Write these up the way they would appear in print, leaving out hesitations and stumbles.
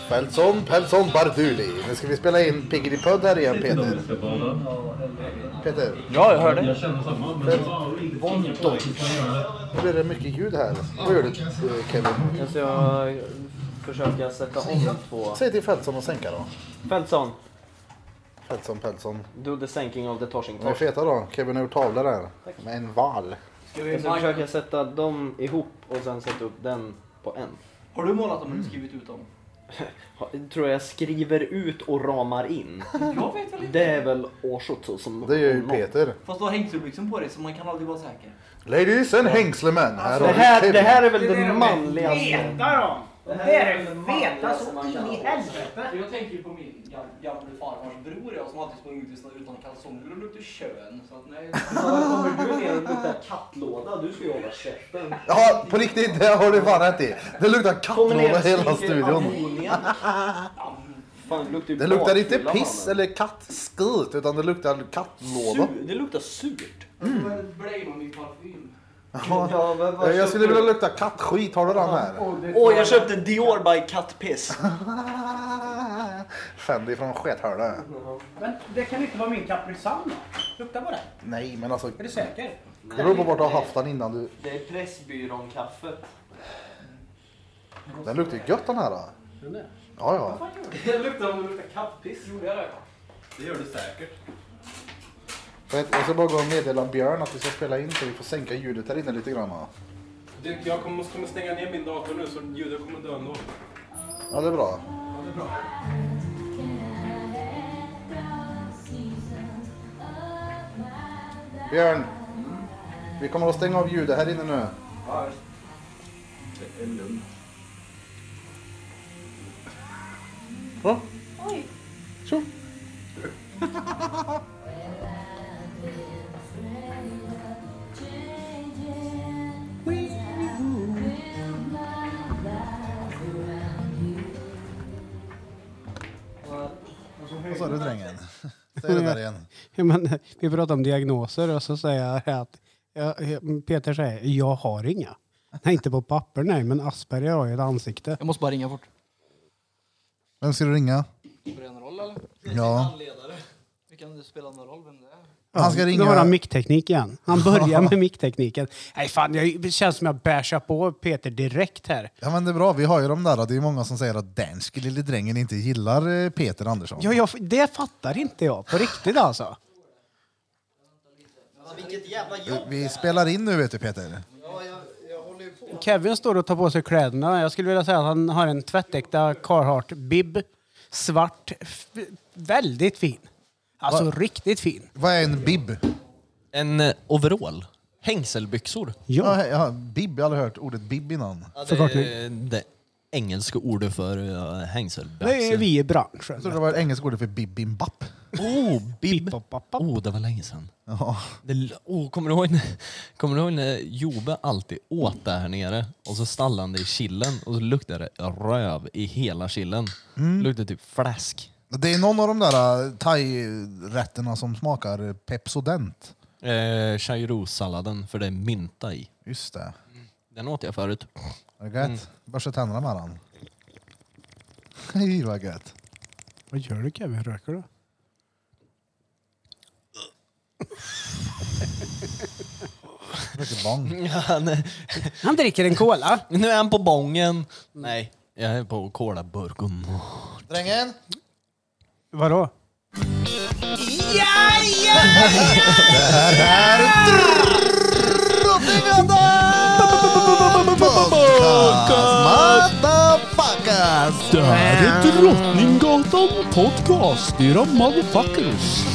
Pelson, Barduli. Nu ska vi spela in Piggity Pudd här igen, Peter. Peter. Ja, jag hör det. Nu blir det mycket ljud här. Vad gör du, Kevin? Jag ska försöka sätta om 2. Säg till Feltson och sänka då. Feltson. Feltson. Do the sinking of the toshing Vad är feta då? Kevin har gjort tavlor där. Med en val. Jag ska försöka sätta dem ihop och sen sätta upp den på en. Har du målat dem eller skrivit ut dem? Tror jag skriver ut och ramar in. Jag vet väl inte. Det är väl Årsotto som... Det gör ju Peter. Fast du har hängselbyxor på dig så man kan aldrig vara säker. Ladies and hängslemän. Det här är väl den manligaste. Feta då! Det är den feta så in i helvete. Jag tänker ju på min gamla farmars bror som alltid sprungit ut utan kalsonger och luktar kön. Så att nej. Kommer du ner och luktar kattlåda? Du ska ju hålla käften. Ja, på riktigt. Det har du fan rätt i. Det luktar kattlåda hela studion. Fan, det luktar inte piss eller kattskit utan det luktar kattlåda. Det luktar surt. Blame on min parfym. Ja, jag skulle vilja lukta kattskit. Har du den här? Jag köpte Dior by kattpiss. Fendi från skethörde. Men det kan inte vara min Caprisan då. Lukta på det. Nej, men alltså... Är du säker? Det beror på vart du har haft den innan du... Det är Pressbyrån-kaffet. Den luktar ju gött den här då. Ja. Det luktar om det luktar kattpiss. Gjorde jag det? Det gör du säkert. Jag ska bara gå och meddela Björn att vi ska spela in så vi får sänka ljudet här inne lite grann. Jag kommer stänga ner min dator nu så ljudet kommer dö ändå. Ja, det är bra. Björn, vi kommer att stänga av ljudet här inne nu. Ja, det är lugnt. Va? Oj. Så. Vad sa du, drängen? Säg det där igen. Ja, men, vi pratar om diagnoser och så säger jag att Peter säger, jag har inga. Nej, inte på papper, nej, men Asperger har ju ett ansikte. Jag måste bara ringa fort. Vem ska du ringa? Spelar det någon roll eller? Ja. Vi kan inte spela någon roll vem det är. Han ska ringa. Nu har han mickteknik igen. Han börjar med micktekniken. Nej fan, det känns som jag bärsar på Peter direkt här. Ja, men det är bra, vi har ju de där. Det är många som säger att dansk lille drängen inte gillar Peter Andersson. Ja, det fattar inte jag. På riktigt alltså. Vilket jävla jobb. Vi spelar in nu, vet du, Peter. Ja, jag håller ju på. Kevin står och tar på sig kläderna. Jag skulle vilja säga att han har en tvättäkta Carhartt-bib. Svart. Väldigt fin. Alltså riktigt fin. Vad är en bib? En overall. Hängselbyxor. Ja, bib. Jag har aldrig hört ordet bib innan. Ja, det är det engelska ordet för hängselbyxor. Det är vi i branschen. Jag tror det var ett engelskt ord för bibimbap. Bib. Det var länge sedan. Ja. Kommer du ihåg när Jobe alltid åt där nere och så stallade han det i chillen och så luktade det röv i hela chillen. Luktade typ fläsk. Det är någon av de där thai-rätterna som smakar Pepsodent. Chai-ro-salladen, för det är mynta i. Just det. Den åt jag förut. Är det gött? Börsa tänderna med den. Hej, vad gött. Vad gör du, Kevin? Röker du? Röker bong. Ja, Han dricker en cola. nu är han på bongen. Nej, jag är på cola-burken. Drängen? Vadå? Det här är Det här är Drottninggatan podcast. Era motherfuckers.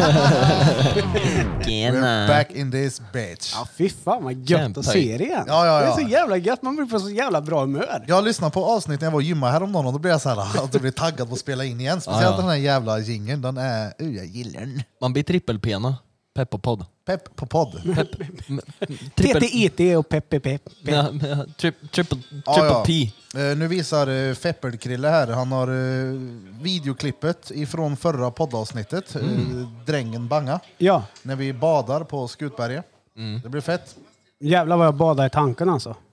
We're back in this bitch. Ja, fy fan vad gött att se det igen. Ja. Det är så jävla gött. Man blir på så jävla bra humör. Jag lyssnade på avsnitt när jag var och gymma häromdagen och då blev jag så här att jag blev taggad på att spela in igen. Speciellt den här jävla jingeln. Den är... jag gillar den. Man blir trippelpena. Pepp på podd. Pepp på podd. TT och Peppe. Triple P. Nu visar Feppel-Krille här. Han har videoklippet ifrån förra poddavsnittet. Drängen Banga. Ja. När vi badar på Skutberget. Det blir fett. Jävlar vad jag badar i tanken alltså.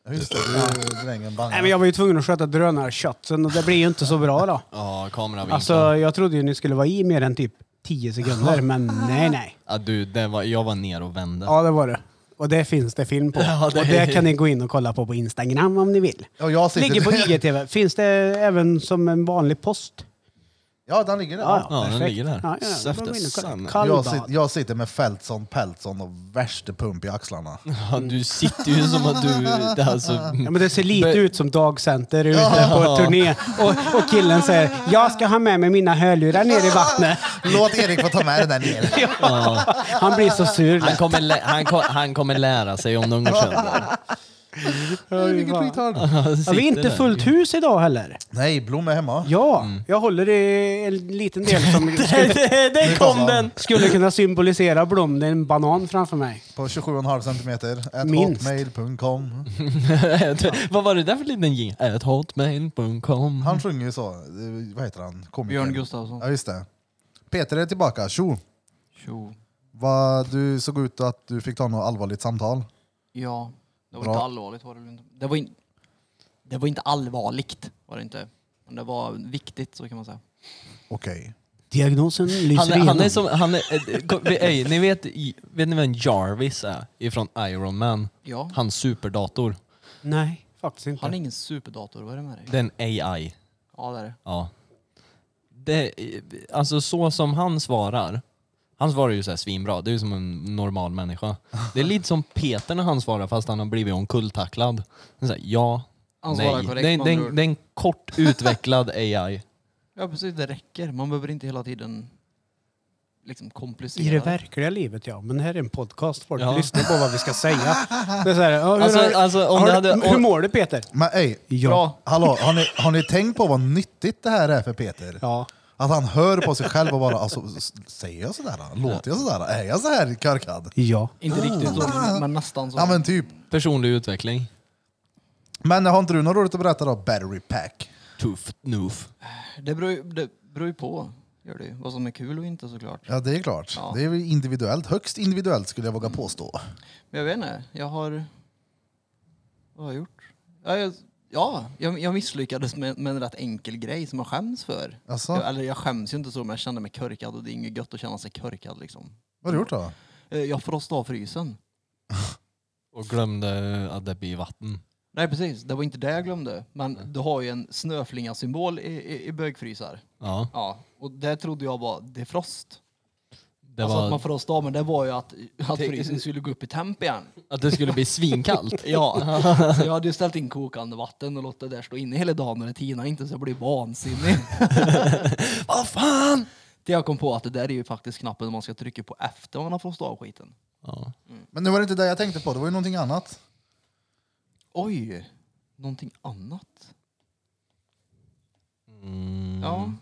Just det, drängen bangar. Nej, men jag var ju tvungen att sköta drönarkötsen och det blir ju inte så bra då. Ja, kameravinkeln. Alltså, jag trodde ju ni skulle vara i mer än typ 10 sekunder, men nej. Ja, du, jag var ner och vände. Ja, det var det. Och det finns det film på. Ja, Och det kan ni gå in och kolla på Instagram om ni vill. Och jag sitter... Ligger på IGTV. Finns det även som en vanlig post? Ja, den ligger där. Ja, den perfekt. ligger där. Ja, ja, då går in och kolla. Jag sitter med Peltson och värste pump i axlarna. Ja, du sitter ju som att du... Det, alltså, Ja, men det ser lite ut som dagcenter ute på turné. Och killen säger, jag ska ha med mig mina hörlurar ner i vattnet. Låt Erik få ta med den där ner. ja. Han blir så sur. Han kommer lära sig om någon går sönder. Vilket retard. Ja, vi är inte fullt hus idag heller. Nej, Blom är hemma. Ja, jag håller i en liten del som Där kom den! skulle kunna symbolisera Blom. Det är en banan framför mig. På 27,5 centimeter. Minst. hotmail.com. Vad var det där för liten ging? hotmail.com. Han sjunger ju så. Vad heter han? Komikern. Björn Gustafsson. Ja, just det. Peter är tillbaka. Tjo. Tjo. Du såg ut att du fick ta något allvarligt samtal. Ja, det var Bra. inte allvarligt var det väl inte. Det var inte allvarligt var det inte. Men det var viktigt så kan man säga. Okej. Diagnosen lyser Han är som... ni vet ni vem Jarvis är? Ifrån Iron Man. Ja. Hans superdator. Nej, faktiskt inte. Han är ingen superdator, vad är det med dig? Det är en AI. Ja, det är det. Ja. Alltså så som han svarar ju så här svinbra. Det är ju som en normal människa. Det är lite som Peter när han svarar fast han har blivit omkulltacklad. Så här, ja, Han nej. svarar korrekt, Det är en kort utvecklad AI. Ja, precis. Det räcker. Man behöver inte hela tiden liksom komplicera. I det verkliga livet, ja. Men det här är en podcast. Folk Ja. lyssnar på vad vi ska säga. Det är så här, hur mår du, Peter? Men Ja. hallå, har ni tänkt på vad nyttigt det här är för Peter? Ja. Att han hör på sig själv och bara, alltså, säger jag sådär? Låter jag sådär? Är jag så här körkad? Ja. Inte riktigt så, men nästan så. Ja, men typ. Personlig utveckling. Men har inte du något roligt att berätta då? Battery pack. Tuff, nuff. Det beror ju på. Gör det. Vad som är kul och inte såklart. Ja, det är klart. Ja. Det är ju individuellt. Högst individuellt skulle jag våga påstå. Men jag vet inte. Vad har jag gjort? Jag misslyckades med en rätt enkel grej som jag skäms för. Alltså? Jag skäms ju inte så, men jag kände mig körkad och det är inget gött att känna sig körkad liksom. Vad har du gjort då? Jag frostade av frysen. Och glömde att det blir vatten. Nej, precis. Det var inte det jag glömde. Men du har ju en snöflinga-symbol i bögfrysar. Ja. Ja, och det trodde jag var defrost. Det Alltså var att man frostade av, men det var ju att frysen skulle gå upp i temp igen. att det skulle bli svinkallt. Ja, så jag hade ju ställt in kokande vatten och låtit det där stå inne hela dagen när det tinar inte så jag blir vansinnig. Vad fan? Det jag kom på att det där är ju faktiskt knappen man ska trycka på efter man har frostat av skiten. Ja. Men nu var det inte det jag tänkte på. Det var ju någonting annat. Oj, någonting annat? Ja.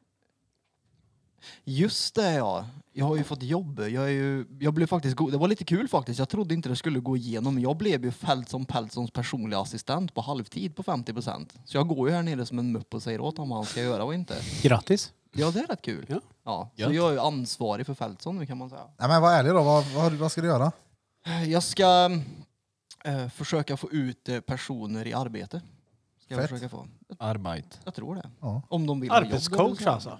Just det, ja. Jag har ju fått jobb. Jag blev faktiskt det var lite kul faktiskt. Jag trodde inte det skulle gå igenom. Jag blev ju Peltsons personliga assistent på halvtid på 50%. Så jag går ju här nere som en mupp och säger åt honom vad han ska göra och inte. Grattis. Ja, det är rätt kul. Ja. Ja. Så Gött. jag är ju ansvarig för Peltson nu kan man säga. Nej, men var ärlig då. Vad ska du göra? Jag ska försöka få ut personer i arbete. Ska jag Fett. försöka få. Arbete. Jag tror det. Ja. Om de vill ha jobb, Arbetscoach då, alltså.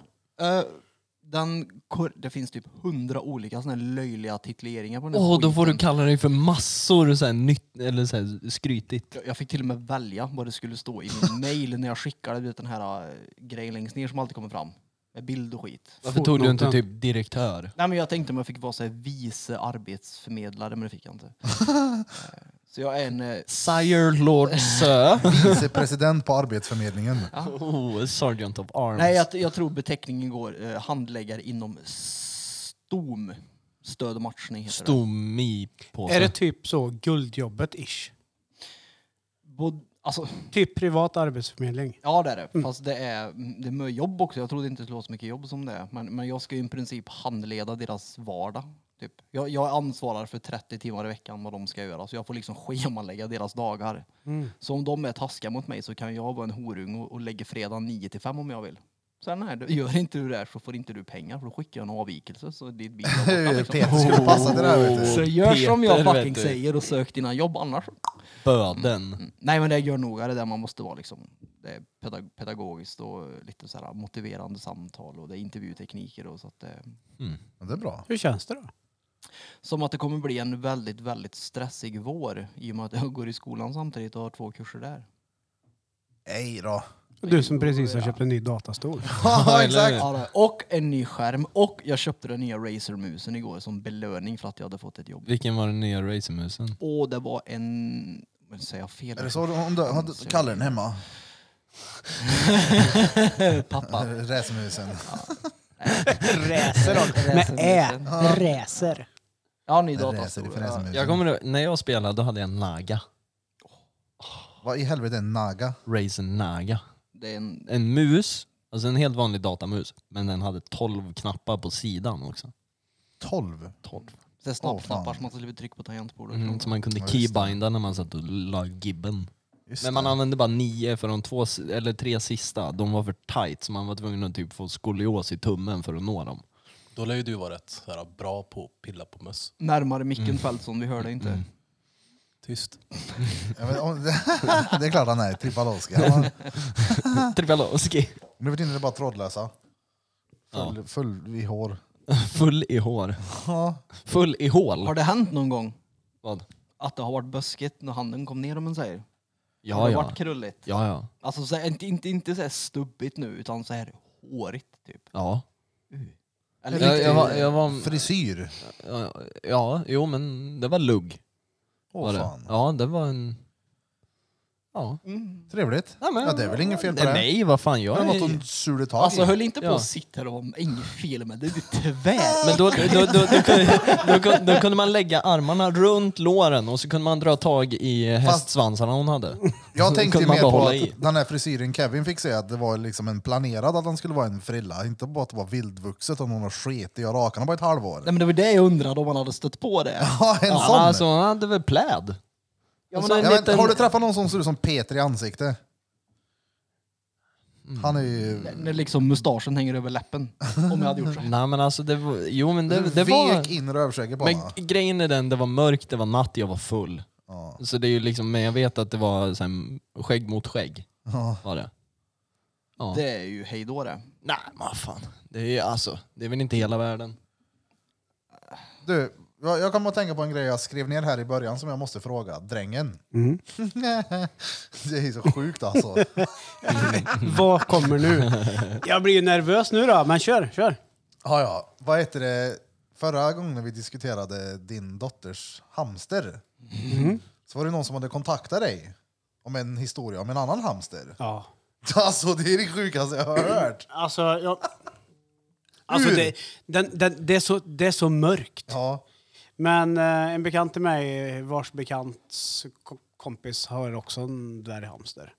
Det finns typ 100 olika såna här löjliga tituleringar på den här Då får du skiten. kalla dig för massor så här nytt eller så här skrytigt. Jag fick till och med välja vad det skulle stå i min mail när jag skickade den här grejen längst ner som alltid kommer fram. Med bild och skit. Varför tog du inte typ direktör? Nej, men jag tänkte om jag fick vara så här vice arbetsförmedlare, men det fick jag inte. Så jag är en... Sire Lord Sir. Vicepresident på Arbetsförmedlingen. Sergeant of Arms. Nej, jag tror beteckningen går handläggare inom STOM. Stöd och matchning heter det. Stomi på Är det typ så guldjobbet-ish? Alltså, Typ privat arbetsförmedling? ja, det är det. Fast det är med jobb också. Jag trodde inte det skulle vara så mycket jobb som det är. Men jag ska ju i princip handleda deras vardag. Typ. Jag ansvarar för 30 timmar i veckan vad de ska göra. Så jag får liksom schemalägga deras dagar. Så om de är taskiga mot mig så kan jag vara en horung och lägga fredag 9-5 om jag vill. Så här, nej, gör inte du det här så får inte du pengar. För då skickar jag en avvikelse. Så ditt bil Peter skulle passa till det här, vet du. Så gör som jag Peter, fucking vet du. säger och sök dina jobb annars. Böden. Nej, men det gör nog är det där man måste vara liksom. Det är pedagogiskt och lite så här motiverande samtal och det är intervjutekniker och så att det... Ja, det är bra. Hur känns det då? Som att det kommer bli en väldigt, väldigt stressig vår i och med att jag går i skolan samtidigt och har 2 kurser där. Nej då. Du som precis har köpt en ny datastol. Ja, exakt. Ja, och en ny skärm och jag köpte den nya Razer-musen igår som belöning för att jag hade fått ett jobb. Vilken var den nya Razer-musen? Och det var en... Men säger jag fel? Är det så om du hade kallar den hemma? Pappa. Räsmusen. Räser då. Med räser. Ja, ny Räser i datastol. fräsmusen. Jag kommer ihåg, när jag spelade då hade jag en Naga. Vad i helvete är en Naga? Razer Naga. Det är en... En mus, alltså en helt vanlig datamus. Men den hade 12 knappar på sidan också. 12? 12. Det är snabbknappar fan. som man skulle trycka på tangentbordet. Så man kunde Ja, just det. keybinda när man satt och la gibben. Just Men man det. använde bara 9 för de 2 eller 3 sista. De var för tight så man var tvungen att typ få skolios i tummen för att nå dem. Då lär ju du vara rätt så här, bra på att pilla på möss. Närmare micken Fältson, vi hörde inte. Tyst. Ja, men, det är klart han är. Tripalowski. Tripalowski. Nu för tiden är det bara trådlösa. Full i hår. Full i hår. Ja. Full i hål. Har det hänt någon gång Vad? att det har varit buskigt när handen kom ner om man säger? Har Ja, det ja. varit krulligt? Ja. Alltså så här, inte så här stubbigt nu utan så här hårigt typ. Ja. Eller Jag var... Frisyr. Ja, jo men det var lugg. Var det. Fan. Ja, det var en... Ja. Trevligt. Ja, men, Ja, det är väl inget fel på det. Nej, vad fan Det jag är något är... hon surde tag Alltså i. höll inte på Ja. att sitta här och inget fel med det. Det är tvär. Men då kunde man lägga armarna runt låren och så kunde man dra tag i hästsvansarna hon hade. Jag Så tänkte kunde man mer bara på hålla att i. den här frisyren Kevin fick säga att det var liksom en planerad att han skulle vara en frilla. Inte bara att det var vildvuxet om någon har sket i och rakarna bara ett halvår. Nej men det var det jag undrade om man hade stött på det. Ja, en Ja, sån. alltså hon hade väl pläd. Ja, Alltså, men, en Ja, liten- men, har du träffat någon som ser ut som Peter i ansikte? Han är ju... när liksom mustaschen hänger över läppen. Om jag hade gjort så. Nej men alltså det var... Jo men det vek var... in rövskägget på Men honom. grejen är den, det var mörkt, det var natt, jag var full. Ja. Så det är ju liksom, men jag vet att det var så här, skägg mot skägg. Ja. Var det. Ja. Det är ju hejdå det. Nej men fan. Det är alltså, det är väl inte hela världen. Du, jag kommer att tänka på en grej jag skrev ner här i början som jag måste fråga. Drängen. Mm. Det är så sjukt alltså. Vad kommer nu? Jag blir ju nervös nu då, men kör. Ja. Vad heter det? Förra gången vi diskuterade din dotters hamster så var det någon som hade kontaktat dig om en historia om en annan hamster. Ja. Alltså det är det sjukaste jag har hört. Alltså det är så mörkt. Ja. Men en bekant till mig, vars bekants kompis har också en dvärghamster.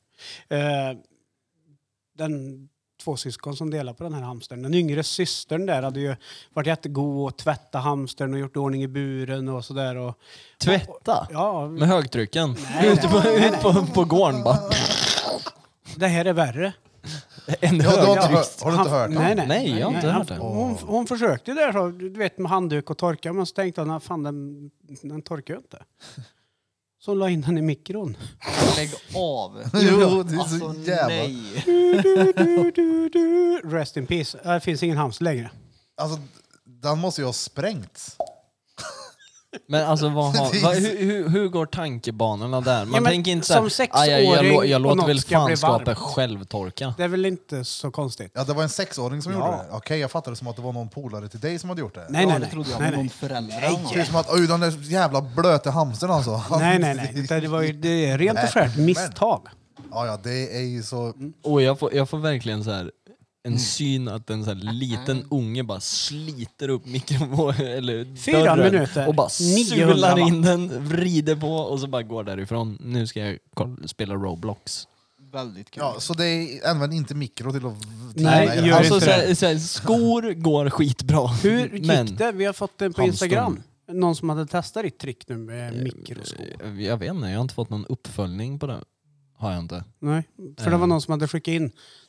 Den 2 syskon som delar på den här hamstern. Den yngre systern där hade ju varit jättegod och tvätta hamstern och gjort ordning i buren och sådär. Och, Tvätta? ja, Med högtrycken? Nej, Ut på gården bara. det här är värre. En Ja, högtryck. har du inte hört Nej, det? Nej, jag har inte hört det. Hon försökte där så, du vet, med handduk och torka, men så tänkte han, fan den torkar ju inte. Så hon la in den i mikron. Lägg av. Jo, det är Alltså så jävla... nej. Rest in peace. Det finns ingen hamster längre. Alltså, den måste ju ha sprängts. Men alltså hur går tankebanorna där? Man Ja, men tänker inte som såhär, sexåring jag och låter något väl ska bli fanskapet varmt." självtorka. Det är väl inte så konstigt? Ja, det var en 6-åring som Ja. gjorde det. Okej, jag fattade det som att det var någon polare till dig som hade gjort det. Nej, Ja, nej, det nej. trodde jag nej, var någon nej. förälder. Det är som att, oj, den där jävla blöta hamstern alltså. Nej. Det är rent och skärt misstag. Ja, det är ju så... Och jag får verkligen så här en syn att en så här liten unge bara sliter upp mikron eller 4 dörren minuter, och bara 900 sular watt. in den, vrider på och så bara går därifrån. Nu ska jag spela Roblox. Väldigt kul. Ja, så det är även inte mikro till att... Nej, gör alltså, inte det. så här, skor går skitbra. Hur gick men, det? Vi har fått den på hamstern. Instagram. Någon som hade testat ditt trick nu med mikroskop. Jag vet inte, jag har inte fått någon uppföljning på det. Har jag inte. Nej, för det var någon som hade skickat in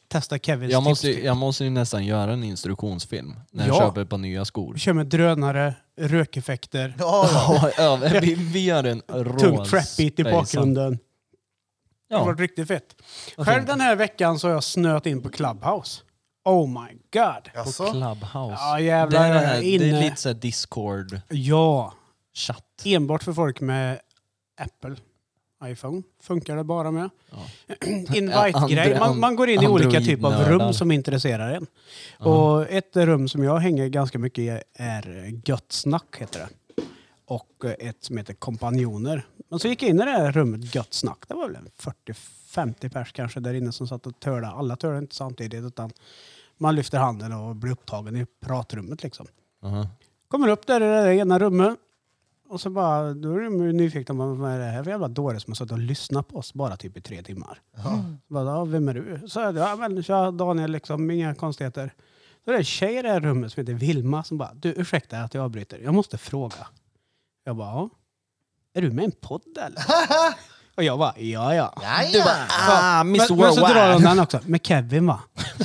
testa Kevins Jag tips. måste, jag måste ju nästan göra en instruktionsfilm när jag Ja. köper ett par nya skor. Vi kör med drönare, rökeffekter, Vi gör en tungt trap-beat i bakgrunden. Det har Ja. varit riktigt fett. Vad Själv fint. den här veckan så har jag snöat in på Clubhouse. Oh my god. Jaså? Clubhouse. Ja, jävlar, det, jag är är inne. det är lite såhär Discord-chatt. Ja, enbart för folk med Apple iPhone. Funkar det bara med. Ja. Invite-grej. Man går in i olika typer av Android-nördar. rum som intresserar en. Och ett rum som jag hänger ganska mycket i är Gött snack heter det. Och ett som heter Kompanjoner. Men så gick jag in i det här rummet Gött snack. Det var väl 40-50 pers kanske där inne som satt och törde. Alla törde inte samtidigt utan man lyfter handen och blir upptagen i pratrummet liksom. Kommer upp där i det ena rummet. Och så bara, då är de nyfikna på vad är det här för jävla dåre som har suttit och lyssnat på oss bara typ i 3 timmar. Så bara, ja, vem är du? Så är det, ja men tja, Daniel liksom, inga konstigheter. Så är det en tjej i det här rummet som heter Vilma som bara, du ursäkta att jag avbryter, jag måste fråga. Jag bara, ja. Är du med i en podd eller? Och jag bara, ja. Du bara, Men Mr. så drar de Worldwide. den också, med Kevin va?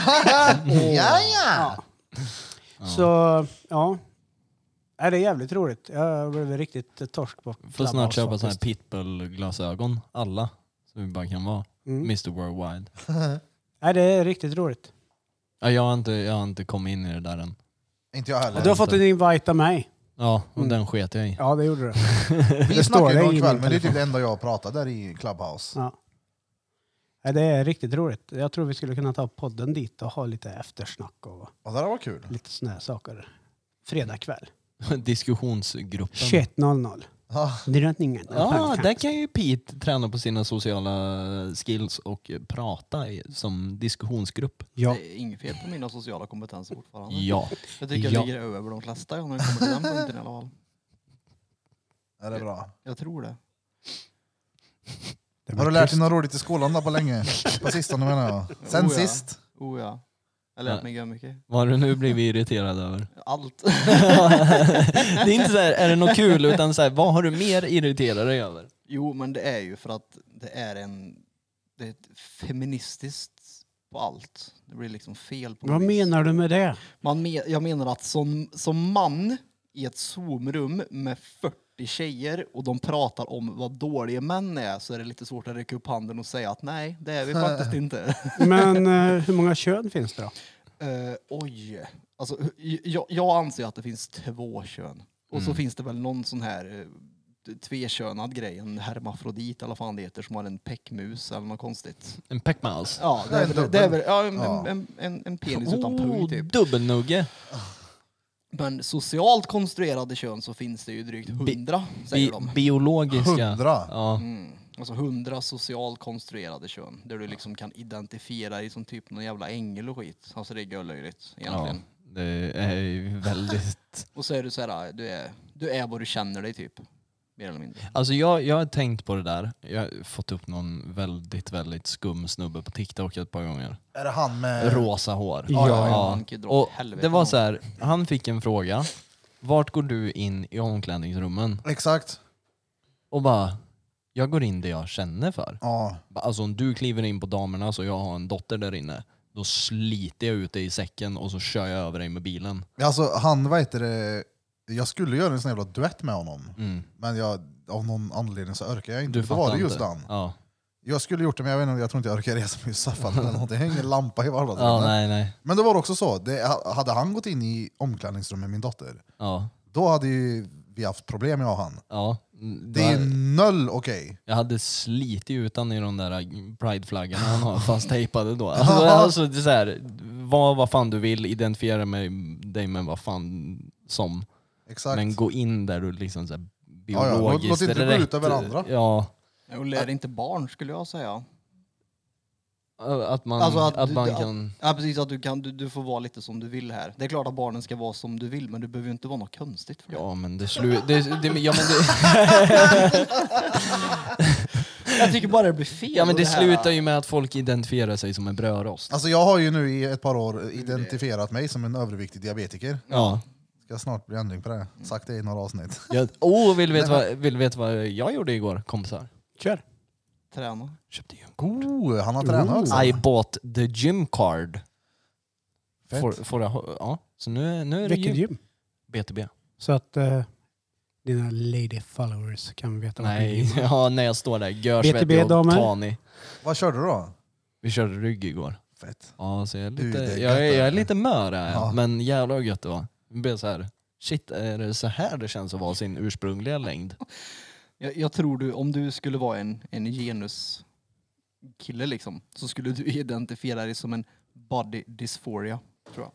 Ja. Så, ja. Nej, det är jävligt roligt. Jag blev riktigt torsk på Får snart Clubhouse köpa såna här faktiskt. pitbull-glasögon. Alla. Så vi bara kan vara Mr. Worldwide. Nej, det är riktigt roligt. Ja, jag har inte kommit in i det där än. Inte jag heller. Du har fått en invite av mig. Ja, och den sket jag i. Ja, det gjorde du. Vi det står snackade det ju i någon min kväll, men det är typ telefon. det enda jag pratar där i Clubhouse. Ja. Nej, det är riktigt roligt. Jag tror vi skulle kunna ta podden dit och ha lite eftersnack och Och det där var kul. lite såna här saker. Fredag kväll. Diskussionsgruppen. 21.00. Ja. Drottningen. Ja, där kan ju Pete träna på sina sociala skills och prata som diskussionsgrupp. Ja. Det är inget fel på mina sociala kompetenser fortfarande. Ja. Jag tycker jag ligger över de flesta när det kommer till den punkten i alla fall. Är det bra? Jag tror det. Har du lärt dig något roligt i skolan då på länge? På sistone menar jag. Sen Oh ja. sist. Oh ja. Jag har lärt mig mycket. Vad har du nu blivit irriterad över? Allt. Det är inte så här, är det något kul, utan så här, vad har du mer irriterat dig över? Jo, men det är ju för att det är ett feministiskt på allt. Det blir liksom fel på Vad något vis. menar du med det? Jag menar att som man i ett Zoom-rum med 40 tjejer och de pratar om vad dåliga män är, så är det lite svårt att räcka upp handen och säga att nej, det är vi faktiskt inte. Men hur många kön finns det då? Oj. Alltså, jag anser att det finns 2 kön. Och så finns det väl någon sån här tvekönad grej, en hermafrodit eller vad fan det heter, som har en peckmus eller något konstigt. En peckmaus? Ja, det är väl en penis utan pung typ. Dubbelnugge. Men socialt konstruerade kön så finns det ju drygt 100, säger de. Biologiska. 100? Ja. Alltså 100 socialt konstruerade kön. Där du liksom kan identifiera dig som typ någon jävla ängel och skit. Alltså det är görlöjligt egentligen. Ja, det är ju väldigt... Och så är du så här, du är vad du känner dig typ. Mer eller mindre. Alltså jag har tänkt på det där. Jag har fått upp någon väldigt skum snubbe på TikTok ett par gånger. Är det han med... Rosa hår. Man kan ju dra åt Och helvete det var honom. så här, han fick en fråga. Vart går du in i omklädningsrummen? Exakt. Och bara, jag går in det jag känner för. Ja. Alltså om du kliver in på damerna så jag har en dotter där inne, då sliter jag ut dig i säcken och så kör jag över dig med bilen. Alltså han, vad heter det... Jag skulle göra en sån jävla duett med honom. Men av någon anledning så orkar jag inte. Du Då var det fattar just inte. han. Ja. Jag skulle gjort det, men jag vet inte, jag tror inte jag orkar resa med just Saffan eller någonting. Jag har ingen lampa i vardagsrummet. Ja, nej. Men det var också så. Hade han gått in i omklädningsrummet med min dotter, Ja. då hade ju vi haft problem, jag och han. Ja. Det är noll okej. Jag hade slitit ut han i de där prideflaggorna han har fast tejpade då. Alltså det är så här, vad fan du vill, identifiera dig med vad fan som. Exakt. Men gå in där och liksom så här ja. biologiskt Låt inte det gå rätt. ut över andra. Ja. Och lär inte barn skulle jag säga. Att man, Alltså att man kan... Ja, precis, att du får vara lite som du vill här. Det är klart att barnen ska vara som du vill, men du behöver ju inte vara något konstigt för det. Ja men det Jag tycker bara det blir fel. Ja men det här- slutar ju med att folk identifierar sig som en brödrost. Alltså jag har ju nu i ett par år identifierat mig som en överviktig diabetiker. Ja. Ska snart bli ändring på det. Sagt det i några avsnitt. Vill du veta vad jag gjorde igår, kompisar? Kör. träna. Köpte gymkort. Han har tränat också. I bought the gym card. Fett. Ja, så nu är det Vilket gym. gym? BTB. Så att dina lady followers kan veta vad det Nej, är. ja, när jag står där görsvettig och BTB-damer. tanig. Vad körde du då? Vi körde rygg igår. Fett. Ja, så jag är Du, lite, det är jag gött, är lite mör är jag. Ja. Men jävlar vad gött det var. Det blev så här. Shit, är det så här det känns att vara sin ursprungliga längd? Jag tror om du skulle vara en genuskille liksom, så skulle du identifiera dig som en body dysphoria, tror jag.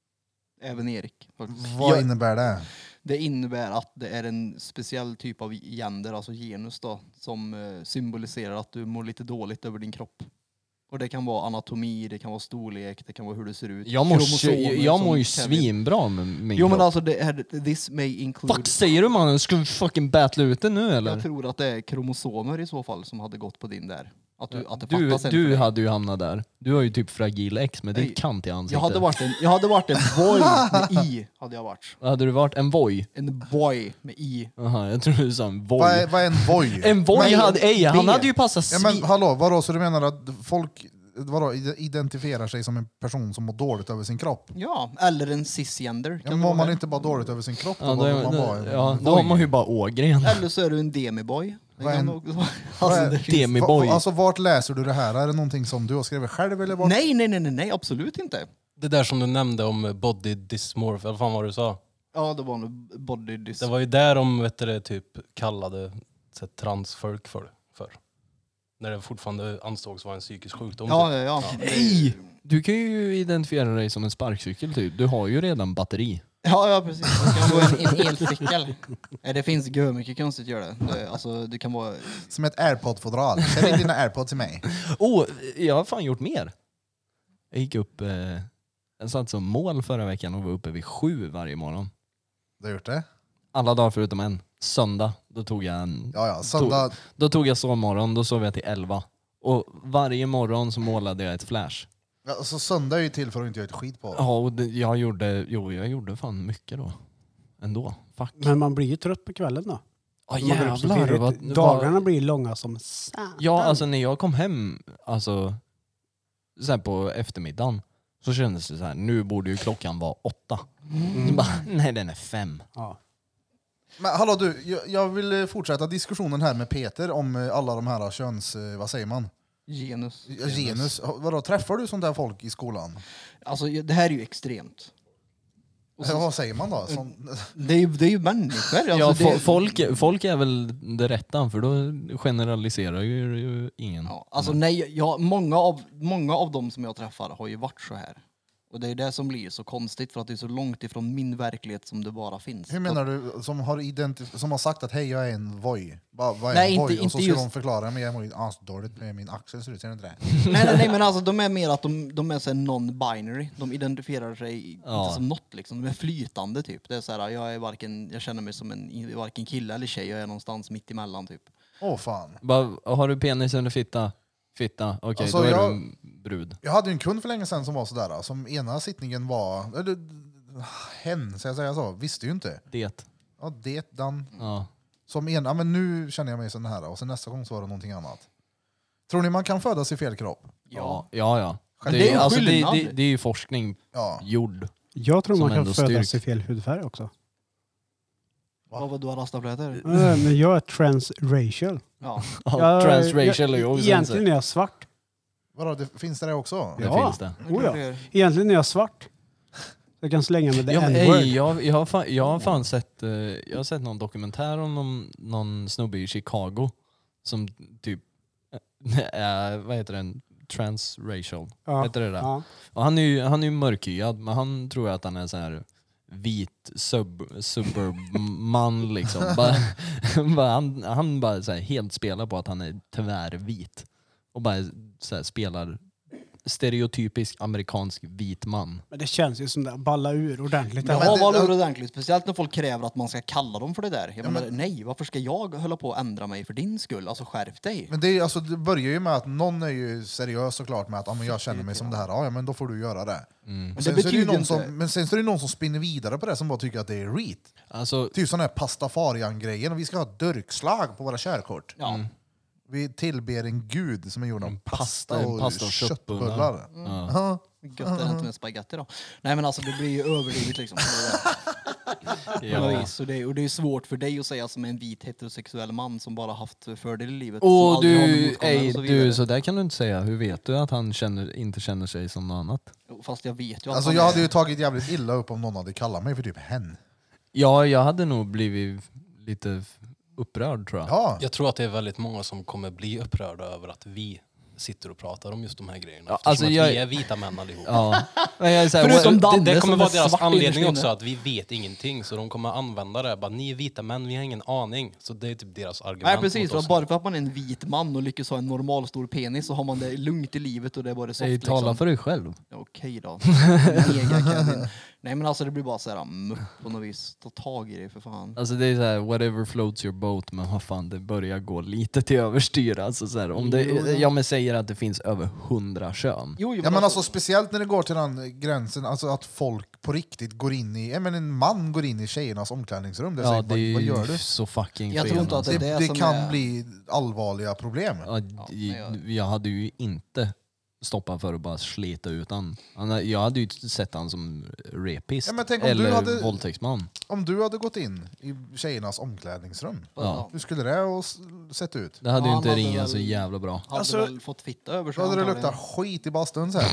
Även Erik. Vad innebär det? Det innebär att det är en speciell typ av gender, alltså genus då, som symboliserar att du mår lite dåligt över din kropp. Och det kan vara anatomi, det kan vara storlek, det kan vara hur du ser ut. Jag mår ju Kevin. svinbra med min Jo men kropp. alltså, this may include... Fuck säger du mannen? Ska vi fucking battla ut det nu eller? Jag tror att det är kromosomer i så fall som hade gått på din där. Att det fattas en för Du dig. hade ju hamnat där. Du har ju typ fragil X med Nej. ditt kant i ansiktet. Jag hade varit en boy med i, hade jag varit. Hade du varit en voj? En boy med i. Jaha, jag tror du sa en voj. Vad är en voj? En voj Men- hade ej, han B. hade ju passat Ja, men hallå, vadå? Så du menar att folk identifierar sig som en person som mår dåligt över sin kropp? Ja, eller en cisgender. Ja, mår man inte bara dåligt över sin kropp? Ja, Då, då, vad man bara, då har man ju bara Ågren. Eller så är du en demiboy. Det Vad är kan en- också- Vad alltså, är- det finns... Demiboy. Alltså vart läser du det här? Är det någonting som du har skrivit själv eller vart? Nej, absolut inte. Det där som du nämnde om body dysmorph, eller vad fan var det du sa? Ja, det var nog body Det var ju där de typ kallade så här, transfolk för. När det fortfarande ansågs vara en psykisk sjukdom. Ja. Nej! Du kan ju identifiera dig som en sparkcykel typ. Du har ju redan batteri. Ja, precis. Det kan vara en elcykel. Det finns mycket konstigt att göra det. Alltså, det kan vara... Som ett airpod-fodral. Känn in dina airpods till mig. Jag har fan gjort mer. Jag gick upp, jag satt som mål förra veckan och var uppe vid 7 varje morgon. Du har gjort det? Alla dagar förutom en. Söndag, då tog jag en... Ja, söndag. Då tog jag sovmorgon, då sov jag till 11. Och varje morgon så målade jag ett flash. Ja, alltså, söndag är ju till för att inte göra ett skit på. Ja, och jag gjorde fan mycket då. Ändå. Fuck. Men man blir ju trött på kvällen då. Ja Man går upp så jävlar. tidigt. Dagarna blir långa som satan. Ja, alltså när jag kom hem, alltså så här på eftermiddagen, så kändes det så här, nu borde ju klockan vara 8. Nej, den är 5. Ja. Men hallå du, jag vill fortsätta diskussionen här med Peter om alla de här köns... Vad säger man? Genus. Vadå, träffar du sånt där folk i skolan? Alltså, det här är ju extremt. Vad säger man då? Det är ju människor. Ja, Alltså, folk är väl det rätta, för då generaliserar ju ingen. Ja, alltså nej, många av dem som jag träffar har ju varit så här. Och det är det som blir så konstigt, för att det är så långt ifrån min verklighet som det bara finns. Hur menar du? Som har sagt att hej, jag är en voj. Vad är Nej, en voj? inte Och så ska just- de förklara, men jag mår ju asdåligt med min axel, ser det inte det? Nej, men alltså de är mer att de är så här non-binary. De identifierar sig inte Ja. som något liksom. De är flytande typ. Det är så här, jag känner mig som varken kille eller tjej. Jag är någonstans mitt emellan typ. Åh fan. Har du penis eller fitta? Fitta, okej, Alltså, då är jag- du en brud. Jag hade ju en kund för länge sedan som var sådär, som ena sittningen var... Eller, hen, ska jag säga så? Visste ju inte. Det. Ja, den. Ja. Som ena, men nu känner jag mig sån här, och sen nästa gång så var det någonting annat. Tror ni man kan födas i fel kropp? Ja. Men det är ju skillnad. Det är ju forskning Ja. gjord. Jag tror Som man kan ändå födas styrk. i fel hudfärg också. Vad var du har rastaflätor? Men jag är transracial. Ja. Ja, transracial är ju också egentligen är jag svart. Vadå, finns det också? Det Ja. finns det. Oh, ja. Egentligen är jag svart. Så jag kan slänga med det Ja, N-word. jag har fan sett, jag har sett någon dokumentär om någon snubbe i Chicago som typ vad heter den? Transracial. Ja. Heter det där? Ja. Och han är ju mörkhyad, men han tror att han är så här vit suburban liksom. Han bara så här helt spelar på att han är tvärvit. Och bara så här spelar stereotypisk amerikansk vit man. Men det känns ju som det balla ur ordentligt. Ja, Ja, men det- vad lur ordentligt. Speciellt när folk kräver att man ska kalla dem för det där. Jag menar, nej, varför ska jag hålla på att ändra mig för din skull? Alltså skärp dig. Men det, är, alltså, det börjar ju med att någon är ju seriös såklart med att men jag känner mig som det här, ja men då får du göra det. Men Sen det så är det ju betyder någon inte... men sen så är det någon som spinner vidare på det som bara tycker att det är reet. Alltså, Typ sån här pastafarian-grejen, och vi ska ha dörkslag på våra körkort. Ja. Vi tillber en gud som är gjord av pasta och pasta och köttbullar. Ja. Gött är det inte med spaghetti då. Nej men alltså det blir ju överdrivet liksom. På något vis. Och det är svårt för dig att säga som en vit heterosexuell man som bara haft fördel i livet. som Och aldrig har med du, motgångar och så vidare. så där kan du inte säga. Hur vet du att han inte känner sig som något annat? Jo, fast jag vet ju att Alltså han jag är- hade ju tagit jävligt illa upp om någon hade kallat mig för typ hen. Ja, jag hade nog blivit lite upprörd tror jag. Ja, Jag tror att det är väldigt många som kommer bli upprörda över att vi sitter och pratar om just de här grejerna. Ja, Eftersom alltså att jag- vi är vita män allihop. Ja. Men jag är så här, Förutom well, Danne Det som kommer är vara deras svart anledning innerst också, inne. att vi vet ingenting. Så de kommer använda det. Bara, ni är vita män, vi har ingen aning. Så det är typ deras argument. Nej precis, mot för oss. bara för att man är en vit man och lyckas ha en normal stor penis så har man det lugnt i livet och det är bara soft säg, tala liksom. för dig själv. Okej då. Mega Kevin. Nej men alltså det blir bara såhär mupp på något vis. Ta tag i det för fan. Alltså det är så här, whatever floats your boat, men vad fan, det börjar gå lite till överstyr. Alltså så här, om det, jag men säger att det finns över 100 kön. Jo, ja men alltså speciellt när det går till den gränsen, alltså att folk på riktigt går in i, ja men en man går in i tjejernas omklädningsrum. Det är Ja, så, det är vad gör ju du? så fucking Jag fel. tror inte att alltså. det är Det som kan är- bli allvarliga problem. Ja, jag hade ju inte stoppat för att bara slita ut han. Jag hade ju sett han som rapist Ja, men tänk om du eller hade- våldtäktsman. Om du hade gått in i tjejernas omklädningsrum, Ja. hur skulle det ha sett ut? Det hade Ja, ju han inte hade ringat väl- så jävla bra. Hade Alltså- väl fått fitta över Då sig hade det antagligen. luktat skit i bastun sen.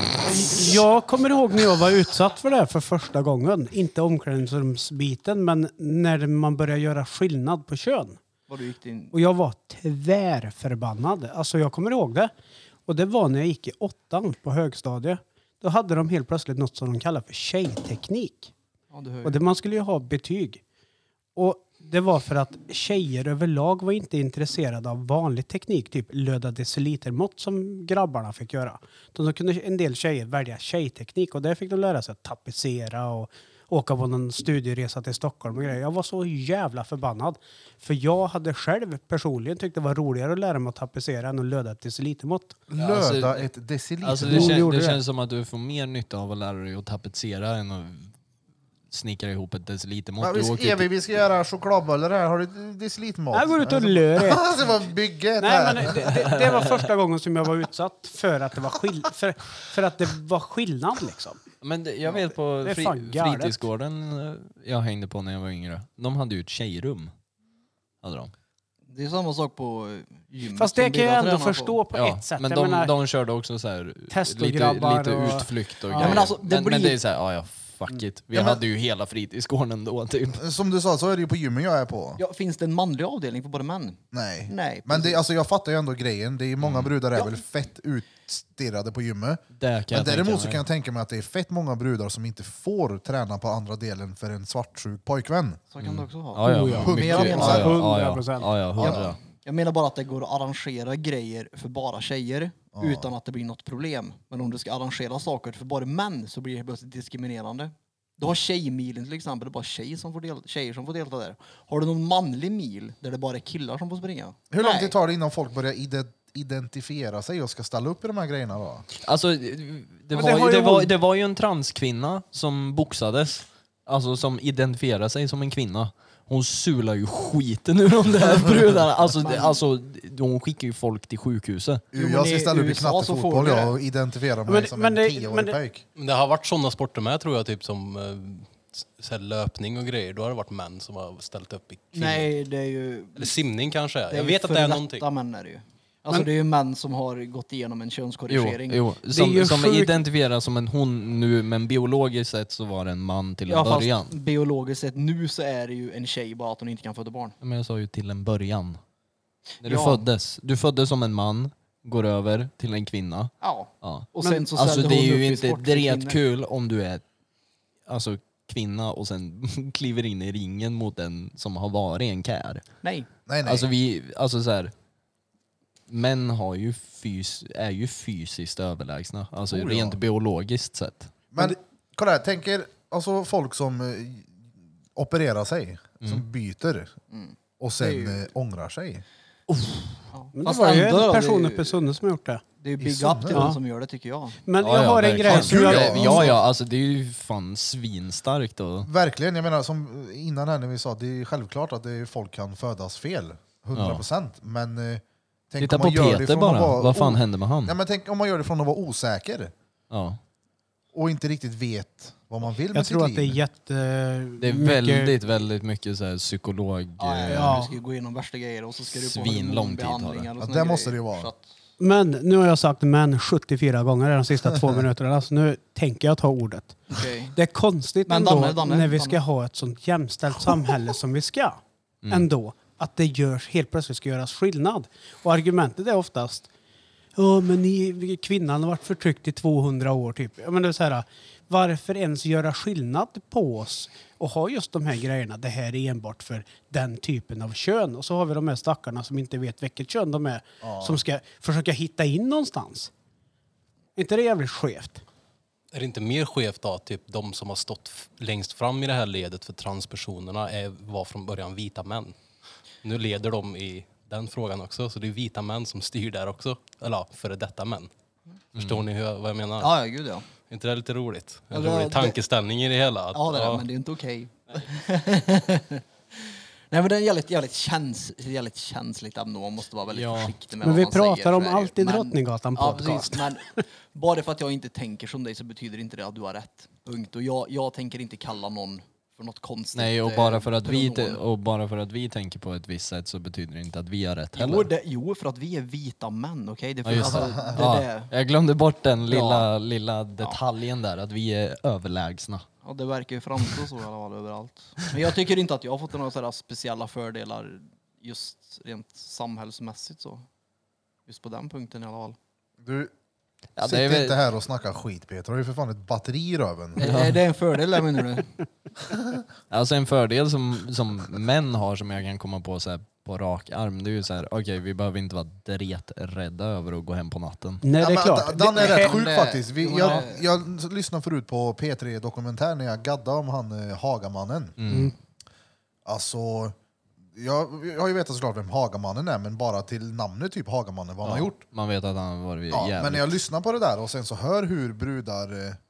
Jag kommer ihåg när jag var utsatt för det här för första gången. Inte omklädningsrumsbiten, men när man började göra skillnad på kön. Vad du gick in. Och jag var tvärförbannad. Alltså jag kommer ihåg det. Och det var när jag gick i 8:an på högstadiet. Då hade de helt plötsligt något som de kallar för tjejteknik. Ja, du hör ju. Och det, man skulle ju ha betyg. Och det var för att tjejer överlag var inte intresserade av vanlig teknik, typ löda decilitermått som grabbarna fick göra. Då kunde en del tjejer välja tjejteknik och där fick de lära sig att tapetsera och åka på någon studieresa till Stockholm och grejer. Jag var så jävla förbannad. För jag hade själv personligen tyckt det var roligare att lära mig att tapetsera än att löda ett decilitermått. Löda ett deciliter. Alltså Jo, gjorde det det. känns som att du får mer nytta av att lära dig att tapetsera än att snickra ihop ett decilitermått. Ja, Du åker till- vi ska göra chokladbollar här. Har du decilitermått? Jag går ut och lör ett. Det var bygget Nej, här. men det var första gången som jag var utsatt för att det var, för att det var skillnad liksom. Men jag vet på det är fan galet. fritidsgården jag hängde på när jag var yngre. De hade ju ett tjejrum. Hade de. Det är samma sak på gymmet. Fast det som kan jag Billa ändå tränar på. förstå på Ja, ett sätt. men Jag menar, de körde också så här Testograbbar lite och- utflykt och Ja, grejer. men alltså, det men blir- det är så här, ja fuck it. Vi Ja, men- hade ju hela fritidsgården ändå typ. Som du sa så är det ju på gymmen jag är på. Ja, finns det en manlig avdelning för både män? Nej. Nej, Men det, precis. alltså, jag fattar ju ändå grejen. Det är många brudar är väl fett utstirrade på gymmet. Det kan Men jag däremot tänka så mig. kan jag tänka mig att det är fett många brudar som inte får träna på andra delen för en svartsjuk pojkvän. Så kan det också vara. Ja, ja. Oh, ja. Mycket. Men jag menar- Ja, ja, ja, 100%. ja, ja, 100. Jag menar bara att det går att arrangera grejer för bara tjejer utan att det blir något problem. Men om du ska arrangera saker för bara män så blir det plötsligt diskriminerande. Du har tjejmilen till exempel, det är bara tjejer som får delta där. Har du någon manlig mil där det bara är killar som får springa? Hur lång Nej. tid tar det innan folk börjar identifiera sig och ska ställa upp i de här grejerna då? Alltså, det var ju en transkvinna som boxades. Alltså som identifierade sig som en kvinna. Hon sular ju skiten ur de där brudarna. Alltså, hon skickar ju folk till sjukhuset. men Jag ska i ställa upp i USA så får knattefotboll du det. och identifiera mig Men- som men en det- 10-årig men det- pojk. Men det har varit sådana sporter med tror jag, typ som så här löpning och grejer. Då har det varit män som har ställt upp i kvinnor. Nej, det är ju... Eller simning kanske. Det är Jag ju vet att det är någonting. före detta män är det ju. Alltså det är ju män som har gått igenom en könskorrigering. Jo, är ju som sjukt- identifieras som en hon nu, men biologiskt sett så var det en man till en Ja, början. fast biologiskt sett nu så är det ju en tjej bara att hon inte kan föda barn. Men jag sa ju till en början. När du Ja. föddes. Du föddes som en man, går över till en kvinna. Ja. Ja. Och sen så Alltså ställde det är hon upp ju i inte sport för direkt kvinnor. kul om du är alltså kvinna och sen kliver in i ringen mot en som har varit en kär. Nej. Nej, nej. Alltså så här, män har ju är ju fysiskt överlägsna. Alltså Oh, ja. rent biologiskt sett. Men kolla här, tänk er alltså folk som opererar sig, som byter och sen Det är ju- ångrar sig. Men det Fast var ju ändå då, en det är person ju- uppe i Sunne som har gjort det. Det är ju I big Sunne, up till ja. den som gör det tycker jag. Men jag har en verkligen. grej som Gud, jag... Ja, alltså det är ju fan svinstarkt och Verkligen, jag menar som innan här när vi sa, det är självklart att folk kan födas fel, 100%. Men Tänk Titta om man på gör det Peter från att bara. vara Vad fan hände med han? Ja, men tänk om man gör det från att vara osäker Ja. och inte riktigt vet vad man vill med Jag sitt tror liv. att det är Det är mycket... väldigt mycket så här psykolog... Ja. Du ska ju gå igenom värsta grejer och så ska du på Svinlång tid tar det. hormonbehandlingar och Ja, såna det måste grejer. det ju vara. Så att- Men nu har jag sagt men 74 gånger de sista 2 minuterna. Så nu tänker jag ta ordet. okej. Det är konstigt Men ändå Danne, när vi ska ha ett sånt jämställt samhälle som vi ska. Ändå. Att det görs, helt plötsligt ska göras skillnad. Och argumentet är oftast men kvinnan har varit förtryckt i 200 år typ. Ja, men det är så här, varför ens göra skillnad på oss och ha just de här grejerna? Det här är enbart för den typen av kön. Och så har vi de här stackarna som inte vet vilket kön de är. Som ska försöka hitta in någonstans. Är inte det jävligt skevt? Är det inte mer skevt då? Typ de som har stått längst fram i det här ledet för transpersonerna var från början vita män. Nu leder de i den frågan också. Så det är vita män som styr där också. Eller ja, före detta män. Förstår ni vad jag menar? Ja, gud ja. Är inte det lite roligt? En Ja, rolig tankeställning i det hela. Att, Ja, det är, men det är inte okej. Nej, men det är jävligt känsligt ämne. Man måste vara väldigt försiktig med Men vad vi man säger. pratar om så är det. allt i Men- Drottninggatan Ja, podcast. precis. Men bara för att jag inte tänker som dig så betyder inte det att du har rätt. Punkt. Och jag tänker inte kalla någon för något konstigt. Nej, och bara för pronomen. att vi tänker på ett visst sätt så betyder det inte att vi har rätt heller. Jo, för att vi är vita män, okej? Det är för, Ja, just det. alltså, Ja, det. jag glömde bort den lilla detaljen där, att vi är överlägsna. Ja, det verkar ju framstå så i alla fall överallt. Men jag tycker inte att jag har fått några sådana speciella fördelar just rent samhällsmässigt så. Just på den punkten i alla fall. Du Ja, det sitter är väl- inte här och snackar skit, Peter. Du har ju för fan ett batteri i röven. Är det en fördel där, menar du? Alltså en fördel som män har som jag kan komma på så här, på rak arm, det är ju så här: okej, vi behöver inte vara rädda över att gå hem på natten. Nej, det är men klart. Den är Det rätt sjuk händer- faktiskt. Jag lyssnade förut på P3 Dokumentär när jag gaddade om han Hagamannen. Alltså, jag har ju vetat såklart vem Hagamannen är, men bara till namnet typ Hagamannen, vad han har gjort. Man vet att han har varit Ja, jävligt... men när jag lyssnar på det där och sen så hör hur brudar,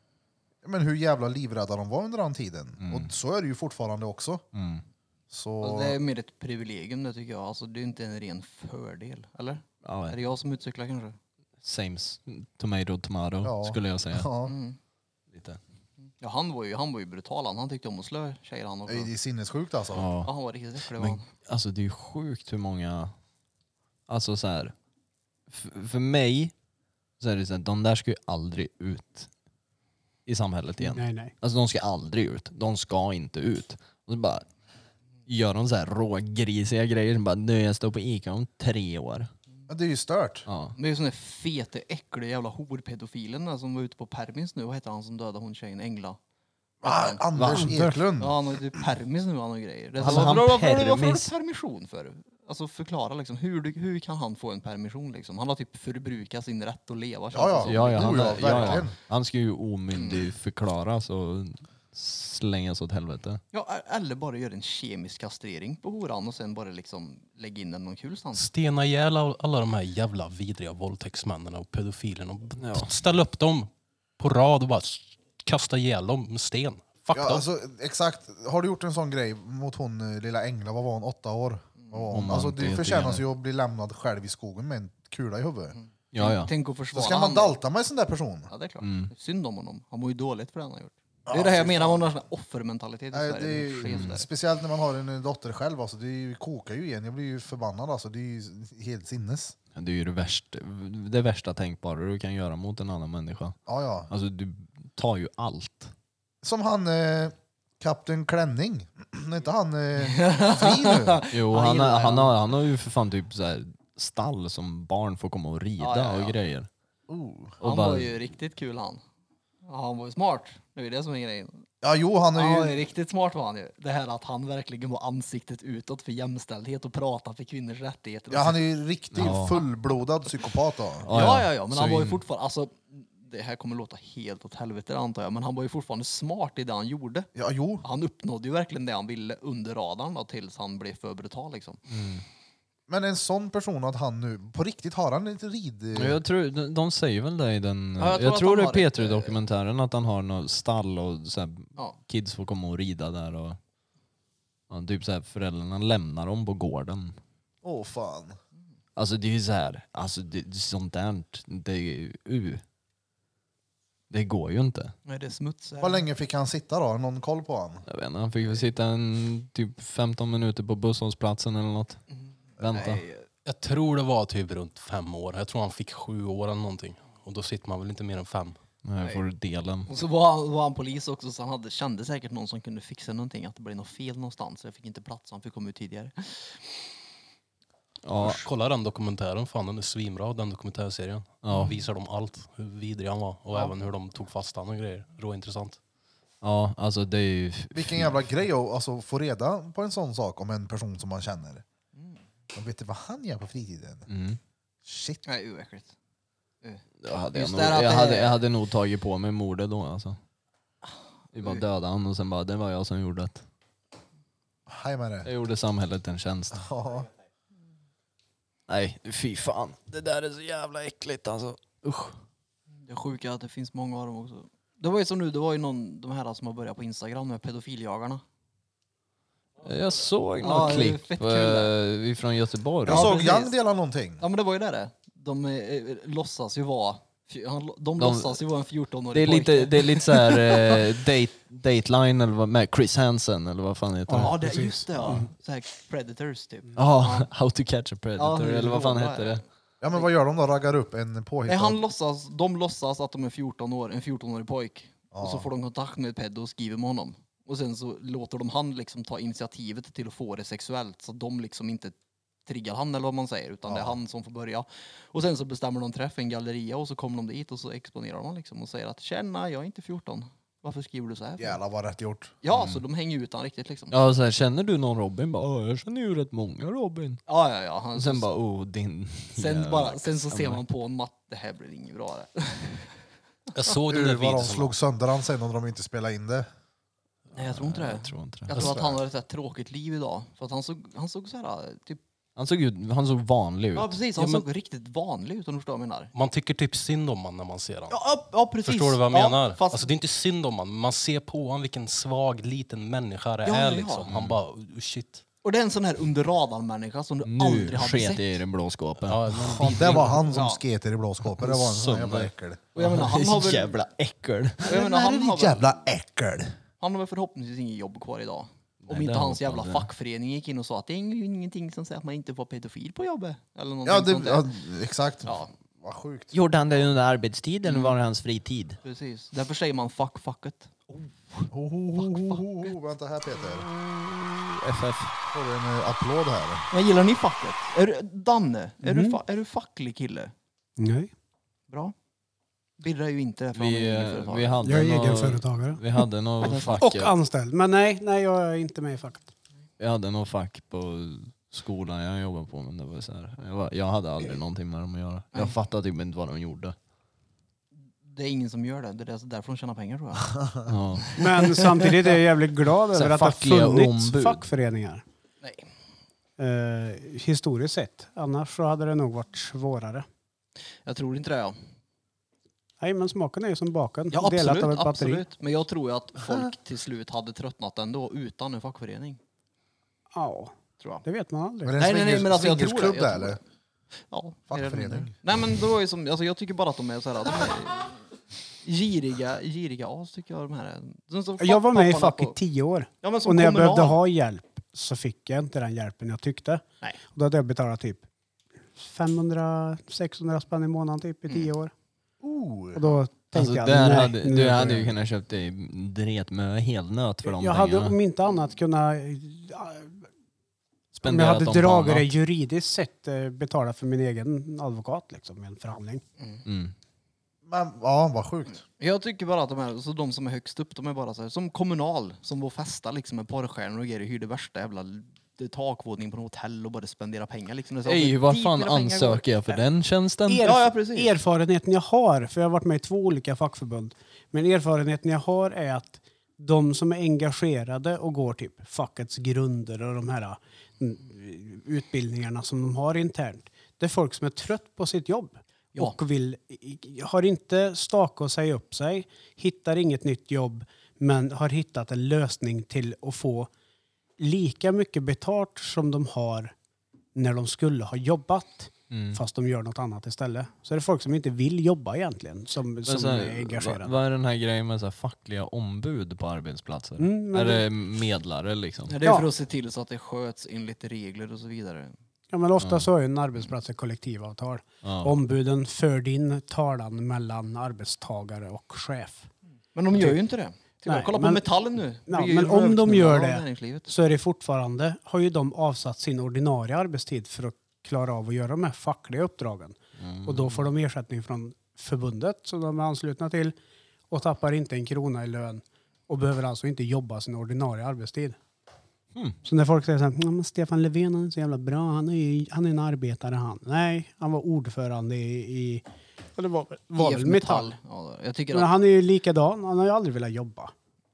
men hur jävla livrädda de var under den tiden. Och så är det ju fortfarande också. Så... Alltså, det är mer ett privilegium det tycker jag. Alltså, det är inte en ren fördel, eller? Ja, Är det jag som utvecklar kanske? same tomato Ja. skulle jag säga. Ja, Lite. Ja, han var ju brutal. Han tyckte om att slå tjejer han också. det är sinnessjukt alltså. Ja, Ja. han var riktigt äcklig. Men alltså det är ju sjukt hur många... Alltså så här, för mig så är det så här, de där ska ju aldrig ut i samhället igen. Nej. Alltså de ska aldrig ut. De ska inte ut. Och så bara gör de så här rågrisiga grejer. Bara, nu jag står på Ica om 3 år. Men det är ju stört. Ja. Det är ju sån där fete, äcklig jävla horpedofilen där som var ute på permis nu. Vad heter han som dödade hon tjejen? Engla? Anders Eklund. Ja, han har ju typ permis nu och grejer. Det är Alltså, så, han varför har permis? du permission för? Alltså förklara liksom, hur kan han få en permission liksom? Han har typ förbrukat sin rätt att leva. känns det Ja, som. verkligen. Han ska ju omyndig förklaras och slängas åt helvete. Ja, eller bara göra en kemisk kastrering på horan och sen bara liksom lägga in den någon kul stans. Stena ihjäl alla de här jävla vidriga våldtäktsmännen och pedofilerna. Och ställ upp dem på rad och bara kasta ihjäl dem med sten. Fuck Ja, dem. alltså, exakt. Har du gjort en sån grej mot hon lilla Engla, vad var hon, 8 år? Vad var hon? Hon Alltså, var det inte förtjänas jättegärna. ju att bli lämnad själv i skogen med en kula i huvudet. Ja, ja. Tänk att Så försvara ska man han. dalta med en sån där person? Ja, det är klart. Mm. Synd om honom. Han mår ju dåligt för det han har gjort. Det är det här jag menar, man har en sån här offermentalitet i Nej, Sverige. det Det är är ju, skevt där. speciellt när man har en dotter själv, alltså, det kokar ju igen. Jag blir ju förbannad, alltså. Det är ju helt sinnes. Det är ju det värsta tänkbara du kan göra mot en annan människa. Ja, ja. Alltså du tar ju allt. Som han, Kapten Klänning. Är inte han fri nu? Jo, Han han gillar det. han har ju för fan typ så här stall som barn får komma och rida Ja. och grejer. Och Han bara- var ju riktigt kul han. Ja, han var ju smart. Det är ju det som är grejen. Ja, jo, han Han är var ju... ju riktigt smart var han ju. Det här att han verkligen var ansiktet utåt för jämställdhet och prata för kvinnors rättigheter. Ja, han är ju riktig Ja. fullblodad psykopat då. Ja, men Så han var ju in- fortfarande, alltså det här kommer låta helt åt helvete antar jag, men han var ju fortfarande smart i det han gjorde. Ja, jo. Han uppnådde ju verkligen det han ville under radarn då, tills han blev för brutal liksom. Men en sån person att han nu, på riktigt har han ett rid... Jag tror, de säger väl det i den... Ja, jag tror jag att tror han det har är ett, P3-dokumentären att han har något stall och så här, Ja. kids får komma och rida där och... Ja, typ så här, föräldrarna lämnar dem på gården. Åh fan. Alltså det är ju så här, alltså sånt där, det går ju inte. Nej, det är smuts. Hur länge fick han sitta då? Någon koll på han? Jag vet inte, han fick väl sitta typ 15 minuter på busshållplatsen eller något. Vänta. Nej, Jag tror det var typ runt 5 år. Jag tror han fick 7 år eller någonting. Och då sitter man väl inte mer än 5. Nej, får du delen. och så var han polis också, så han kände säkert någon som kunde fixa någonting, att det blev något fel någonstans. Så jag fick inte plats, han fick komma ut tidigare. Ja, Kolla den dokumentären, fan den är svinbra, den dokumentärserien. Ja. Visar de allt, hur vidrig han var. Och även hur de tog fast han och grejer. Råintressant. ja, alltså det är ju... Vilken jävla grej att alltså, få reda på en sån sak om en person som man känner. Man vet inte vad han gör på fritiden. Mm. Shit. Nej, äckligt. Jag hade nog tagit på mig mordet då alltså. Vi bara dödade han och sen bara, det var jag som gjorde det. Hej med det. Jag gjorde samhället en tjänst. Ja. Nej, fy fan. Det där är så jävla äckligt alltså. Usch. Det är sjuka att det finns många av dem också. Det var ju som nu, det var ju de här som har börjat på Instagram med pedofiljagarna. Jag såg Ja, något det är klipp fett kul från Göteborg. Jag såg precis. Young dela någonting. Ja, men det var ju det. De låtsas ju vara... De låtsas ju vara en 14-årig Det är pojke. det är lite så här Dateline eller vad med Chris Hansen eller vad fan heter det? Ja, det är just det. Ja. Så här Predators typ. Ja, How to catch a predator Ja, eller vad fan det hette det? Ja men vad gör de då? Raggar upp en påhittad? Nej, de låtsas att de är en 14-årig pojk. Och så får de kontakt med ett pedo och skriver med honom. Och sen så låter de han liksom ta initiativet till att få det sexuellt. Så de liksom inte triggar han eller vad man säger. Utan det är han som får börja. Och sen så bestämmer de träff i en galleria. Och så kommer de dit och så exponerar de liksom. Och säger att tjena, jag är inte 14. Varför skriver du så här? Jävlar vad rätt gjort. Ja, så de hänger ut han riktigt liksom. Ja, så här, känner du någon Robin? Bara, jag känner ju rätt många Robin. Ja. Och sen bara, din Sen så ser man på en matt, det här blir inget bra. Jag såg den där Vad de videon. slog sönder han sen om de inte spelade in det. Nej, jag tror inte det. Jag tror inte det. Jag tror att han har ett så här tråkigt liv idag. För att han såg så här, typ... Han såg vanlig ut. Ja, precis. Han såg riktigt vanlig ut, om du förstår vad jag menar. Man tycker typ synd om man när man ser honom. Ja, precis. Förstår du vad jag menar? Fast... Alltså det är inte synd om man, man ser på honom vilken svag liten människa det är liksom. Han bara, shit. Och det är en sån här under radarn-människa som du Nu aldrig hade sket sett. jag i den blå skåpen. Ja, Ja, det var han som sket i det blå skåpet. Det var en sån jävla äckel. Och jag menar, han har väl... Jävla äckel. och jag menar, han har väl... Jävla äckel. Han har väl förhoppningsvis inget jobb kvar idag. Om Nej, inte det hans hoppas jävla jag. fackförening gick in och sa att det är ju ingenting som säger att man inte får pedofil på jobbet. Eller någonting Ja, sånt där. ja, exakt. Ja. Vad sjukt. Gjorde han det under arbetstid eller var det hans fritid? Precis. Därför säger man facket. Vänta här Peter. FF. Får du en applåd här. Vad gillar ni facket? Danne, är du facklig kille? Nej. Bra. Birra är ju inte det för han är egenföretagare. Vi hade Jag är nå- egenföretagare. Vi hade något fack. Och anställd. Men nej, jag är inte med i facket. Vi hade något fack på skolan jag jobbade på, men det var så här. Jag hade aldrig någonting med dem att göra. Jag fattade typ inte vad de gjorde. Det är ingen som gör det. Det är därför de tjänar pengar, tror jag. Ja. Men samtidigt är jag jävligt glad Så över att det fackliga har funnits ombud. fackföreningar. Nej. Historiskt sett. Annars så hade det nog varit svårare. Jag tror inte det, ja. Nej, men smaken är ju som baken. Ja, Delat av ett batteri. absolut. Men jag tror ju att folk till slut hade tröttnat ändå utan en fackförening. Ja, Tror jag. det vet man aldrig. Var det en Nej, men alltså jag tror det. swingersklubb Jag där tror eller? Ja, mer eller Fackförening. mindre. Nej, men då är ju som, alltså jag tycker bara att de är så här, de är giriga as tycker jag de här är. Så Jag var med i papparna facket 10 år. Ja, men som Och när jag kommunal. behövde ha hjälp så fick jag inte den hjälpen jag tyckte. Nej. Och då hade jag betalat typ 500-600 spänn i månaden typ i 10 år. Och då tänkte Alltså, jag, där nej, hade, nu du är hade det- ju kunnat köpt dig dretmö helnöt för de Jag pengarna. hade om inte annat kunnat, om jag Spenderat hade dem på dragit det annat. juridiskt sett, betala för min egen advokat liksom, i en förhandling. Mm. Men ja, vad sjukt. Jag tycker bara att de som är högst upp, de är bara så här, som kommunal, som var festa liksom med porrstjärnor och grejer, hyrde värsta jävla takvåning på en hotell och bara spendera pengar liksom. Det är så, Ej, vad dit fan mina pengar ansöker jag för den tjänsten? Ja, precis. Erfarenheten jag har, för jag har varit med i 2 olika fackförbund, men erfarenheten jag har är att de som är engagerade och går typ fackets grunder och de här utbildningarna som de har internt, det är folk som är trött på sitt jobb. Ja. Och har inte staka och säga upp sig, hittar inget nytt jobb, men har hittat en lösning till att få lika mycket betalt som de har när de skulle ha jobbat. Fast de gör något annat istället. Så är det folk som inte vill jobba egentligen som är engagerade. Vad är den här grejen med så här fackliga ombud på arbetsplatser? Är det medlare liksom? Ja, det är för att se till så att det sköts enligt regler och så vidare. Ja, men ofta så är en arbetsplats ett kollektivavtal. Ombuden för din talan mellan arbetstagare och chef. Men de gör ju inte det. Kolla på Metallen nu. Ja, men om de gör det så är det fortfarande, har ju de avsatt sin ordinarie arbetstid för att klara av att göra de här fackliga uppdragen. Och då får de ersättning från förbundet som de är anslutna till och tappar inte en krona i lön och behöver alltså inte jobba sin ordinarie arbetstid. Så när folk säger så här, men Stefan Löfven han är så jävla bra, han är en arbetare han. Nej, han var ordförande i det var väl Metall. Ja, jag tycker men han är ju likadan, han har ju aldrig velat jobba.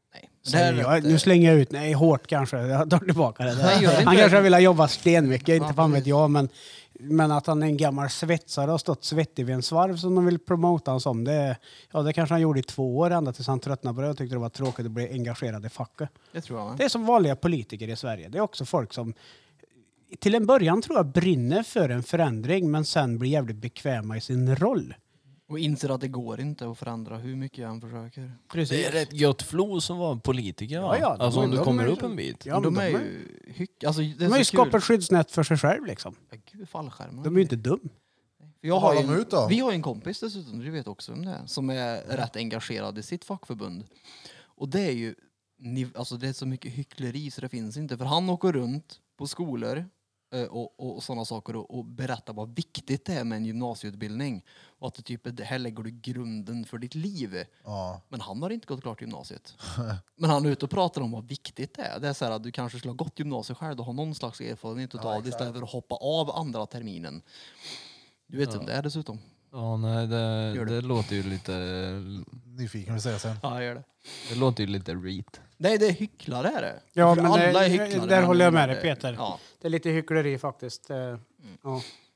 Nu slänger jag ut, hårt kanske, jag tar tillbaka det där. Han kanske vill jobba stenmycket, inte fan vet jag, men att han är en gammal svetsare och har stått svettig vid en svarv som de vill promota honom som, det kanske han gjorde i 2 år ända tills han tröttnade på det och tyckte det var tråkigt att bli engagerad i facket. Det tror jag. Det är som vanliga politiker i Sverige. Det är också folk som till en början tror jag brinner för en förändring men sen blir jävligt bekväma i sin roll. Och inser att det går inte att förändra hur mycket han försöker. Precis. Det är rätt gött flow som var politiker. Ja, alltså om du kommer upp en bit. Ja, de är ju de har ju skapat skyddsnät för sig själv liksom. Ja, gud, fallskärmar. De är ju inte dum. Vi har en kompis dessutom, du vet också om det är, som är rätt engagerad i sitt fackförbund. Och det är ju alltså det är så mycket hyckleri så det finns inte. För han åker runt på skolor och sådana saker och berättar vad viktigt det är med en gymnasieutbildning. Och att det här lägger du grunden för ditt liv. Ja. Men han har inte gått klart gymnasiet. Men han är ute och pratar om vad viktigt det är. Det är så här att du kanske skulle ha gått gymnasiet själv och ha någon slags erfarenhet av det istället för att hoppa av andra terminen. Du vet om det är dessutom. Ja, nej, det låter ju lite... Nyfiken vill säga sen. Ja, gör det. Det låter ju lite reet. Nej, det är hycklare är det. Ja, för men alla är hycklare. där håller jag med dig, Peter. Ja. Det är lite hyckleri faktiskt. Ja.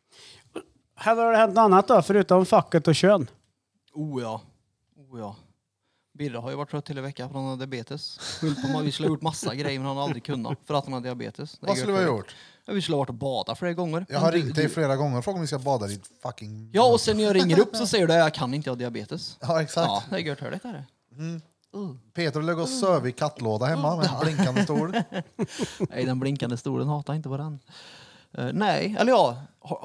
Här har det hänt annat då, förutom facket och kön. Oh ja. Birra har ju varit trött hela veckan för han har diabetes. Vi skulle ha gjort massa grejer men han har aldrig kunnat för att han har diabetes. Vad skulle vi ha gjort? Ja, vi skulle ha varit och bada flera gånger. Jag har ringt dig flera gånger och frågat om vi ska bada i fucking... Ja, och sen när jag ringer upp så säger du att jag kan inte ha diabetes. Ja, exakt. Ja, det är gött hörligt är det. Peter lägger och söv i kattlåda hemma med en blinkande stol. Nej, den blinkande stolen hatar inte på den. Nej, eller ja.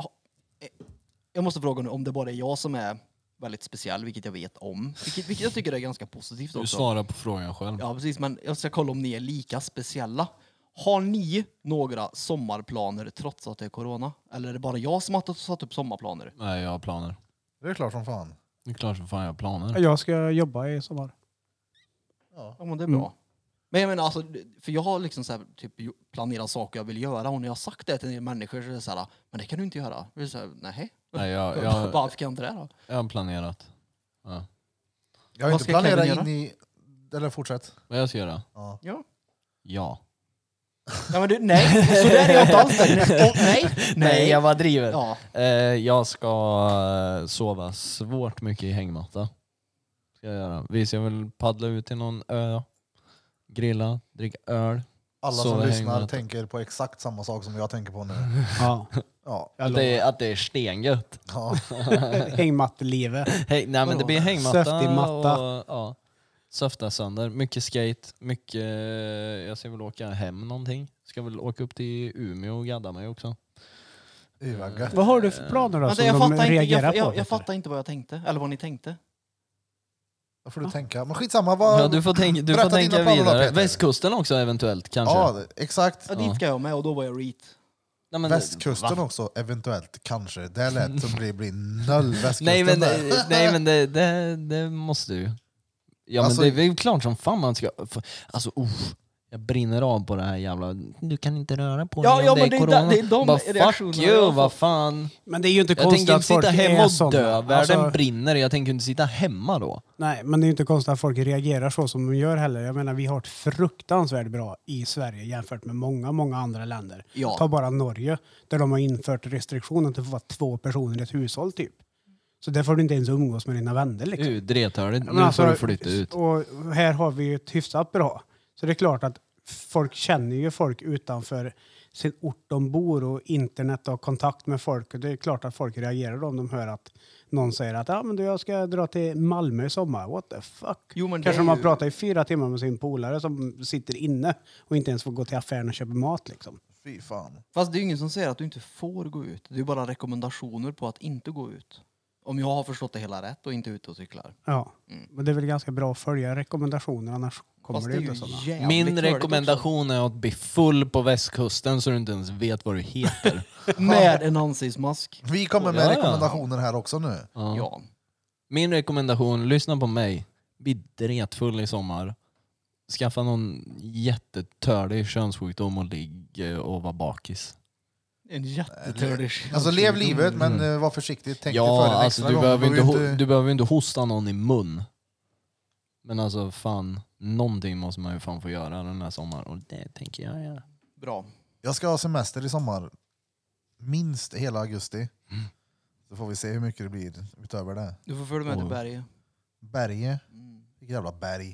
Jag måste fråga nu om det bara är jag som är väldigt speciell, vilket jag vet om. Vilket jag tycker är ganska positivt också. Du svarar på frågan själv. Ja, precis. Men jag ska kolla om ni är lika speciella. Har ni några sommarplaner trots att det är corona? Eller är det bara jag som har satt upp sommarplaner? Nej, jag har planer. Det är klart som fan. Det är klart som fan jag har planer. Jag ska jobba i sommar. Ja, men det är bra. Men jag menar alltså, för jag har liksom så här, typ planerat saker jag vill göra och när jag har sagt det till en del människor så är det så här, men det kan du inte göra. Det är så här, Nej, varför kan jag inte det då? Jag har planerat. Ja. Jag har Vad inte ska Kevin planerat göra? in i... Eller fortsätt. Vad jag ska göra? Ja. Ja. Ja. Ja men du, nej, så där är jag inte alls där. Nej, jag bara driver. Ja. Jag ska sova svårt mycket i hängmatta. Ska jag göra. Vi ska väl paddla ut till någon ö. Grilla, dricka öl. Alla sova som i lyssnar hängmatta. tänker på exakt samma sak som jag tänker på nu. Ja. Ja. Att det är stengött. Ja. Hängmattelivet. Nej men det blir hängmatta. Söftig matta. Och, ja, söfta sönder. Mycket skate. Mycket... Jag ska väl åka hem någonting. Ska väl åka upp till Umeå och gadda mig också. Vad har du för planer då som jag de reagerar på? Jag fattar inte vad jag tänkte. Eller vad ni tänkte. Då får du tänka. Men skitsamma. Vad... Ja, du får tänka vidare. Västkusten också eventuellt kanske. Ja, exakt. Ja, dit ska jag med och då var jag reet. Nej, men, Västkusten också, eventuellt, kanske. Det är lätt som blir noll västkusten nej men det måste du. Ja alltså, men det är ju klart som fan man ska... Alltså jag brinner av på det här jävla... Du kan inte röra på dig ja, om men det är corona. det är de bara, reaktionerna fuck you, vad fan. Men det är ju inte Jag konstigt tänker att inte folk sitta hemma är och såna. dö. Världen Alltså, brinner. Jag tänker inte sitta hemma då. nej, men det är ju inte konstigt att folk reagerar så som de gör heller. Jag menar, vi har ett fruktansvärt bra i Sverige jämfört med många andra länder. Ja. Ta bara Norge, där de har infört restriktionen till att få vara 2 personer i ett hushåll typ. Så där får du inte ens umgås med dina vänner liksom. Drethörligt. Men Nu alltså, får du flytta ut. Och här har vi ju ett hyfsat bra. Så det är klart att folk känner ju folk utanför sin ort de bor och internet och kontakt med folk. Det är klart att folk reagerar om de hör att någon säger att men jag ska dra till Malmö i sommar. What the fuck? Jo, men Kanske det är man ju- pratar i 4 timmar med sin polare som sitter inne och inte ens får gå till affären och köpa mat liksom. Fy fan. Fast det är ju ingen som säger att du inte får gå ut. Det är ju bara rekommendationer på att inte gå ut. Om jag har förstått det hela rätt och inte ute och cyklar. Ja, men det är väl ganska bra att följa rekommendationer annars kommer Fast det det är inte ju sådana. jävligt Min törligt rekommendation är att bli full på västkusten så du inte ens vet vad du heter. också. Med en ansiktsmask. Vi kommer med Ja, ja. rekommendationer här också nu. Ja. Ja. Min rekommendation, lyssna på mig. Bli dretfull i sommar. Skaffa någon jättetörlig könssjukdom och ligg och vara bakis. En jättetördig. Alltså lev livet men var försiktig. Tänk dig för Ja, en alltså extra du behöver, gång. inte, du behöver inte hosta någon i mun. Men alltså fan, någonting måste man ju fan få göra den här sommaren. Och det tänker jag göra. Bra. Jag ska ha semester i sommar. Minst hela augusti. Så får vi se hur mycket det blir utöver det. Du får följa med till berget. Berget. Vilket jävla berg.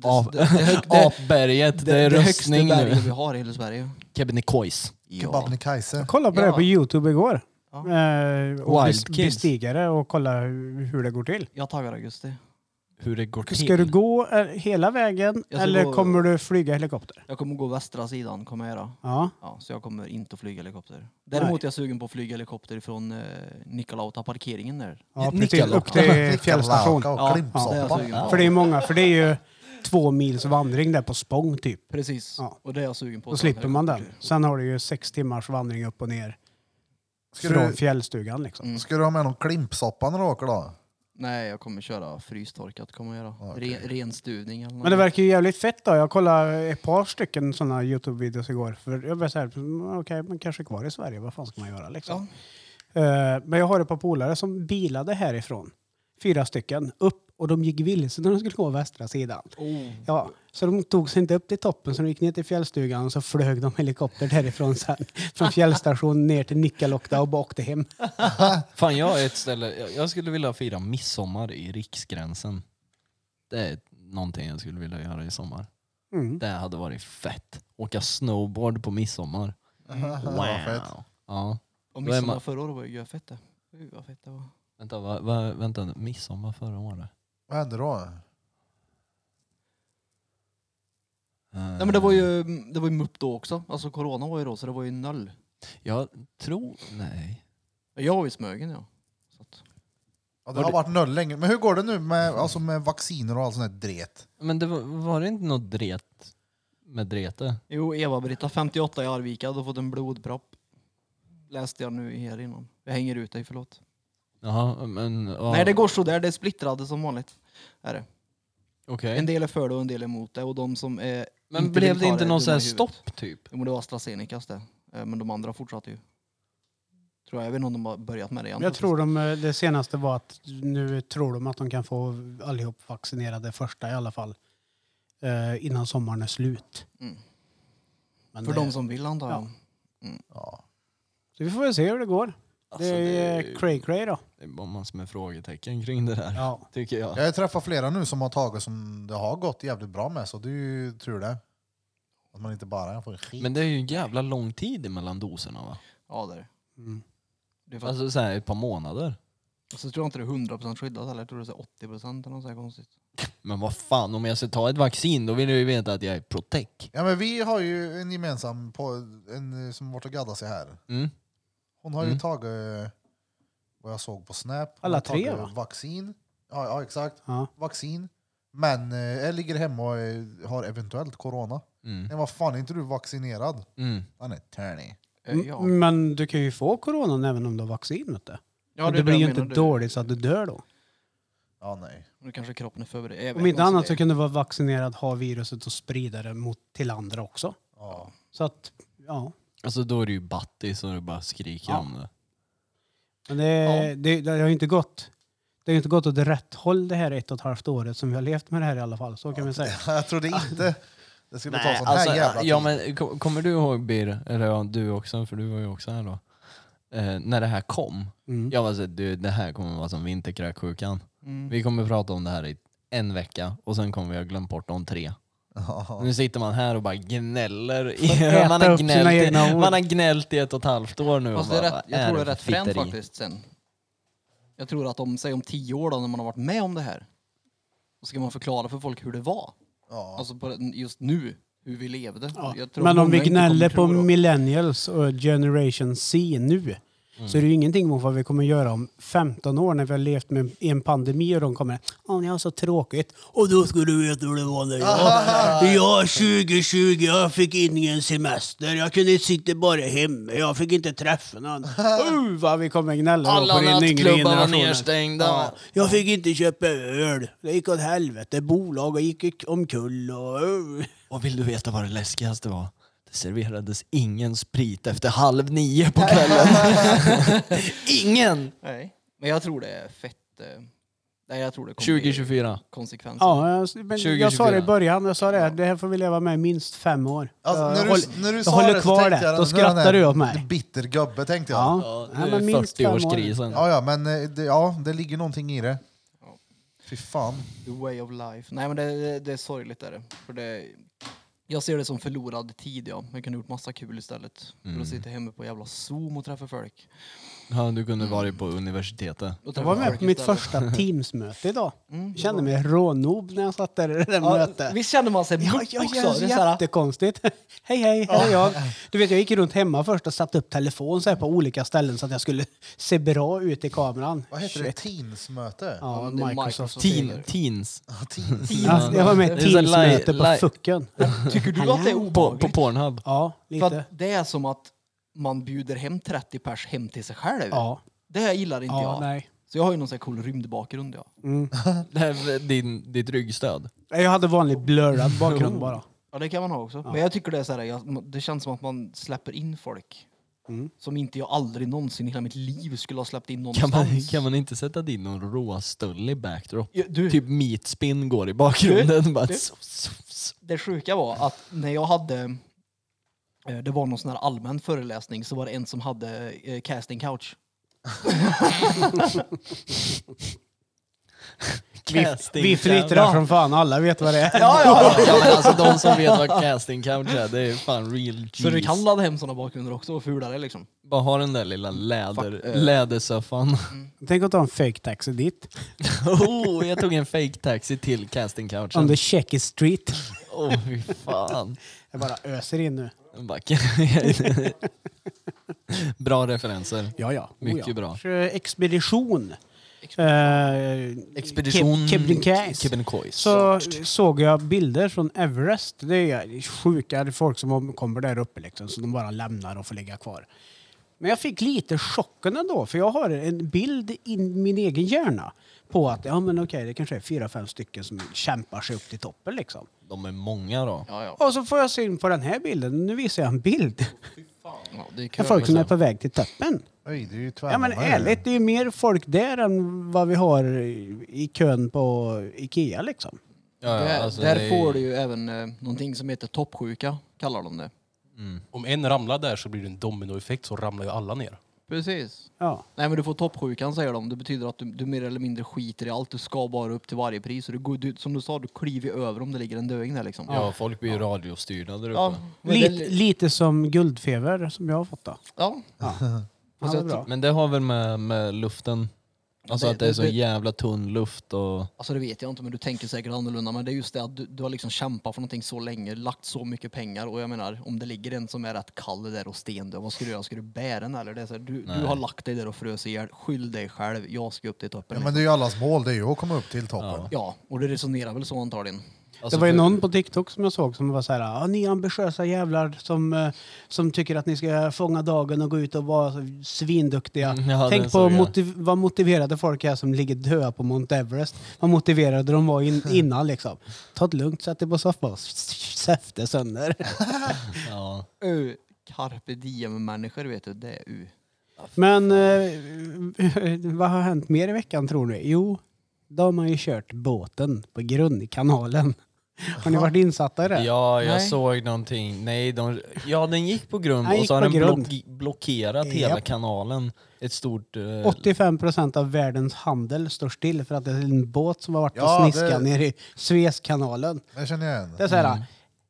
Apberget, det är högsta röstning berget nu. vi har i hela Sverige. Kebnekaise. Kebabnekaise. Jag kollade på det Ja. på YouTube igår. Ja. Och Wild Kids. bestigare och kolla hur det går till. Jag taggar augusti. Hur det går till. Ska du gå hela vägen Jag ska eller gå- kommer du flyga helikopter? Jag kommer gå västra sidan, kommer jag göra. Ja. Ja, så jag kommer inte att flyga helikopter. Däremot är jag sugen på att flyga helikopter från Nikolauta parkeringen där. Ja, precis. Nickel. Upp till fjällstation. Och Ja, det är klimpsoppa. jag sugen på. För det är många, för det är ju 2 mils vandring där på Spång typ. Precis. Ja. Och det är jag sugen på. Då att ta slipper man den. helikopter. Sen har du ju 6 timmars vandring upp och ner Ska från du, fjällstugan liksom. ska du ha med någon klimpsoppa när du åker då? Nej, jag kommer köra frystorkat. Kommer jag göra. Okej. Renstuvning eller något. Men det verkar ju jävligt fett då. Jag kollade ett par stycken sådana YouTube-videos igår. För jag var såhär, okej, men kanske kvar i Sverige. Vad fan ska man göra liksom? Men jag har ett par polare som bilade härifrån. 4 stycken upp och de gick vilse när de skulle gå västra sidan. Ja, så de tog sig inte upp till toppen så de gick ner till fjällstugan och så flög de helikopter därifrån sen. Från fjällstationen ner till Nikkaluokta och åkte hem. Fan, jag har ett ställe. Jag skulle vilja fira midsommar i Riksgränsen. Det är någonting jag skulle vilja göra i sommar. Mm. Det hade varit fett. Åka snowboard på midsommar. Vad fett. Ja. Och Då är man- midsommar förra året var ju fett det. Vad fett det var. Vänta, midsommar förra året? Vad hände då? Nej men det var ju mupp då också. Alltså corona var ju då så det var ju 0. Jag tror... Nej. Jag var i Smögen ja. Så att, Ja, det har varit 0 länge. Men hur går det nu med, alltså med vacciner och allt sånt här dret? Men det var det inte något dret med drete? jo, Eva-Britta 58 i Arvika hade fått en blodpropp. Läste jag nu här innan. Jag hänger ut dig, förlåt. Jaha, men... Ja. Nej det går så där, det är splittrade som vanligt. Är det. Okej. En del är för det och en del är emot det. Och de som är Men inte blev vill det ta inte är någon sån här dumma i huvudet. stopp typ? Jo men det var AstraZenecas det. Men de andra fortsatte ju. Tror jag vet inte om de har börjat med det igen. Jag tror det senaste var att nu tror de att de kan få allihop vaccinerade första i alla fall. Innan sommaren är slut. Mm. Men För det- de som vill antar jag. Ja. Så vi får väl se hur det går. Alltså, det är cray då. Det är bara massor med frågetecken kring det där. Ja. Tycker jag. Jag har träffat flera nu som har tagit som det har gått jävligt bra med. Så det är ju tur det. Att man inte bara får skit. Men det är ju en jävla lång tid mellan doserna va? Ja det är det. Mm. Det är för Alltså så här, ett par månader. så tror jag inte det är 100% skyddat eller jag tror det är 80% eller något så här konstigt. Men vad fan, om jag ska ta ett vaccin då vill jag ju veta att jag är protec. Ja, men vi har ju en gemensam en som varit och gaddat sig här. Mm. Hon har ju tagit, vad jag såg på Snap, hon Alla har tagit 3 va? vaccin. Ja, exakt. Ja. Vaccin. Men jag ligger hemma och har eventuellt corona. Mm. Men vad fan, är inte du vaccinerad? Mm. Han är tärnig. Ja. Men du kan ju få coronan även om du har vaccin. Vet du. Ja, Och det blir ju inte dåligt så att du dör då. Ja, nej. Nu kanske kroppen är förberedd. Om inte annat så kan du vara vaccinerad, ha viruset och sprida det till andra också. Ja. Så att, ja. Alltså då är det ju battis och du bara skriker Ja. om det. Men det har ju inte gått. Det har ju inte gått åt rätt håll det här 1,5 året som vi har levt med det här i alla fall. Så kan vi säga. Jag trodde inte det skulle ta sån här alltså, jävla tid. ja, men kommer du ihåg Bir, eller ja, du också, för du var ju också här då. När det här kom, Mm. jag var så du, det här kommer vara som vinterkräksjukan. Mm. Vi kommer prata om det här i 1 vecka och sen kommer vi ha glömt bort om 3. Nu sitter man här och bara gnäller. äta Man har upp sina egna ord. man har gnällt i 1,5 år nu. Fast och det är bara, rätt, jag tror det är för rätt fränt fitteri? faktiskt sen. Jag tror att om 10 år då, när man har varit med om det här, så ska man förklara för folk hur det var. Ja. Alltså på, just nu, hur vi levde. Ja. Jag tror Men om många vi inte gnäller kommer på tro då. millennials och generation C nu, så är det ju ingenting mot vad vi kommer göra om 15 år när vi har levt med i en pandemi och de kommer, ni har så tråkigt. Och då skulle du veta hur det var när jag 2020, jag fick ingen semester. Jag kunde sitta bara hemma. Jag fick inte träffa någon. Vad vi kommer gnälla Alla på den yngre nattklubbar var generationen. nedstängda. Ja, jag fick inte köpa öl. Det gick åt helvete. Bolaget gick omkull och... Och vill du veta vad det läskigaste var? Det serverades ingen sprit efter 8:30 på kvällen. Ingen! Nej, men jag tror det är fett... Nej, jag tror det kommer 2024. bli konsekvenser. Ja, jag sa det 2024. i början. Jag sa det här får vi leva med minst 5 år. Alltså, när du jag sa håller det så kvar tänkte det. jag Då nu är den skrattar här du åt mig. bitter gubbe tänkte jag. Ja, Ja, Nej, det men är minst 5 år. 40-årskrisen. Ja, men det ligger någonting i det. Fy fan. The way of life. Nej, men det är sorgligt är det. För det. Jag ser det som förlorad tid, ja. Jag kunde gjort massa kul istället. För att sitta hemma på jävla Zoom och träffa folk. Ja, du kunde varit på universitetet. Och Jag träffa var med folk på mitt istället. första Teams-möte idag. det Kände var- mig rånob när jag satt där i det där Ja, mötet. visst kände man sig muck Ja, också? Det är så här, jättekonstigt. Hej, här är jag. Du vet, jag gick runt hemma först och satte upp telefon så här på olika ställen så att jag skulle se bra ut i kameran. Vad heter det? Shit. Teams-möte? Ja, det är Microsoft. Teens. Teams. Ja, jag var med i ett Det är så Teams-möte på li- Fucken. Tycker du att det är På obehagligt? Pornhub. Ja, För lite. att det är som att man bjuder hem 30 pers hem till sig själv. Ja, Det gillar inte ja jag. nej. Så jag har ju någon sån här cool rymdbakgrund. Ja. Det här är ditt ryggstöd. Jag hade vanlig blurrad bakgrund bara. Ja, det kan man ha också. Men jag tycker det är så här, det känns som att man släpper in folk. Som inte jag aldrig någonsin i hela mitt liv skulle ha släppt in någonstans. Kan man inte sätta dit någon råstöll i backdrop? Ja, du, Typ meatspin går i bakgrunden. Bara du. Det sjuka var att när jag hade... Det var någon sån här allmän föreläsning så var det en som hade casting couch. Vi fnittrar som fan, alla vet vad det är. Ja, men alltså de som vet vad casting couch är, det är fan real cheese. Så du kan ladda hem såna bakgrunder också och fulare liksom. Bara ha den där lilla lädersoffan. Tänk att ta en fake taxi dit. Jag tog en fake taxi till casting couchen. On the Checky Street. Fy fan. Jag bara öser in nu. Bra referenser. Ja. Mycket bra. Expedition. Expedition Kebnekaise. Så såg jag bilder från Everest. Det är sjuka folk som kommer där uppe liksom, så de bara lämnar och får ligga kvar. Men jag fick lite chocken ändå, för jag har en bild i min egen hjärna på att det kanske är 4-5 stycken som kämpar sig upp till toppen liksom. De är många då. Ja. Och så får jag se in på den här bilden. Nu visar jag en bild. Ja, det är Av folk som är på väg till toppen. Oj, det är ju Ja men ärligt, det är ju mer folk där än vad vi har i kön på Ikea liksom. Ja, alltså, där det är- får du ju även någonting som heter toppsjuka, kallar de det. Om en ramlar där så blir det en dominoeffekt så ramlar ju alla ner. Precis. Ja. Nej men du får toppsjukan säger de. Det betyder att du mer eller mindre skiter i allt. Du ska bara upp till varje pris. Så som du sa, du kliver över om det ligger en döing där liksom. Ja, folk blir ju radiostyrda där uppe. Ja, men Lite som guldfeber som jag har fått då. ja. Ja, Fast det är jag bra. Men det har väl med luften. Alltså att det är så det- jävla tunn luft och... Alltså det vet jag inte, men du tänker säkert annorlunda. Men det är just det att du har liksom kämpat för någonting så länge, lagt så mycket pengar. Och jag menar, om det ligger en som är rätt kall där och stendöd, vad ska du göra? Ska du bära den eller? Det är så här, du har lagt dig där och frös ihjäl. Skyll dig själv, jag ska upp till toppen. Ja, men det är ju allas mål, det är ju att komma upp till toppen. Ja, och det resonerar väl så antagligen. Alltså Det var ju för- någon på TikTok som jag såg som var så här: ni ambitiösa jävlar som tycker att ni ska fånga dagen och gå ut och vara svinduktiga. Ja, Tänk den på såg jag. vad motiverade folk är som ligger döda på Mount Everest. Vad motiverade de var innan liksom. Ta det lugnt, sätt dig på soffan och säfte sönder. Ja. Carpe diem-människor vet du, det är Men vad har hänt mer i veckan tror ni? Jo, då har man ju kört båten på Grundkanalen. Har ni varit insatta i det? Ja, jag Nej. såg någonting. Nej, den gick på grund Den och gick så har på den grund. blockerat hela Japp. kanalen. Ett stort... 85% av världens handel står still för att det är en båt som har varit Ja, och sniskat det- ner i Suezkanalen. Det känner jag igen. Det är så här,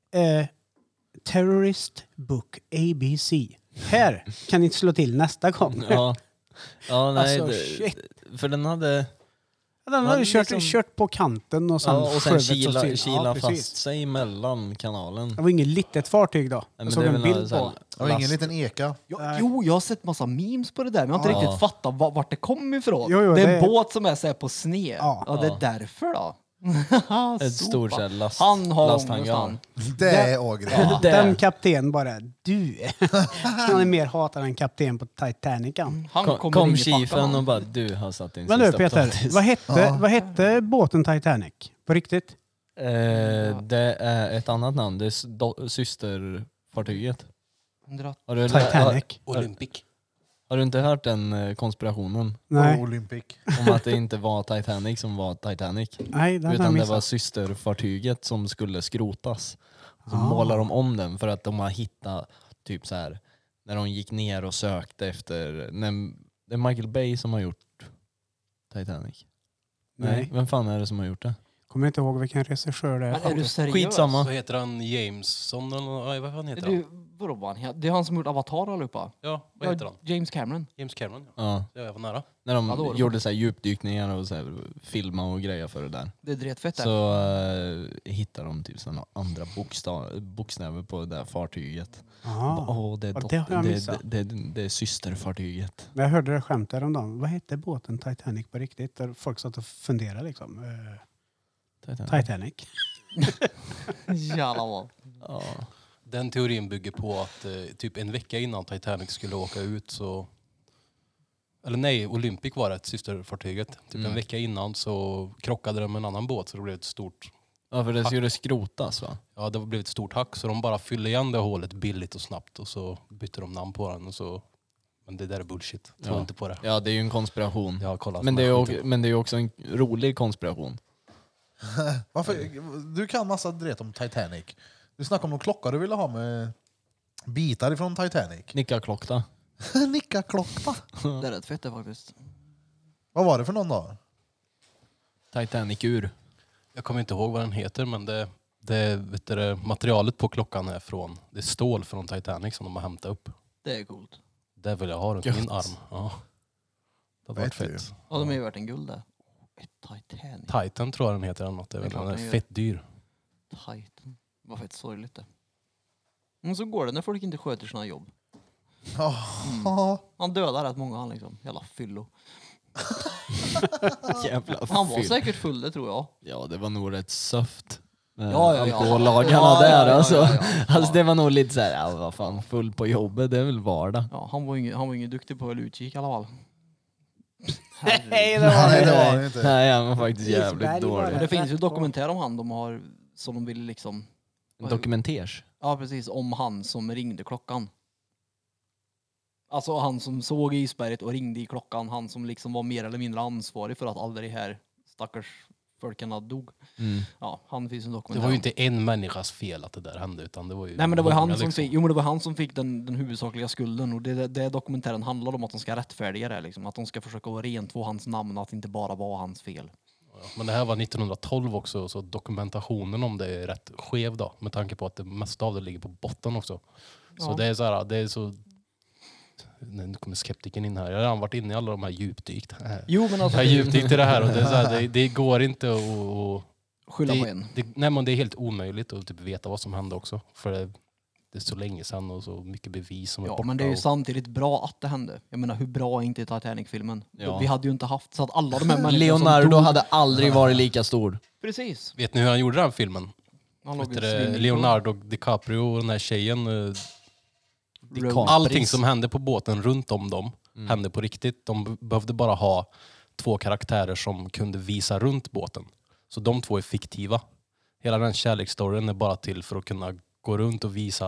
Terrorist Book ABC. Här kan ni slå till nästa gång. Ja, nej. Alltså, shit. För den hade... Den har ju liksom- kört på kanten och sen, Ja, och sen skjutit så till. kila precis. fast sig mellan kanalen. Det var inget litet fartyg då. Nej, Jag men såg det är en väl bild så här på. Det var ingen last- liten eka. Jo, jag har sett massa memes på det där, men jag har inte Ja. riktigt fattat vart det kom ifrån. Jo, det är en det- båt som är så här på sned. Ja. Ja, det är därför då. Ett stort så här Han har lasthangar. ångest han. Det är Ågren. Den kapten bara, du. Han är mer hatad än kapten på Titanic. Han. Kom in i chiefen fackan. och bara du har satt din Men du sista Peter, potatis. vad hette båten Titanic? På riktigt? Det är ett annat namn. Det är systerfartyget. Har du, Titanic? Olympic. har du inte hört den konspirationen? Nej, Olympic. Om att det inte var Titanic som var Titanic. nej den har jag Utan det var missat. systerfartyget som skulle skrotas. Så Ah. målar de om den för att de har hittat typ så här när de gick ner och sökte efter... Det är Michael Bay som har gjort Titanic. Nej, Vem fan är det som har gjort det? kommer inte ihåg vilken regissör det är. Men är du seriös? Skitsamma. Så heter han Jameson eller nej, vad fan heter Du, han? vadå var han? Det är han som gjort Avatar allihopa. Ja, vad heter han? James Cameron. James Cameron. Ja. Ja. Jag var nära. När de Ja, då var det gjorde så här djupdykningar och så här, filma och grejer för det där. Det är dretfett där. Så hittar de typ såna andra bokstäver på det där fartyget. Aha. Det är Ja, det har jag missat. det är systerfartyget. Men jag hörde det skämt häromdagen. Vad hette båten Titanic på riktigt? Där folk satt och funderade liksom. Titanic. Jävlar vad. Ja. Den teorin bygger på att typ en vecka innan Titanic skulle åka ut så... Eller nej, Olympic var det, ett systerfartyget. Typ en vecka innan så krockade de med en annan båt så det blev ett stort... Ja, för det skulle skrotas va? Ja, det blev ett stort hack så de bara fyllde igen det hålet billigt och snabbt och så bytte de namn på den och så... Men det där är bullshit. Tro Ja. inte på det. Ja, det är ju en konspiration. Jag har kollat Men på det, är den ju, skiten. men det är ju också en rolig konspiration. Varför? Du kan massa dret om Titanic. Du snackade om någon klocka du ville ha med bitar ifrån Titanic. Nicka Klockta. Nicka klocka. Det är rätt fett det faktiskt. Vad var det för någon då? Titanic-ur. Jag kommer inte ihåg vad den heter men vet du, materialet på klockan är från... Det är stål från Titanic som de har hämtat upp. Det är coolt. Det vill jag ha runt Gött. min arm. Ja. Det hade varit Vet du. fett. Ja, de är ju värt en guld där. Titanic. Titan tror jag den heter eller något. Det är klart Den den är gör. fett dyr. Titan. Vad fett sorgligt det. Men så går det när folk inte sköter sina jobb. Ja. Han dödar rätt många han liksom. Jävla fyllo. Jävla Han var fyll. säkert full det tror jag. Ja, det var nog rätt söft. Ja. Alkohollagarna Ja, där ja, alltså. ja. Alltså det var nog lite såhär, ja vad fan, full på jobbet, det är väl vardag. Ja, han var ingen duktig på att hålla utkik i alla fall. Nej, det Nej, det var det inte. Nej, han var faktiskt Isberg jävligt var dålig. Men det finns ju dokumentär om han de har som de vill liksom. Dokumenters. Ja precis, om han som ringde klockan. Alltså han som såg isberget och ringde i klockan. Han som liksom var mer eller mindre ansvarig för att alla de här stackars folkarna dog. Mm. Ja, han finns en Det dokumentär. var ju om. inte en människas fel att det där hände utan det var ju... Nej men det var ju han många, som liksom. fick, jo men det var han som fick den huvudsakliga skulden och det dokumentären handlar om att de ska rättfärdiga det liksom. Att de ska försöka att rentvå hans namn och att det inte bara var hans fel. Ja, men det här var 1912 också så dokumentationen om det är rätt skev då. Med tanke på att det mesta av det ligger på botten också. Så Ja. det är så här, det är så... Nu kommer skeptiken in här. Jag har redan varit inne i alla de här djupdykt. Jo men alltså Jag har djupdykt i det här och det är så här, det går inte att... skylla på en. Nej men det är helt omöjligt att typ veta vad som hände också. För det är så länge sedan och så mycket bevis som är Ja, borta. men det är ju och, samtidigt bra att det hände. Jag menar, hur bra är inte Titanic-filmen? Ja. Vi hade ju inte haft så att alla de här människorna Leonardo som dog... hade aldrig varit lika stor. Precis. vet ni hur han gjorde den filmen? Han låg Vet i du, swimmingpool. Leonardo DiCaprio och den här tjejen. Road. Allting som hände på båten runt om dem hände på riktigt. De behövde bara ha 2 karaktärer som kunde visa runt båten. Så de 2 är fiktiva. Hela den kärleksstoryn är bara till för att kunna gå runt och visa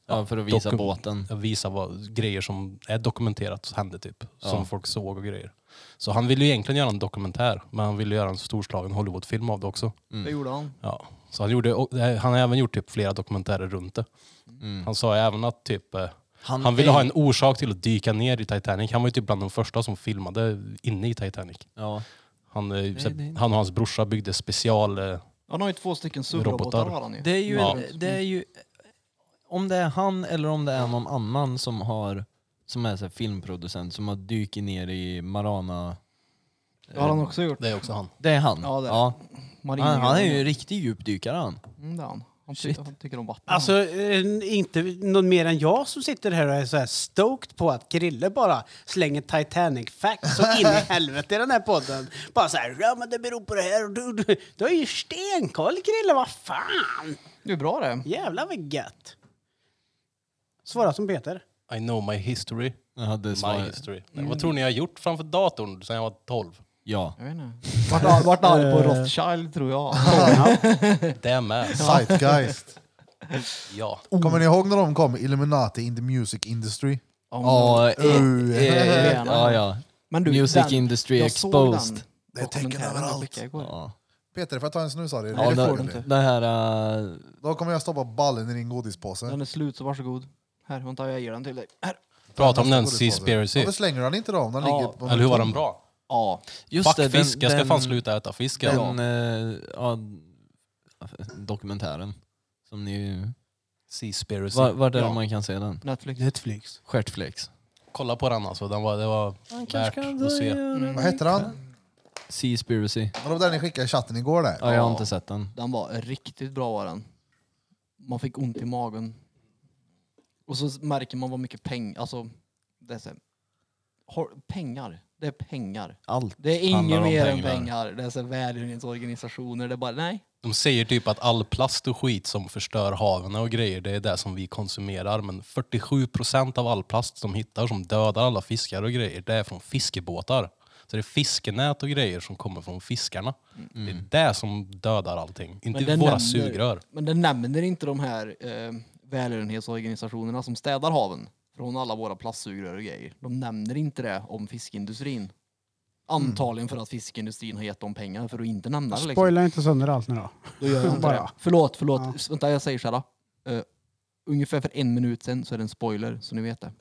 Ja, för att visa båten. Visa vad grejer som är dokumenterat hände typ. Som folk såg och grejer. Så han ville ju egentligen göra en dokumentär. Men han ville göra en storslagen Hollywoodfilm av det också. Det gjorde han. Ja. Så han har även gjort typ flera dokumentärer runt det. Han sa även att typ han ville ha en orsak till att dyka ner i Titanic. Han var ju typ bland de första som filmade inne i Titanic. Ja. Han och hans brorsa byggde special Han har ju 2 stycken subrobotar har han ju. Det är ju om det är han eller om det är någon annan som är så här filmproducent som har dykt ner i Marana. Det har han också gjort. Det är också han. Det är han. Ja, det är Han är ju en riktig djupdykare han. Det är han. Han tycker om vatten. Alltså, inte någon mer än jag som sitter här och är så här stoked på att Krille bara slänger Titanic facts så in i helvete i den här podden. Bara så här, ja men det beror på det här. Du är ju stenkoll Krille, vad fan? Det är bra det. Jävlar vad gött. Svara som Peter. I know my history. My history. Vad tror ni jag har gjort framför datorn sedan jag var 12? Ja. Jag vet inte. Vart arg på Rothschild tror jag. Det är med. Zeitgeist. Ja. Kommer ni ihåg när de kom? Illuminati in the music industry? Ja. Men du, Music Industry jag Exposed. såg den Det är tecken dokumentären jag överallt. skickade igår. Ja. Peter, får jag ta en snus av dig? Ja, det får du inte. Det här... Då kommer jag stoppa ballen i din godispåse. Den är slut så varsågod. Här, vänta jag ger den till dig. Här. Prata om den Varför Seaspiracy. slänger du den inte då? Om den ligger på Eller hur var den bra? Ja. Just Fuck fisk, jag ska fan sluta äta fisk. Dokumentären. Som ni... Seaspiracy. Vart är det man kan se den? Netflix. Stjärtflex. Kolla på den alltså. Det var värt att se. Vad heter han? Seaspiracy. Var det där ni skickade i chatten igår där? Ja, jag har inte sett den. Den var riktigt bra var den. Man fick ont i magen. Och så märker man vad mycket pengar, alltså det är så här, pengar, det är pengar. Allt det är handlar inget om mer än pengar. Det är så välgörenhetsorganisationer, det är bara nej. De säger typ att all plast och skit som förstör haven och grejer, det är det som vi konsumerar. Men 47% av all plast som hittar som dödar alla fiskar och grejer, det är från fiskebåtar. Så det är fiskenät och grejer som kommer från fiskarna. Det är det som dödar allting. Inte våra sugrör. Men det nämner inte de här välgörenhetsorganisationerna som städar haven från alla våra plastsugrör och grejer. De nämner inte det om fiskindustrin. Antagligen för att fiskindustrin har gett dem pengar för att inte nämna det. Liksom. Spoila inte sönder allt nu då. Då gör jag inte det. Förlåt. Ja. Vänta, jag säger så här. Ungefär för 1 minut sen så är det en spoiler, så ni vet det.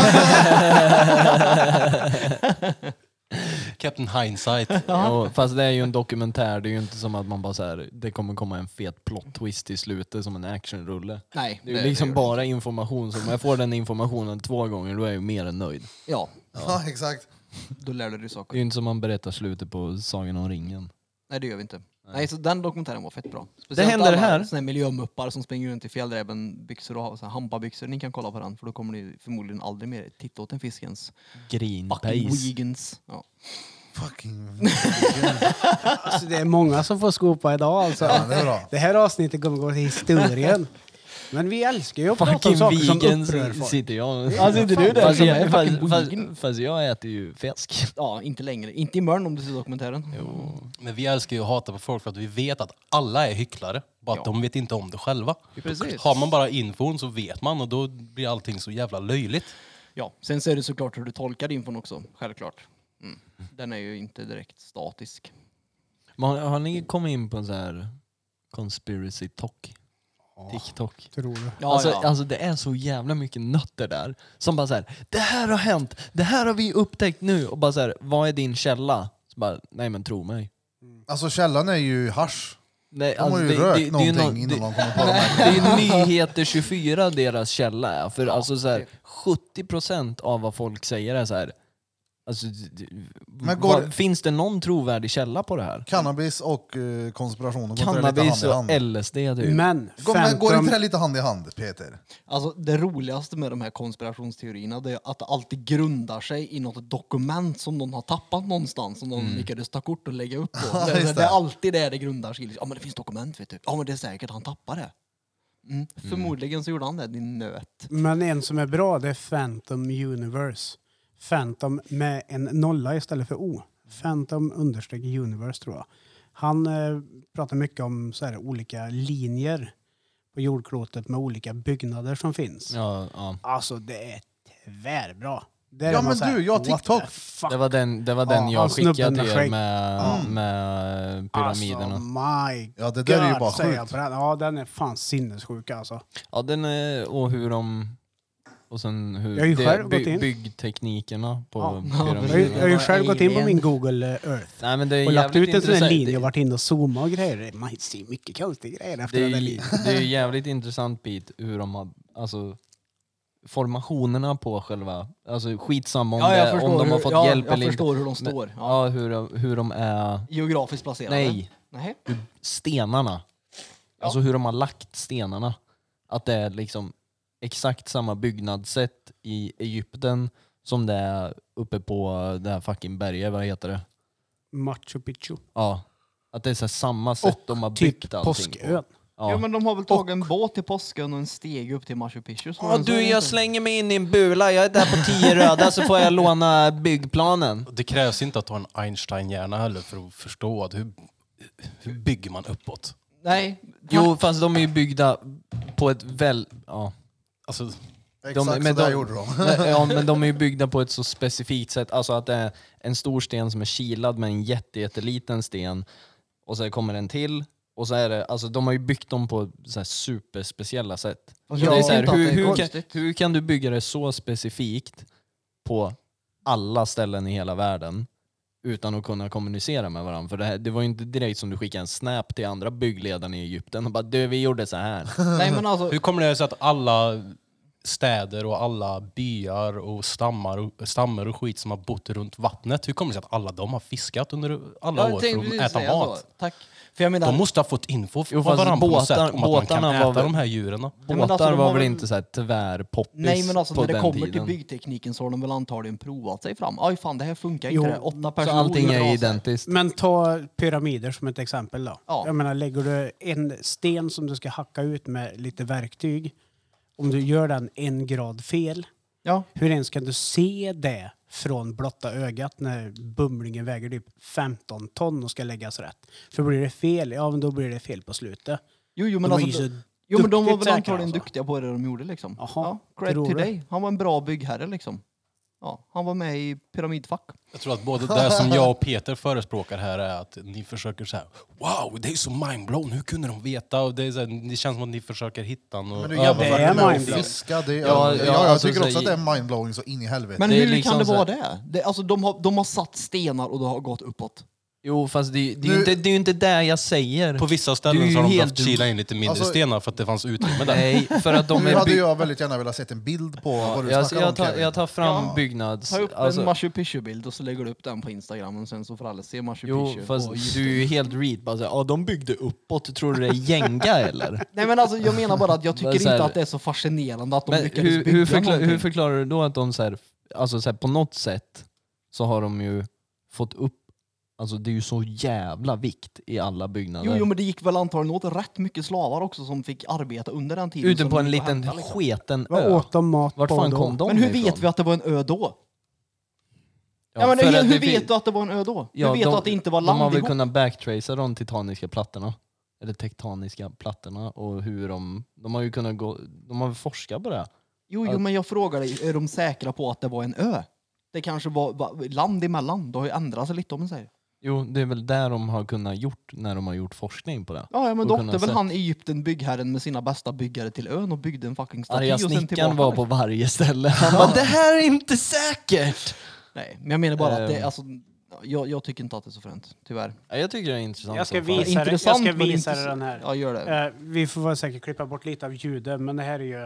Captain Hindsight. Ja, fast det är ju en dokumentär, det är ju inte som att man bara så här, det kommer komma en fet plot twist i slutet som en actionrulle. Nej, det är ju liksom bara information, så om jag får den informationen 2 gånger då är jag ju mer än nöjd. Ja, exakt. Då lär du dig saker. Det är ju inte som man berättar slutet på Sagan om ringen. Nej, det gör vi inte. Nej, så den dokumentären var fett bra. Speciellt det händer här. Såna här miljömuppar som springer runt i fjällräven byxor och har så här hampabyxor. Ni kan kolla på den, för då kommer ni förmodligen aldrig mer titta åt en fiskens. Greenpeace. Vegans. Ja. Fucking Alltså, det är många som får skopa idag alltså. Ja, det är bra. Det här avsnittet kommer gå till historien. Men vi älskar ju att prata om saker som upprör folk. Sitter jag. Ja, sitter du där? Fast jag äter ju fisk. Ja, inte längre. Inte imorgon om du ser dokumentären. Jo. Men vi älskar ju att hata på folk för att vi vet att alla är hycklare. Bara att de vet inte om det själva. Precis. Har man bara infon så vet man och då blir allting så jävla löjligt. Ja, sen så är det såklart hur du tolkar infon också. Självklart. Den är ju inte direkt statisk. Men har ni kommit in på en sån här conspiracy talk? TikTok. Tror du? Ja, alltså det är så jävla mycket nötter där. Som bara så här, det här har hänt, det här har vi upptäckt nu. Och bara så här, vad är din källa? Så bara, nej men tro mig. Alltså källan är ju hasch. Nej, De har ju rökt någonting innan de kommer på de här. Det är Nyheter 24 deras källa är. För alltså så här, 70% av vad folk säger är så här. Alltså, finns det någon trovärdig källa på det här? Cannabis och konspiration. Cannabis och LSD typ. Men går inte det lite hand i hand, Peter? Alltså det roligaste med de här konspirationsteorierna det är att det alltid grundar sig i något dokument som någon har tappat någonstans som någon lyckades ta kort och lägga upp på. Det är alltid det grundar sig. Ja men det finns dokument vet du. Ja men det är säkert han tappade det. Förmodligen så gjorde han det, din nöt. Men en som är bra det är Phantom Universe. Phantom med en nolla istället för O. Phantom _universe tror jag. Han pratar mycket om så här olika linjer på jordklotet med olika byggnader som finns. Ja. Alltså det är tvärbra. Det är Ja, man men så här, du, jag har what TikTok. the fuck? Det var den Ja, jag snubben skickade med till er skägg. med pyramiderna. Alltså my Ja, det där är ju bara säger jag sjukt. på den. Ja, den är fan sinnessjuk alltså. Ja, den är, och hur de... Och sen hur Jag har ju själv gått in. byggteknikerna på Ja. pyramiderna. Jag har ju själv gått in på Alien. min Google Earth. Nej, men det är Och lagt jävligt ut en sån här intressant. linje och varit inne och zoomat och grejer. Man ser mycket konstiga grejer efter Det den där är, linjen. det är jävligt intressant bit hur de har, alltså formationerna på själva, alltså skitsamma om, om de har fått hjälp eller jag inte. förstår hur de står. Ja. Ja, hur de är, Geografiskt placerade. nej, Nej. stenarna. Alltså hur de har lagt stenarna. Att det är liksom exakt samma byggnadssätt i Egypten som det är uppe på det här fucking berget, vad heter det? Machu Picchu. Ja. Att det är så här samma sätt Och de har byggt typ allting Påskön. på. Ja. Ja. Men de har väl tagit en båt till Påskön och en steg upp till Machu Picchu. Så Ja, du, jag slänger mig in i en bula. Jag är där på 10 röda så får jag låna byggplanen. Det krävs inte att ha en Einstein-hjärna heller för att förstå att hur bygger man uppåt. Nej. Jo, fast de är ju byggda på ett ja. Alltså, Exakt men så där de- gjorde de. Ja, men de är ju byggda på ett så specifikt sätt. Alltså att det är en stor sten som är kilad med en jätteliten sten. Och så kommer en till. Och så är det, alltså de har ju byggt dem på så här superspeciella sätt. Fast Det jag är så här, tycker inte att det är hur, konstigt. hur kan du bygga det så specifikt på alla ställen i hela världen utan att kunna kommunicera med varandra? För det var ju inte direkt som du skickade en snap till andra byggledarna i Egypten och bara du, vi gjorde så här. Nej, men alltså, hur kommer det sig att alla städer och alla byar och stammar och skit som har bott runt vattnet, hur kommer det sig att alla de har fiskat under alla år för att äta mat? Så. Tack. För jag menar, De måste ha fått info Jo, av fast varandra på något sätt om att man kan båtarna var äta väl- de här djuren. men Båtar alltså, de var har väl väl- inte så här tvärpoppis nej, men alltså på när det den kommer till tiden. byggtekniken så har de väl antagligen provat sig fram. Aj fan, det här funkar Jo, inte. 8 Så personer. allting är drar sig. identiskt. Men ta pyramider som ett exempel då. Ja. Jag menar, lägger du en sten som du ska hacka ut med lite verktyg. Om du gör den 1 grad fel, Ja. hur ens kan du se det från blotta ögat när bumlingen väger typ 15 ton och ska läggas rätt? För blir det fel, ja men då blir det fel på slutet. Jo, men De är alltså, ju så jo, men de var duktigt väl säkra, antagligen alltså. duktiga på det de gjorde liksom. Jaha, Ja, cred tror till du? dig. Han var en bra byggherre liksom. Ja, han var med i pyramidfack. Jag tror att både det som jag och Peter förespråkar här är att ni försöker så här: wow, det är så mindblown, hur kunde de veta? Och det, är så här, det känns som att ni försöker hitta något. Men du jävlar det vad är med att mindblowing. fiska. Det, Ja, jag alltså, tycker så också i- att det är mindblowing så in i helvete. Men Det är hur liksom kan det så vara här- det? Alltså de har satt stenar och det har gått uppåt. Jo, fast det är Nu- ju inte det jag säger. På vissa Du är ställen ju så har de helt behövt kila in lite mindre Alltså- stenar för att det fanns utrymme där. Nej, för att de Nu är hade jag väldigt gärna velat sett en bild på vad du snackar om, Kevin. jag tar fram Ja. byggnads... Ta upp alltså- en Machu Picchu-bild och så lägger du upp den på Instagram och sen så får alla se Machu Jo, Picchu. fast Oj. du är ju helt read. Bara så här, de byggde uppåt. Tror du det är Jenga eller? Nej men alltså jag menar bara att jag tycker Men så här- inte att det är så fascinerande att de Men lyckades hur, bygga hur någonting. förklarar du då att de så här, alltså så här, på något sätt så har de ju fått upp, alltså det är ju så jävla vikt i alla byggnader. Jo, men det gick väl antagligen åt rätt mycket slavar också som fick arbeta under den tiden. Ute som på de en gick och liten hämtade, liksom. sketen Vad ö. åt de mat Vart på fan då? kom de Men hur ifrån? vet vi att det var en ö då? Ja, Ja, men för att hur det vet fin- du att det var en ö då? Ja, hur vet du att det inte var De har land väl ihop? kunnat backtracea de titaniska plattorna. Eller tektoniska plattorna och hur de har ju kunnat gå, de har väl forskat på det. Jo, men jag frågar dig, är de säkra på att det var en ö? Det kanske var land emellan. Det har ju ändrat sig lite om man säger. Jo, det är väl där de har kunnat gjort när de har gjort forskning på det. Ja, men Och då kunnat åkte väl sett. han Egypten byggherren med sina bästa byggare till ön och byggde en fucking staty Arga och sen snickaren tillbaka. var på varje ställe. Han bara, det här är inte säkert! Nej, men jag menar bara att det, Ehm. alltså, jag tycker inte att det är så fränt, tyvärr. Ja, jag tycker det är intressant. Jag ska som fan. visa det. Jag Intressant, ska men visa inte dig den här. Ja, gör det. Vi får väl säkert klippa bort lite av ljudet, men det här är ju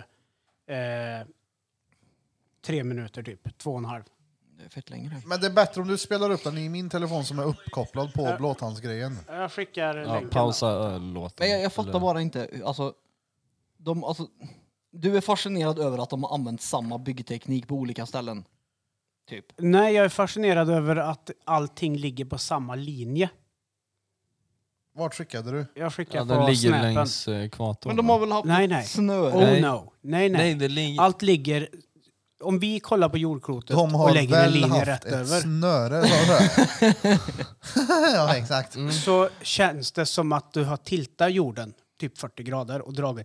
3 minuter typ, 2,5. Det är fett längre. Men det är bättre om du spelar upp den i min telefon som är uppkopplad på blåtandsgrejen. Jag skickar Ja, länken. pausa låten. Men jag fattar bara inte, alltså, du är fascinerad över att de har använt samma byggteknik på olika ställen. Typ. Nej, jag är fascinerad över att allting ligger på samma linje. Vart skickade du? Jag skickar Ja, på den ligger snappen. längs ekvatorn. Men de har väl haft Nej. snöre? Oh Nej. no. Nej. Nej, det ligger... Allt ligger... Om vi kollar på jordklotet De och har lägger en väl linje haft rätt ett över, snöre. sa du? Ja, exakt. så känns det som att du har tiltat jorden typ 40 grader och dragit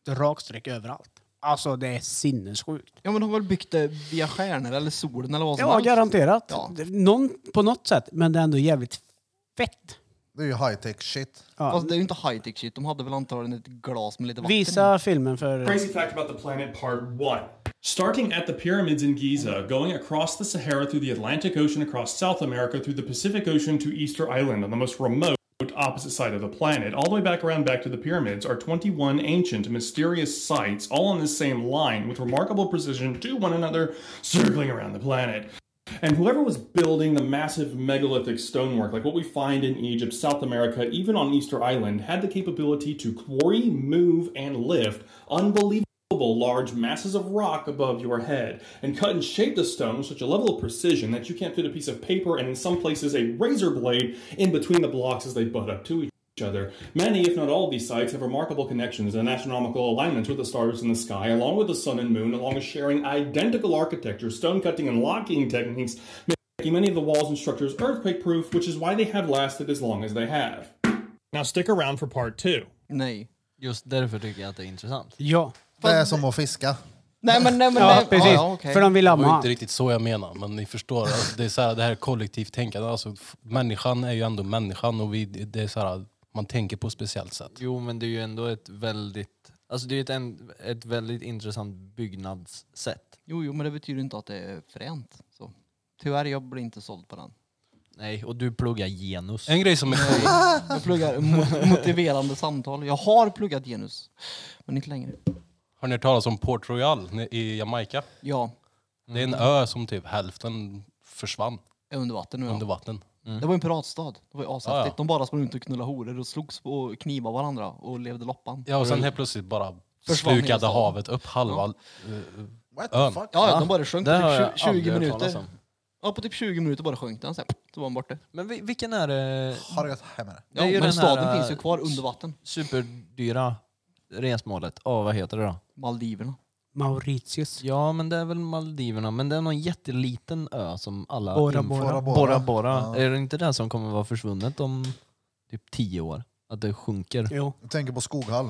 raksträck överallt. Alltså det är sinnessjukt. Ja, men de har väl byggt det via stjärnor eller solen eller vad som Ja, helst. garanterat. Ja. På något sätt, men det är ändå jävligt fett. Det är ju high-tech shit. Ja. Fast det är ju inte high-tech shit. De hade väl antagligen ett glas med lite vatten i. Visa filmen för... Crazy fact about the planet part 1. Starting at the pyramids in Giza, going across the Sahara through the Atlantic Ocean, across South America, through the Pacific Ocean to Easter Island on the most remote opposite side of the planet, all the way back to the pyramids are 21 ancient, mysterious sites, all on this same line with remarkable precision to one another, circling around the planet. And whoever was building the massive megalithic stonework, like what we find in Egypt, South America, even on Easter Island, had the capability to quarry, move, and lift unbelievable large masses of rock above your head, and cut and shape the stone with such a level of precision that you can't fit a piece of paper and in some places a razor blade in between the blocks as they butt up to each other. Many, if not all of these sites have remarkable connections and astronomical alignments with the stars in the sky, along with the sun and moon, along with sharing identical architecture, stone cutting and locking techniques, making many of the walls and structures earthquake-proof, which is why they have lasted as long as they have. Now stick around for part 2. Nej. Just därför tycker jag att det är intressant. Ja. Det är som att fiska. Nej, men Ja, precis. Ja, okej. För de vill ha Det var ju mat. inte riktigt så jag menar, men ni förstår. Alltså, det är så här, det här kollektivt tänkande. Alltså, människan är ju ändå människan och det är så här, man tänker på ett speciellt sätt. Jo, men det är ju ändå ett väldigt... Alltså det är ett väldigt intressant byggnadssätt. Jo, men det betyder inte att det är fränt. Så. Tyvärr, jag blir inte såld på den. Nej, och du pluggar genus. En grej som är cool. Jag pluggar motiverande samtal. Jag har pluggat genus, men inte längre. Har ni hört talas om Port Royal i Jamaica? Ja, Det är en ö som typ hälften försvann är under vatten nu. under Ja. vatten. Det var en piratstad. Det var ju ashäftigt. Ja. De bara sprang runt och knullade horor och slogs och knivade varandra och levde loppan. Ja, och sen helt plötsligt bara Försvann hela slukade staden. havet upp halva. What the Ön. fuck? Ja, de bara sjönk Det har på jag typ 20 aldrig hört talas minuter. om. Ja, på typ 20 minuter bara sjönk den. Så var han borta. Men vilken är det? Har du gett hem med det? Det är ju men den staden här, finns ju kvar under vatten. Superdyra resmålet. Vad heter det då? Maldiverna. Mauritius. Ja, men det är väl Maldiverna. Men det är någon jätteliten ö som alla... Bora Bora. Bora Bora. Ja. Är det inte det som kommer vara försvunnet om typ 10 år? Att det sjunker? Jo. Jag tänker på Skoghall.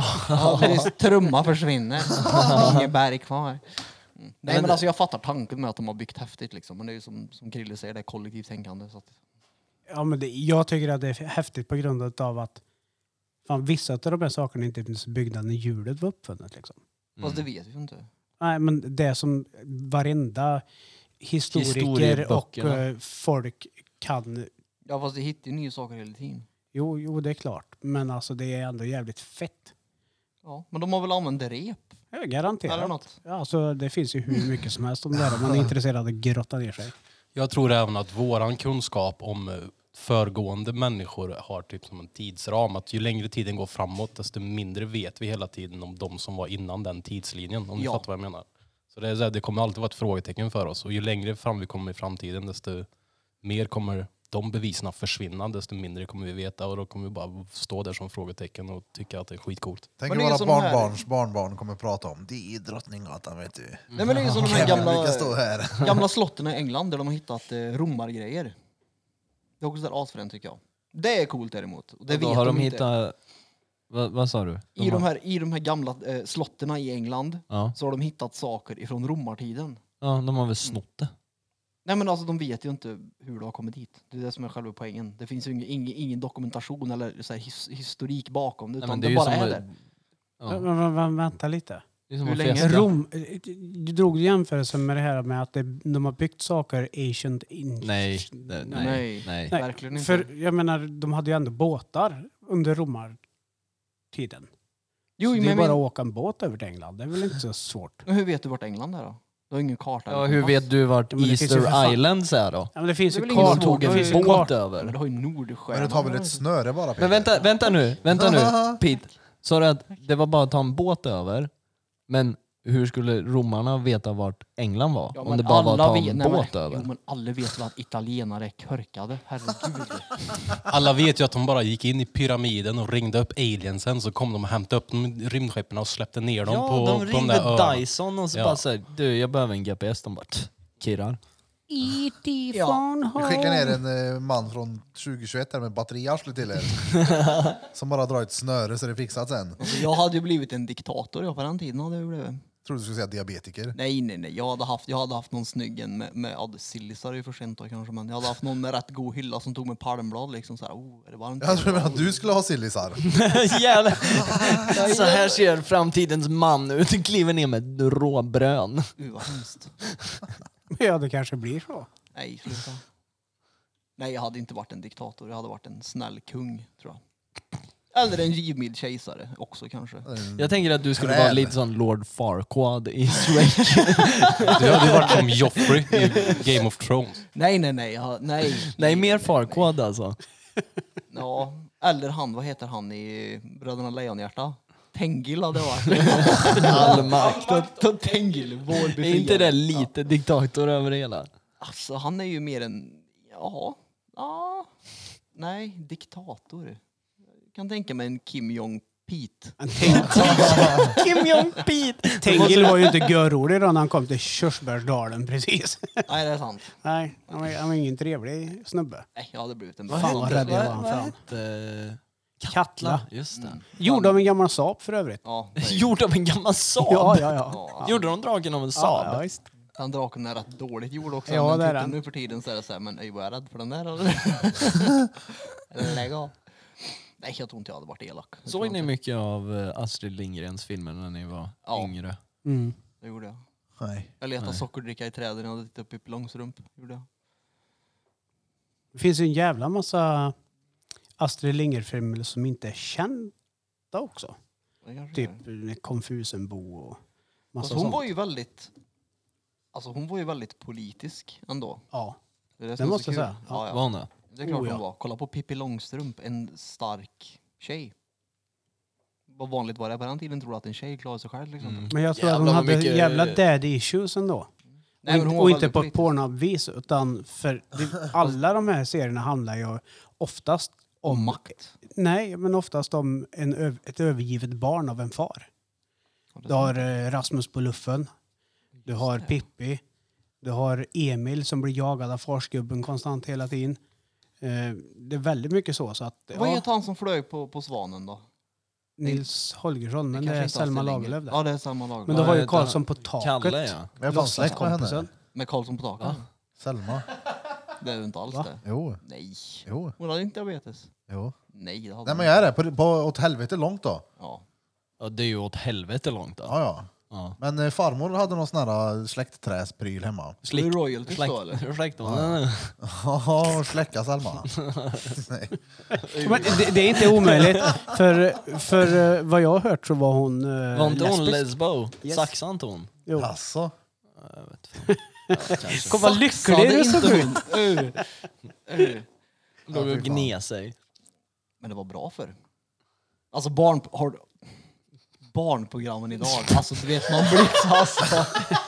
Ja, trumma försvinner. Inget berg kvar. Nej, men alltså jag fattar tanken med att de har byggt häftigt liksom. Men det är ju som Krille säger, det är kollektivt tänkande. Så att... Ja, men jag tycker att det är häftigt på grund av att fan, vissa av de här sakerna inte finns byggda när hjulet var uppfunnet. Liksom. Fast det vet vi ju inte. Nej, men det som varenda historiker och Historieböckerna. folk kan... Ja, fast det hittar ju nya saker hela tiden. Jo, det är klart. Men alltså det är ändå jävligt fett. Ja, men de har väl använt rep? Ja, garanterat. Eller något. Ja, alltså, det finns ju hur mycket som helst om det här om man är intresserad av att grotta ner sig. Jag tror även att våran kunskap om föregående människor har typ som en tidsram. Att ju längre tiden går framåt, desto mindre vet vi hela tiden om de som var innan den tidslinjen. Om ni fattar vad jag menar. Så det är så här, det kommer alltid vara ett frågetecken för oss. Och ju längre fram vi kommer i framtiden, desto mer kommer de bevisen försvinna, desto mindre kommer vi veta. Och då kommer vi bara stå där som frågetecken och tycka att det är skitcoolt. Tänk Men det är våra som de här- barnbarn kommer prata om. Det är Drottninggatan, vet du. Nej, men det är ju som de här Kevin brukar stå gamla, här. gamla slotten i England där de har hittat romargrejer. Det är också där asfränt tycker jag. Det är coolt däremot. Och det Och då vet har de inte. hittat... Vad sa du? I de här gamla slotterna i England Ja. så har de hittat saker ifrån romartiden. Ja, de har väl snott det. Nej, men alltså de vet ju inte hur det har kommit dit. Det är det som är själva poängen. Det finns ju ingen dokumentation eller så här historik bakom det, Nej, utan men det ju bara som är att- där. Ja. Men vänta lite. Det är som Hur att länge? festa. Du drog jämförelsen med det här med att de har byggt saker ancient... Nej. Nej. Nej. Verkligen inte. För jag menar, de hade ju ändå båtar under romartiden. Jo, Så det är men bara att åka en båt över till England. Det är väl inte så svårt. hur vet du vart England är då? Du har ingen karta. Ja, eller hur kompass. vet du vart Ja, men det finns ju för Easter fan- Islands är då? Ja, men det finns Det är ju väl ingen kartor. svårt. Det Det finns är ju en båt kartor. Men över. du har ju Nordstjärnan. Men du tar väl ett snöre bara? Men vänta nu, Pete. Sa du att det var bara att ta en båt över? Men hur skulle romarna veta vart England var? Ja, om men det bara var att alla ta en vet- nej, båt men, över? Jo, men alla vet väl att italienare är körkade. Herregud. Alla vet ju att de bara gick in i pyramiden och ringde upp aliensen, så kom de och hämtade upp rymdskeppen och släppte ner dem Ja, på de de där ringde öarna. Dyson och så Ja. bara såhär, du jag behöver en GPS. De bara, kirrar. E.T. phone Vi home. skickar ner en man från 2021 där med batteriarsle till er. Som bara drar ett snöre så det fixat sen. Alltså, jag hade ju blivit en diktator på den tiden. Hade jag blivit. Tror du skulle säga diabetiker. Nej. Jag hade haft någon snyggen med sillisar i för sent då, kanske. Men jag hade haft någon med rätt god hylla som tog med palmblad. Liksom, så här, är det varmt? Jag tror att du skulle ha sillisar. Jävlar. Så här ser framtidens man ut. Kliver ner med råbrön. Vad hemskt. Ja, det kanske blir så. Nej, sluta. Nej, jag hade inte varit en diktator. Jag hade varit en snäll kung, tror jag. Eller en givmild kejsare också kanske. Jag tänker att du skulle vara lite sån Lord Farquaad i Shrek. Du hade varit som Joffrey i Game of Thrones. Nej. Nej, mer Farquaad alltså. Ja, eller han, vad heter han i Bröderna Lejonhjärta? Tengil hade varit. All makt. Tengil, vår Är befriare. inte det lite diktator över det hela? Alltså, han är ju mer en... Nej, diktator. Jag kan tänka mig en Kim Jong-Pete. Kim Jong-Pete! Tengil var ju inte görrolig då när han kom till Körsbärsdalen precis. Nej, det är sant. Nej, han var ingen trevlig snubbe. Nej, jag hade blivit en Fan vad rädd jag var för han. Katla. Just det. Gjord av en gammal Saab för övrigt. Ja, Gjord av en gammal Saab. Ja. Gjorde de draken av en Saab? Ja, visst. den draken är rätt dåligt gjord också. Ja, men det är typ den. nu för tiden så är det så här, men jag är rädd för den där. Eller lägg av. Nej, jag tror inte jag hade varit elak. Såg ni mycket av Astrid Lindgrens filmer när ni var yngre? Mm. Det gjorde jag. Nej. Jag letade sockerdricka i träden och hade tittat upp i Långsrump. Gjorde jag. Det finns ju en jävla massa Astrid Lindgren-filmer som inte är kända också. Det kanske Typ är. Konfusenbo och massa Alltså, hon sånt. var ju väldigt... Alltså hon var ju väldigt politisk ändå. Ja. Det är det Det som är så måste jag kul. säga. Ja, Var ja. hon det? Det är klart Oh, ja. hon var. Kolla på Pippi Långstrump, en stark tjej. Vad vanligt var det på den tiden, tror du att en tjej klarar sig själv liksom? Men jag tror att Jävlar hon vad hade mycket- jävla daddy issues ändå. Nej, men hon var och inte väldigt på ett politisk. pornovis, utan för alla de här serierna handlar ju oftast Om om makt. Nej, men oftast om ett övergivet barn av en far. Du har Rasmus på luffen. Du har Pippi. Du har Emil som blir jagad av farsgubben konstant hela tiden. Det är väldigt mycket så att Vad heter han som flög på Svanen då? Nils Holgersson, men det kanske är inte Selma Astrid Lagerlöf Lindgren. där. Ja, det är Selma Lagerlöf. Men du Vad har ju heter Karlsson han? på taket. Kalle, ja. Jag är fan släkt med henne. Låtsaskompisen. Med Karlsson på taket. Selma. Det är ju inte alls Va? det. Jo. Nej. Jo. Hon hade inte diabetes. Jo. Nej, det hade Nej hon men jag är det. På åt helvete långt då. Ja. Ja, det är ju åt helvete långt då. Ja, ja. Ja. Men farmor hade någon sån här släktträspryl hemma. Är det royalties då eller? Släkt. Ja, släcka Selma. Nej. Men det är inte omöjligt. För vad jag har hört så var hon Var inte hon lesbisk. lesbo? Yes. Saxade inte hon? Jo. Alltså. Jag vet fan. Ja, kanske. Kom vad lycklig du såg ut. Låg och gne sig. Men det var bra för. Alltså barnprogrammen idag. Alltså du vet man blir så alltså.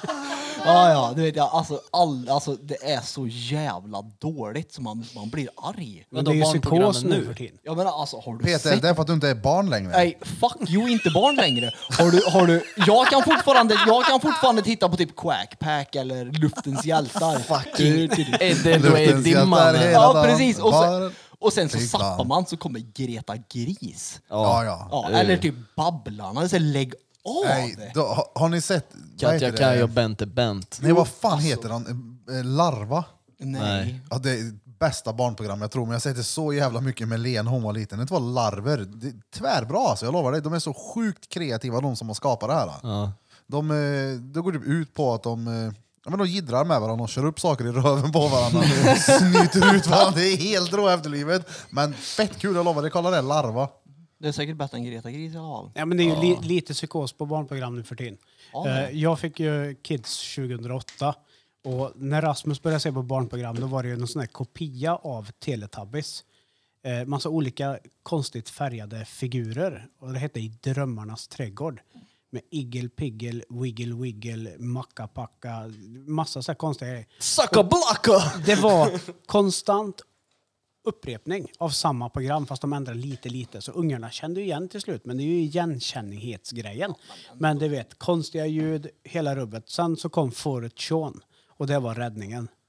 Ja, du vet jag alltså det är så jävla dåligt så man blir arg. Men det är ju barnprogrammen psykos nu för tiden. Jag menar alltså har du Peter, sett? det är för att du inte är barn längre. Nej, fuck you, inte barn längre. Har du jag kan fortfarande titta på typ Quackpack eller Luftens hjältar. Fucking Eddie Luftens Eddie hjältar mannen. hela Ja, dagen. precis. Och sen så Fy fan. zappar man så kommer Greta Gris. Ja, ja. Ja, eller typ Babblarna. Så lägg av! Nej, då, har ni sett... vad heter Katja det? Kaj och Bente Bent. Nej, vad fan heter han? Larva? Nej. Ja, det är bästa barnprogram jag tror, men jag har sett det så jävla mycket med Len hon var liten. Det var larver. Det är tvärbra alltså, jag lovar dig. De är så sjukt kreativa, de som har skapat det här. Ja. De går typ ut på att de jiddrar med varandra och kör upp saker i röven på varandra. Snyter ut varandra. Det är helt rå efterlivet. Men fett kul, jag lovar dig. Kolla det, Larva. Det är säkert bättre än Greta Gris i alla fall. Ja, men det är ju lite psykos på barnprogram nu för tiden. Ja. Jag fick ju Kids 2008. Och när Rasmus började se på barnprogram då var det ju någon sån här kopia av Teletubbies. Massa olika konstigt färgade figurer. Och det hette I Drömmarnas trädgård. Med Iggel, Piggel, Wiggle, Wiggle, Macka, Packa. Massa så här konstiga grejer. Sucka blacka! Det var konstant upprepning av samma program fast de ändrade lite. Så ungarna kände ju igen till slut. Men det är ju igenkännighetsgrejen. Men det vet, konstiga ljud, hela rubbet. Sen så kom Fåret Sean. Och det var räddningen.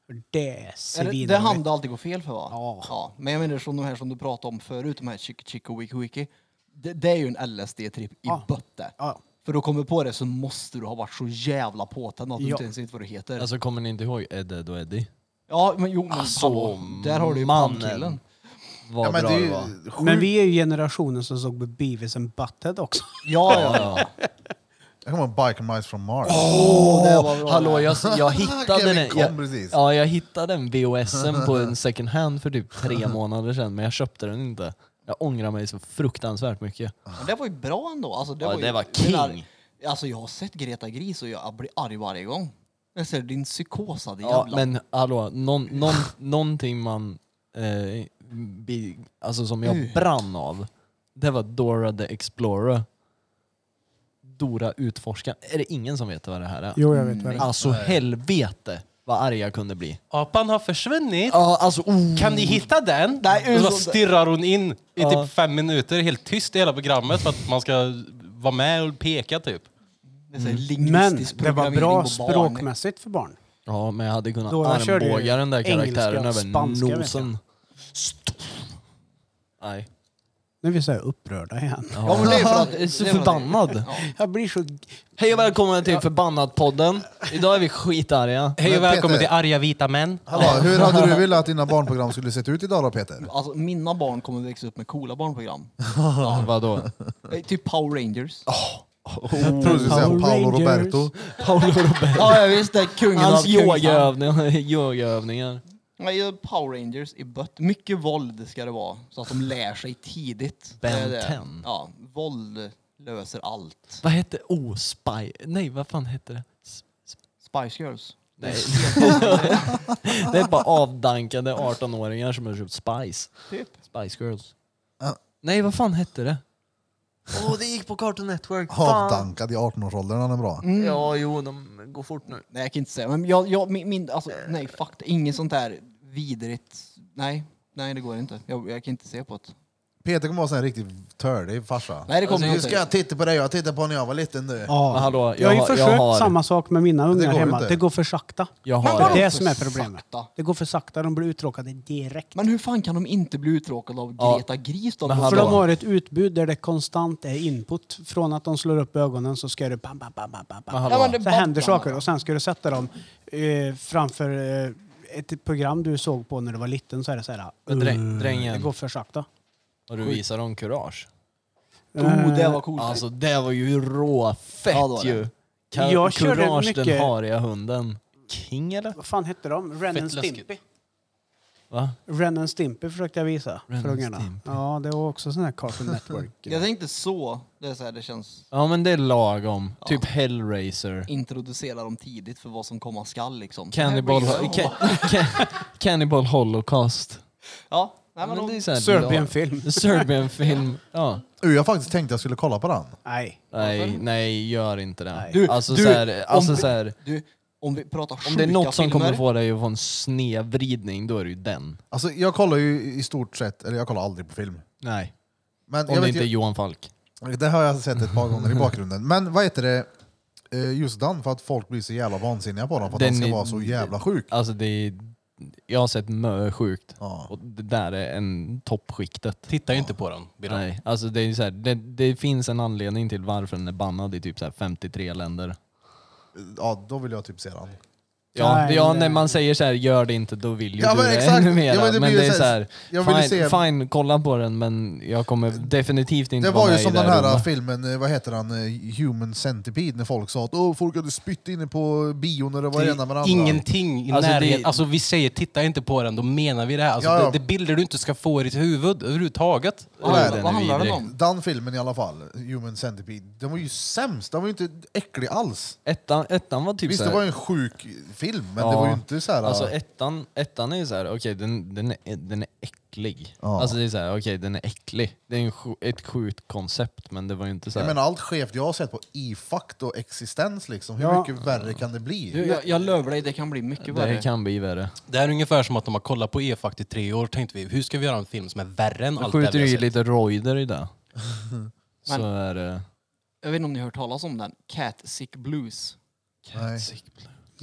För det är det hann det alltid gå fel för, va? Ja. Men jag menar som de här som du pratade om förut, de här Chico Wiki Wiki. Det är ju en LSD-tripp i bötte. Ja. För då kommer på det så måste du ha varit så jävla påtänd att du inte ens vet vad det heter. Alltså kommer ni inte ihåg Ed och Eddie? Ja, men jo, men Alltså, hallå, där har du ju pannkillen. Vad bra det var. Men vi är ju generationen som såg på Beavis and Butthead också. Ja. Jag kommer ihåg Biker Mice from Mars. Det var bra. Hallå, jag hittade Kevin den. kom precis. Jag hittade den VHSen på en second hand för typ 3 månader sedan, men jag köpte den inte. Jag ångrar mig så fruktansvärt mycket. Men det var ju bra ändå. Alltså, Ja, ju, det var king. Alltså jag har sett Greta Gris och jag blir arg varje gång. Jag ser din psykosade Ja, jävla... men hallå, någonting man alltså som jag brann av, det var Dora the Explorer. Dora utforskaren. Är det ingen som vet vad det här är? Jo, jag vet vad det är. Alltså helvete vad arg jag kunde bli. Apan har försvunnit. Ja, alltså Kan ni hitta den? Nej, och så stirrar hon in i Ja. typ 5 minuter, helt tyst i hela programmet för att man ska vara med och peka typ. Det är så här Men lingvistisk det var programmering bra på barn. språkmässigt för barn. Ja, men jag hade kunnat Dora körde ju armbåga den där karaktären engelska och över spanska, vet nosen. Nej. Nu är vi så här upprörda igen. Ja, men det är för att... Jag är så det är för att- förbannad. Jag blir så... Hej och välkomna till Förbannad-podden. Idag är vi skitarga. Hej och Men välkommen Peter- till Arga vita män. Hallå, hur hade du velat att dina barnprogram skulle sett ut idag då, Peter? Alltså, mina barn kommer växa upp med coola barnprogram. Vadå? Typ Power Rangers. Jag trodde du skulle säga Power Paolo Rangers. Roberto. Paolo Roberto. Ja, visst, det är kungen Hans av Kungshamn. yogaövningar. Nej, Power Rangers i bött. Mycket våld ska det vara. Så att de lär sig tidigt. Ben Det är det. 10. Ja, våld löser allt. Vad hette Nej, vad fan hette det? Spice Girls. Nej. Det är bara avdankade 18-åringar som har köpt Spice. Typ. Spice Girls. Ja. Nej, vad fan hette det? Det gick på Cartoon Network. Fan. Avdankad i 18-årsåldern, han är bra. Ja, jo, de går fort nu. Nej, jag kan inte säga. Men alltså, nej, fuck. Inget sånt där vidrigt. Nej, det går inte. Jag kan inte se på det. Peter kommer vara en sån här riktigt tördig farsa. Nej, det kommer Nu inte. ska jag titta på dig, jag tittade på när jag var liten nu. Ja. Men hallå, jag har ju försökt har- samma sak med mina ungar går hemma. inte. Det går för sakta. Jag Det har... är det som är problemet. Sakta. Det går för sakta, de blir uttråkade direkt. Men hur fan kan de inte bli uttråkade av Ja. Greta Gris då? Men För hallå. de har ett utbud där det konstant är input. Från att de slår upp ögonen så ska det bam, bam, bam, bam, bam. Men hallå. Ja, men det Så händer babblar saker bara. och sen ska du sätta dem framför ett program du såg på när du var liten, så är det så här. Men drängen. Det går för sakta. Och du visar dem kurage. Det var coolt. Alltså det var ju råfett Ja, det var det. ju. Jag körde Courage, mycket- den hariga hunden. King eller? Vad fan hette de? Ren Fett and läskigt. Stimpy. Va? Ren and Stimpy försökte jag visa Ren för and ungarna. Stimpy. Ja, det var också sån här Cartoon Network. Jag tänkte så. Det är så här, det känns... Ja men det är lagom. Typ Hellraiser. Introducera dem tidigt för vad som komma skall liksom. Cannibal, Cannibal Holocaust. Ja, nej, Men men det är de, så här Serbian film. Serbian film. Ja. Jag faktiskt tänkte jag skulle kolla på den. Nej. Nej, gör inte det. Nej. Du, alltså du, så här, alltså om så här, du, om vi pratar om det är något som filmer, kommer få dig att få en snedvridning, då är det ju den. Alltså jag kollar ju i stort sett, eller jag kollar aldrig på film. Nej. Men Om jag det vet inte är ju, Johan Falk. det har jag sett ett par gånger i bakgrunden. Men vad heter det? Just den, för att folk blir så jävla vansinniga på den, för att den Den ska är- vara så jävla sjuk. Alltså det är, jag har sett sjukt. Ja. Och det där är en toppskiktet. Titta inte på den. Birra. Nej, alltså det är så här, det finns en anledning till varför den är bannad i typ så här 53 länder. Ja, då vill jag typ se den. Ja, Nej, ja nej. när man säger så här, gör det inte, då vill ju Ja, du men det exakt. ännu mer. Ja, men det men blir det ju är så så här- här, jag vill se- fine, kolla på den, men jag kommer definitivt inte Det vara var ju med som i det den här rummet. filmen, vad heter han, Human Centipede, när folk sa att folk hade spytt inne på bio när det var Det ena med är andra. ingenting i Alltså, närheten. det- Alltså vi säger titta inte på den, då menar vi det här. Alltså, Ja, ja. Det är bilder du inte ska få i ditt huvud överhuvudtaget. Vad, Nej, den vad är handlar den vidrig. om? Den filmen i alla fall, Human Centipede, den var ju sämst. Den var ju inte äcklig alls. Ettan var typ Visst, så det här, var ju en sjuk film, men Ja. det var ju inte så här. alltså ettan är ju så här, okej, den är äcklig. Ja. Alltså det är så här, okej, den är äcklig. Det är ett sjukt koncept, men det var ju inte så jag här. menar, allt skevt jag har sett på e-fakt och existens, liksom. Hur Ja. mycket värre kan det bli? Du, jag lovar dig, det kan bli mycket värre. Det kan bli värre. Det är ungefär som att de har kollat på E-fakt i 3 år, tänkte vi, hur ska vi göra en film som är värre än Då allt det skjuter vi du har ju sett? lite roider i det. Så Men- är det... Jag vet inte om ni har hört talas om den. Cat Sick Blues. Nej. Nej.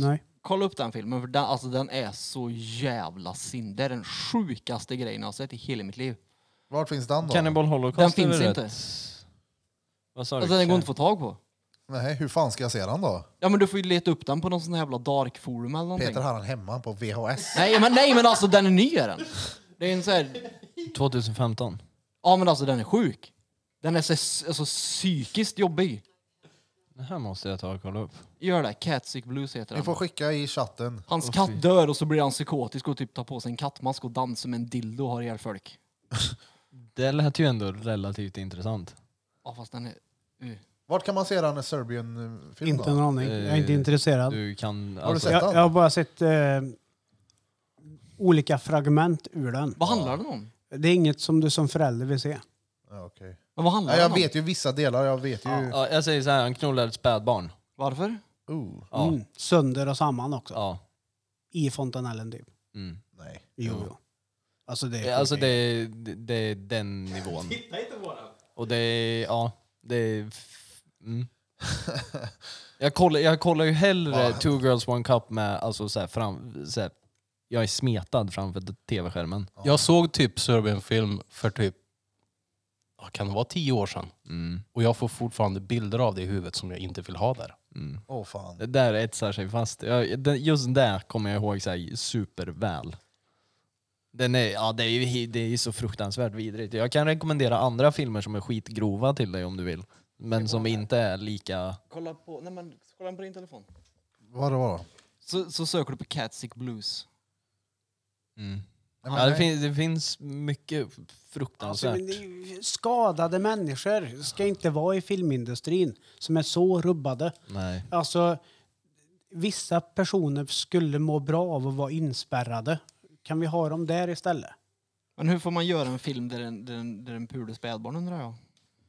kolla upp den filmen för den är så jävla det är den sjukaste grejen jag har sett i hela mitt liv. Vart finns den då? Cannibal Holocaust. Den finns inte. Vad sa du? Alltså, den går inte att få tag på. Nej, hur fan ska jag se den då? Ja, men du får ju leta upp den på någon sån här jävla dark forum eller någonting. Peter har den hemma på VHS. Nej men alltså den är ny är den. Det är en så här... 2015. Ja men alltså den är sjuk. Den är så alltså, psykiskt jobbig. Det här måste jag ta och kolla upp. Gör det. Catsick Blues heter Ni den. får skicka i chatten. Hans katt dör och så blir han psykotisk och typ tar på sig en kattmask och dansar med en dildo och har ihjäl folk. Det lät ju ändå relativt intressant. Ja fast den är... Vart kan man se den Serbian-film Inte då? en aning. Jag är inte intresserad. Du kan... Har du Alltså, sett den? Jag har bara sett olika fragment ur den. Vad handlar den om? Det är inget som du som förälder vill se. Ja, okej. Men vad handlar Ja, den jag om? vet ju vissa delar. Jag vet ju... ja, jag säger så här, han knullar ett spädbarn. Varför? Ja. Sönder och samman också. Ja. I fontanellen typ. Mm. Nej. Jo. Alltså det är Alltså det är den nivån. Titta inte på den. Och det är, ja, det är... Jag kollar ju hellre Two Girls One Cup med, alltså så här, jag är smetad framför tv-skärmen. Jag såg typ Serbian-film för typ, kan det vara 10 år sedan? Och jag får fortfarande bilder av det i huvudet som jag inte vill ha där. Åh fan. Det där etsar sig fast. Just det kommer jag ihåg så här, superväl. Den är, ja, det är så fruktansvärt vidrigt. Jag kan rekommendera andra filmer som är skitgrova till dig om du vill. Men som inte är lika... Kolla på din telefon. Vad det var då? Så söker du på Catsick Blues. Ja, det finns mycket Alltså, fruktansvärt. men det är ju skadade människor ska inte vara i filmindustrin som är så rubbade. Nej. Alltså, vissa personer skulle må bra av att vara inspärrade. Kan vi ha dem där istället? Men hur får man göra en film där den pular spädbarn undrar jag?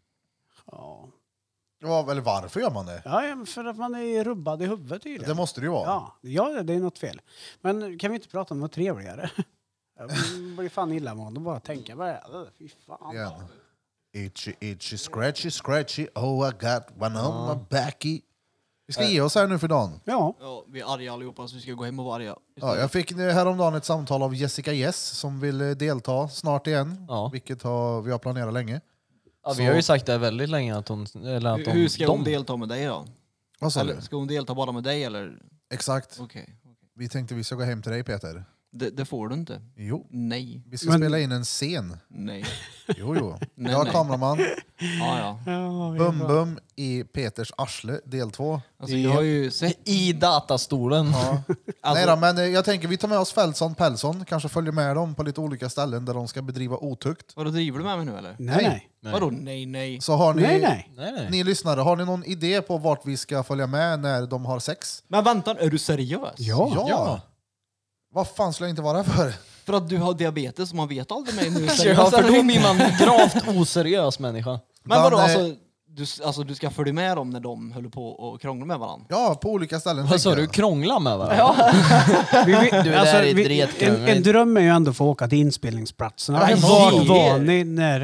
Ja. Eller varför gör man det? Ja, för att man är rubbad i huvudet tydligen. Det måste det ju vara. Ja, det är något fel. Men kan vi inte prata om något trevligare? Jag blir fan illamående bara tänka på det. Fy fan. Igen. Itchy, itchy, scratchy, scratchy. Oh, I got one on my backy. Vi ska ge oss här nu för dagen. Ja. Ja, vi är arga allihopa så vi ska gå hem och vara arga. Ja, jag fick häromdagen ett samtal av Jessica Yes som vill delta snart igen. Ja. Vilket vi har planerat länge. Ja, vi har ju sagt det väldigt länge att hon... Eller att Hur ska hon delta med dig då? Vad sa du? Eller ska hon delta bara med dig eller? Exakt. Okej. Vi tänkte vi ska gå hem till dig Peter. Det får du inte. Jo. Nej. Vi ska spela in en scen. Nej. Jo. Nej, Jag har nej. kameraman. Ja. Bum bum i Peters arsle, del 2. Alltså jag har ju sett... I datastolen. Ja. Alltså- Nej då, men jag tänker vi tar med oss Fältson, Pellson. Kanske följer med dem på lite olika ställen där de ska bedriva otukt. Vadå, driver du med mig nu eller? Nej. Vadå nej? Så har ni, Nej. ni lyssnare, har ni någon idé på vart vi ska följa med när de har sex? Men vänta, är du seriös? Ja. Vad fan skulle jag inte vara för? För att du har diabetes och man vet aldrig mig nu. Ja, för då blir man en gravt oseriös människa. Men vadå, Dan, alltså du ska följa med dem när de höll på och krångla med varandra? Ja, på olika ställen. Vad sa tänker du? jag. Krångla med varandra? Ja. Du, det där är dretkrångligt. en dröm är ju ändå att få åka till inspelningsplatserna. Ja, Var ni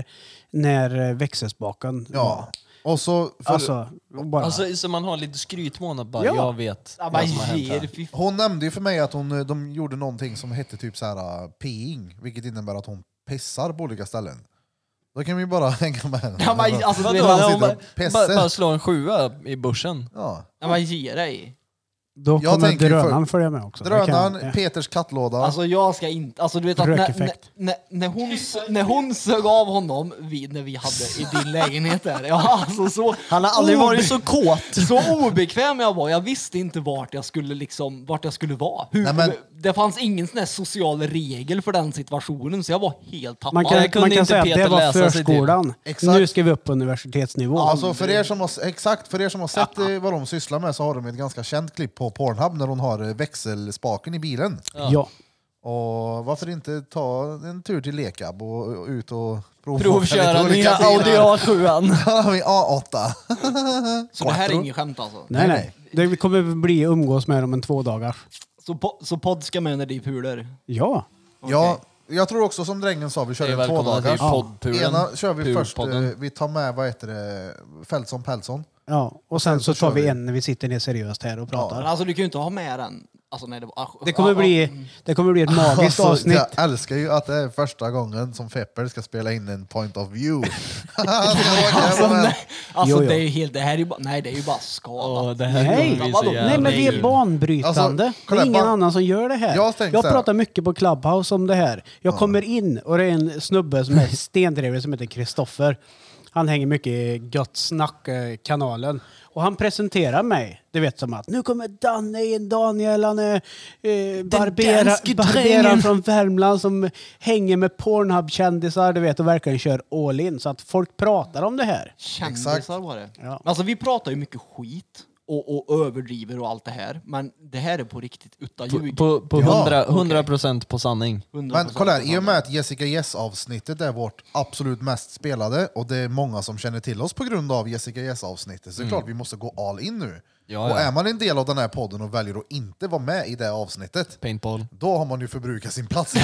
när växelspaken var? Ja. Och så... Alltså, bara... Alltså, så man har lite skrytmån att bara, Ja. jag vet Ja, vad som har hänt här. Hon nämnde ju för mig att de gjorde någonting som hette typ så här peeing, vilket innebär att hon pissar på olika ställen. Då kan vi bara hänga med henne. Ja, men, alltså, Vadå? du vet, han Hon sitter bara, och pessar. bara slå en 7 i börsen. Ja. ja, men ge dig. Då Jag kommer tänker drönaren följa med också. Drönaren, Peters kattlåda. Alltså jag ska inte, alltså du vet att Rökeffekt. när hon sög av honom när vi hade i din lägenhet där. Ja, alltså så Han har aldrig varit så kåt. så obekväm jag var. Jag visste inte vart jag skulle vara. Nej, men- Det fanns ingen sån här social regel för den situationen så jag var helt tappad. Man kunde kan inte säga att Peter det var läsa sig till. förskolan. Exakt. Nu ska vi upp på universitetsnivå. Alltså för er som har sett vad de sysslar med så har de ett ganska känt klipp på Pornhub när hon har växelspaken i bilen. Ja. Och varför inte ta en tur till Lekab och ut och Provköra lite nya olika Audi bilar. A7. A8. Så det här är inget skämt alltså. Nej. Det kommer bli umgås med dem en 2 dagar. Så podd ska med när de pular. Ja. Ja, jag tror också som drängen sa, vi kör en 2 Välkomna till dagars. poddpulen. Ena kör vi först, Pulpodden. vi tar med, vad heter det, Fältson Pellson. Ja. Och sen så så kör tar vi vi. en när vi sitter ner seriöst här och pratar. Men alltså du kan ju inte ha med den. Alltså nej, Det kommer bli ett magiskt avsnitt. Jag älskar ju att det är första gången som Fepper ska spela in en point of view. Alltså det är ju helt, det här är ju bara, nej det är ju bara skadat. Nej, men det är banbrytande. Alltså, det är ingen annan som gör det här. Jag pratar mycket på Clubhouse om det här. Jag kommer in och det är en snubbe som är stendrevlig som heter Kristoffer. Han hänger mycket i Gött Snack-kanalen. Och han presenterar mig. Du vet som att nu kommer Danne in, Daniel, han är barberaren från Värmland som hänger med Pornhub-kändisar, du vet, och verkligen kör all in. Så att folk pratar om det här. Kändisar var det. Ja. Alltså vi pratar ju mycket skit. Och överdriver och allt det här. Men det här är på riktigt utan ljug. På 100% på sanning. 100% men kolla här, i och med att Jessica Yes-avsnittet är vårt absolut mest spelade och det är många som känner till oss på grund av Jessica Yes-avsnittet, så det är klart vi måste gå all in nu. Ja. Och är man en del av den här podden och väljer att inte vara med i det avsnittet, paintball, då har man ju förbrukat sin plats.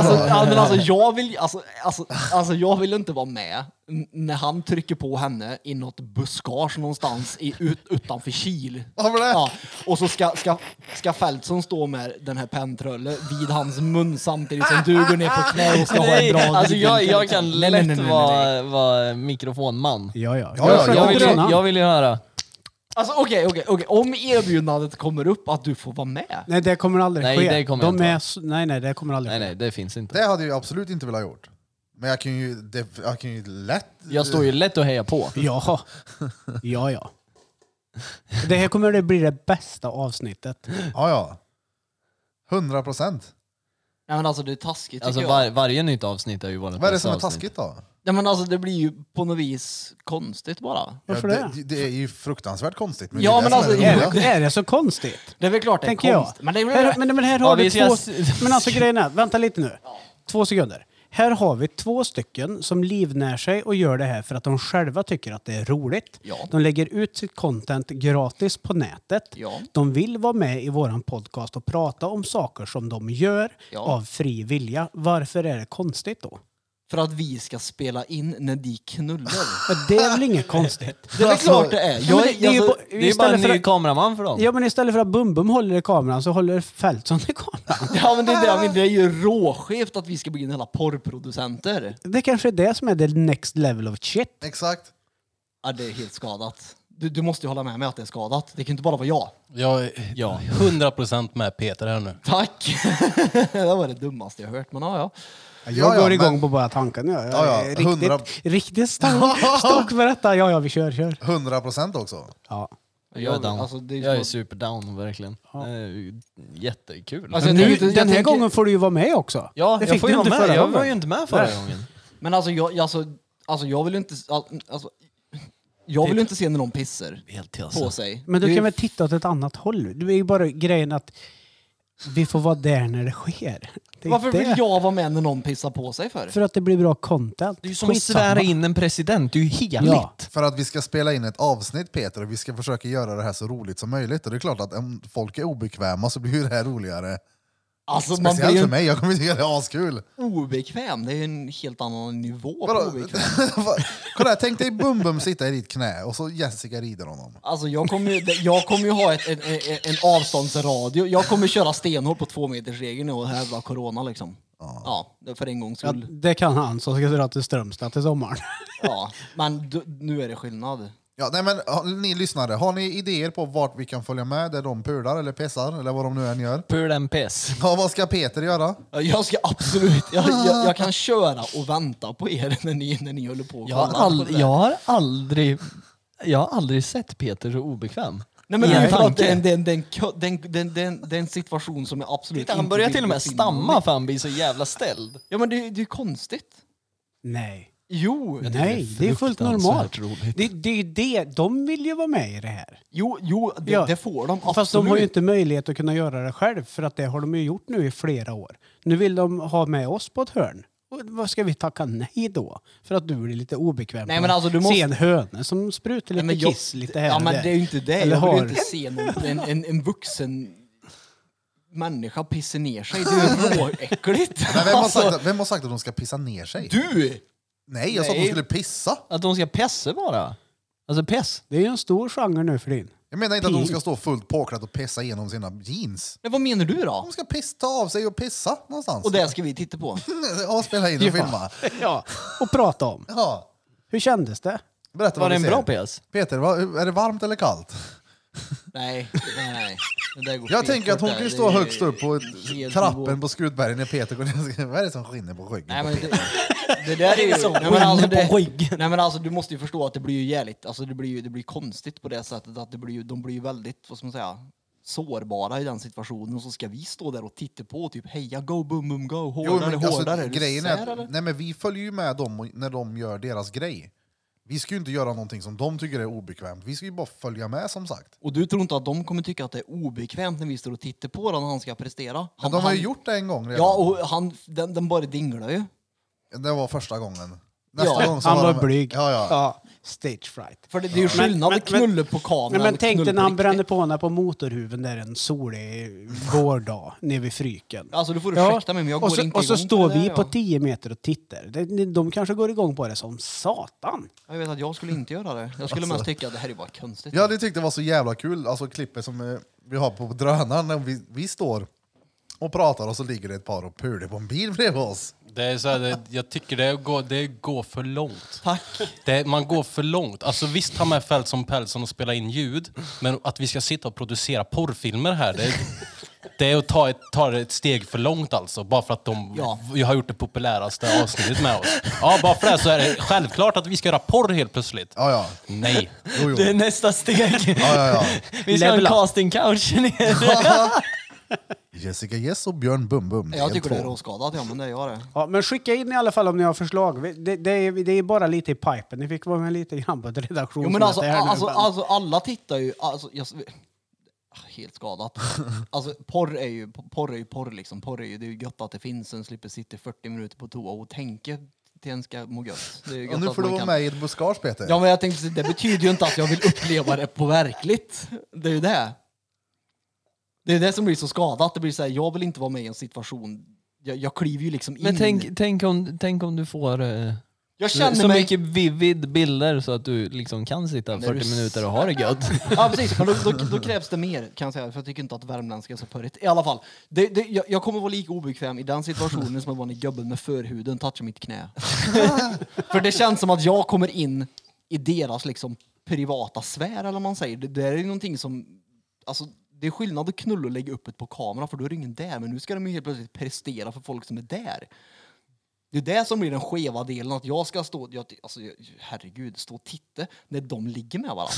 Jag vill inte vara med när han trycker på henne i något buskage någonstans utanför Kil. Ja, och så ska Fältson stå med den här pentröllen vid hans mun samtidigt som du går ner på knä och ska ha en bra... Alltså jag kan lätt vara mikrofonman. Jag vill ju höra. Alltså okej. Om erbjudandet kommer upp att du får vara med. Nej, det kommer aldrig ske. Det kommer nej, det kommer aldrig ske. Nej, det finns inte. Det hade jag absolut inte velat gjort. Men jag kan ju lätt... Jag står ju lätt att heja på. Ja. Det här kommer att bli det bästa avsnittet. Ja. 100%. Ja, men alltså det är taskigt. Alltså varje nytt avsnitt är ju vårt. Vad är det som är taskigt då? Ja, men alltså det blir ju på något vis konstigt bara. Varför det är ju fruktansvärt konstigt. Men ja, men alltså är det så konstigt? Det är väl klart det är konstigt. Men här har vi två... Men alltså grejen är, vänta lite nu. 2 sekunder. Här har vi 2 stycken som livnär sig och gör det här för att de själva tycker att det är roligt. Ja. De lägger ut sitt content gratis på nätet. Ja. De vill vara med i våran podcast och prata om saker som de gör av fri vilja. Varför är det konstigt då? För att vi ska spela in när de knullar. Det är väl inget konstigt. Det är väl klart det är. Det är bara en ny kameraman för dem. Ja, men istället för att Bum håller i kameran så håller Fältson i kameran. Ja, men det är ju råskevt att vi ska bli hela porrproducenter. Det kanske är det som är the next level of shit. Exakt. Ja, det är helt skadat. Du måste ju hålla med mig att det är skadat. Det kan inte bara vara jag. Jag är 100% med Peter här nu. Tack! Det var det dummaste jag hört, men ja. Jag går igång på bara tanken. Jag är riktigt stock för detta. Ja, vi kör. 100% också. Ja. Jag är down. Alltså, jag är super down, verkligen. Ja. Jättekul. Alltså, den här gången får du ju vara med också. Ja, det jag får ju vara med. Jag var ju inte med förra gången. Men jag vill inte... Jag vill inte se när någon pisser på sig. Men du kan väl titta åt ett annat håll. Det är ju bara grejen att vi får vara där när det sker. Varför vill jag vara med när någon pissar på sig för? För att det blir bra content. Det är ju som att svära in en president. Det är ju heligt. Ja. För att vi ska spela in ett avsnitt, Peter, och vi ska försöka göra det här så roligt som möjligt. Och det är klart att om folk är obekväma så blir det här roligare. Alltså, speciellt för mig, jag kommer tycka det är askul. Obekväm, det är en helt annan nivå på obekväm. Kolla här, tänk dig Bum sitta i ditt knä och så Jessica rider honom. Alltså jag kommer ju ha en avståndsradio. Jag kommer köra stenhårt på 2-metersregeln och hävda corona liksom. Ja, för en gångs skull. Ja, det kan han som ska dra till Strömstad till sommaren. Ja, men nu är det skillnad. Ja, nej, men ni lyssnare, har ni idéer på vart vi kan följa med? Där de pular eller pissar eller vad de nu än gör? Pul en piss. Ja, vad ska Peter göra? Jag ska absolut, jag kan köra och vänta på er när ni håller på. Jag har aldrig sett Peter så obekväm. Nej, men det är en situation som är absolut inte... Han börjar till och med stamma för han blir så jävla ställd. Ja, men det är konstigt. Nej. Jo, nej, det är fullt normalt. De vill ju vara med i det här. Jo, det får de absolut. Fast de har ju inte möjlighet att kunna göra det själv, för att det har de ju gjort nu i flera år. Nu vill de ha med oss på ett hörn. Och vad ska vi tacka nej då? För att du blir lite obekväm. Nej, men alltså, du måste... Se en höna som sprutar lite kiss lite här. Ja, men det är ju inte det. Eller jag vill inte se en vuxen människa pissa ner sig. Det är råäckligt. Vem har sagt att de ska pissa ner sig? Du! Nej, jag sa att de skulle pissa. Att de ska pissa bara. Alltså piss. Det är ju en stor genre nu för din. Jag menar inte att de ska stå fullt påklädd och pissa igenom sina jeans. Men vad menar du då? De ska ta av sig och pissa någonstans. Och det ska vi titta på. Och spela in och filma. Ja, och prata om. Ja. Hur kändes det? Berätta Var vad det du en ser. bra PS? Peter, är det varmt eller kallt? Nej. Det där går Jag fel tänker att hon där. kan ju stå Det är högst upp på helt trappen nivå. på Skutbergen när Peter går ner. Vad är det som skiner på ryggen? Nej men det där är ju... Som Nej, men alltså, skiner på ryggen. nej men alltså du måste ju förstå att det blir ju jävligt, alltså det blir konstigt på det sättet att de blir ju väldigt, vad ska man säga, sårbara i den situationen och så ska vi stå där och titta på och typ heja, go boom boom go, hårdare. Grejen Är du är, nej men vi följer ju med dem när de gör deras grej. Vi ska ju inte göra någonting som de tycker är obekvämt. Vi ska ju bara följa med som sagt. Och du tror inte att de kommer tycka att det är obekvämt när vi står och tittar på när han ska prestera? Men de har ju gjort det en gång redan. Ja, och den bara dinglar ju. Det var första gången. Nästa Ja, gång så Han var de- blyg. Ja. Stage fright. För det är ju skillnad Men- att knulla på kameran. Nej, men och tänk knulla dig när på han brände riktigt. på henne på motorhuven där en solig vårdag nere vid Fryken. Alltså du får ursäkta mig men jag går och så, inte och så igång på står det där, vi på ja. 10 meter och tittar. De kanske går igång på det som satan. Jag vet att jag skulle inte göra det. Jag skulle mest tycka att det här är bara konstigt. Jag hade tyckt det var så jävla kul, alltså klippet som vi har på drönaren när vi står och pratar och så ligger det ett par och pular på en bil bredvid oss. Det är så här, jag tycker det går för långt. Tack. Man går för långt. Alltså visst har med Fält som Pälsson och spela in ljud, men att vi ska sitta och producera porrfilmer här, det är att ta ett steg för långt alltså. Bara för att jag har gjort det populäraste avsnittet med oss. Ja, bara för det så är det självklart att vi ska göra porr helt plötsligt. Ja. Nej. Jo. Det är nästa steg. Ja. Vi ska ha en Level up. casting couch nere. Jessica Yes och Björn Bum Bum. Jag tycker det är Del 2. råskadat, ja men det gör det. Ja, men skicka in i alla fall om ni har förslag. Det är bara lite i pipen. Ni fick vara med lite grann på ett Jo redaktionsmöte men alltså, här nu, alltså alla tittar ju, alltså, helt skadat. Alltså porr är ju porr liksom. Porr är ju, det är ju gött att det finns, en slipper sitta 40 minuter på toa och tänka till en ska må gött. Det är ju Och gött nu att får du man vara kan... med i ett buskage, Peter. Ja men jag tänkte, det betyder ju inte att jag vill uppleva det på verkligt. Det är ju det. Det är det som blir så skadat. Det blir så här, jag vill inte vara med i en situation. Jag kliver ju liksom in. Men tänk om du får jag känner så mig... mycket vivid bilder så att du liksom kan sitta 40 minuter och ha det gött. Ja precis, men då krävs det mer kan jag säga. För jag tycker inte att värmländska är så pörrigt. I alla fall, jag kommer vara lika obekväm i den situationen som att vara en gubben med förhuden touchar mitt knä. För det känns som att jag kommer in i deras liksom privata sfär eller vad man säger. Det är ju någonting som... Alltså, det är skillnad att knulla och lägga upp ett på kamera för då är det ingen där. Men nu ska de ju helt plötsligt prestera för folk som är där. Det är det som blir den skeva delen. Att jag ska stå... herregud, stå och titta när de ligger med varandra.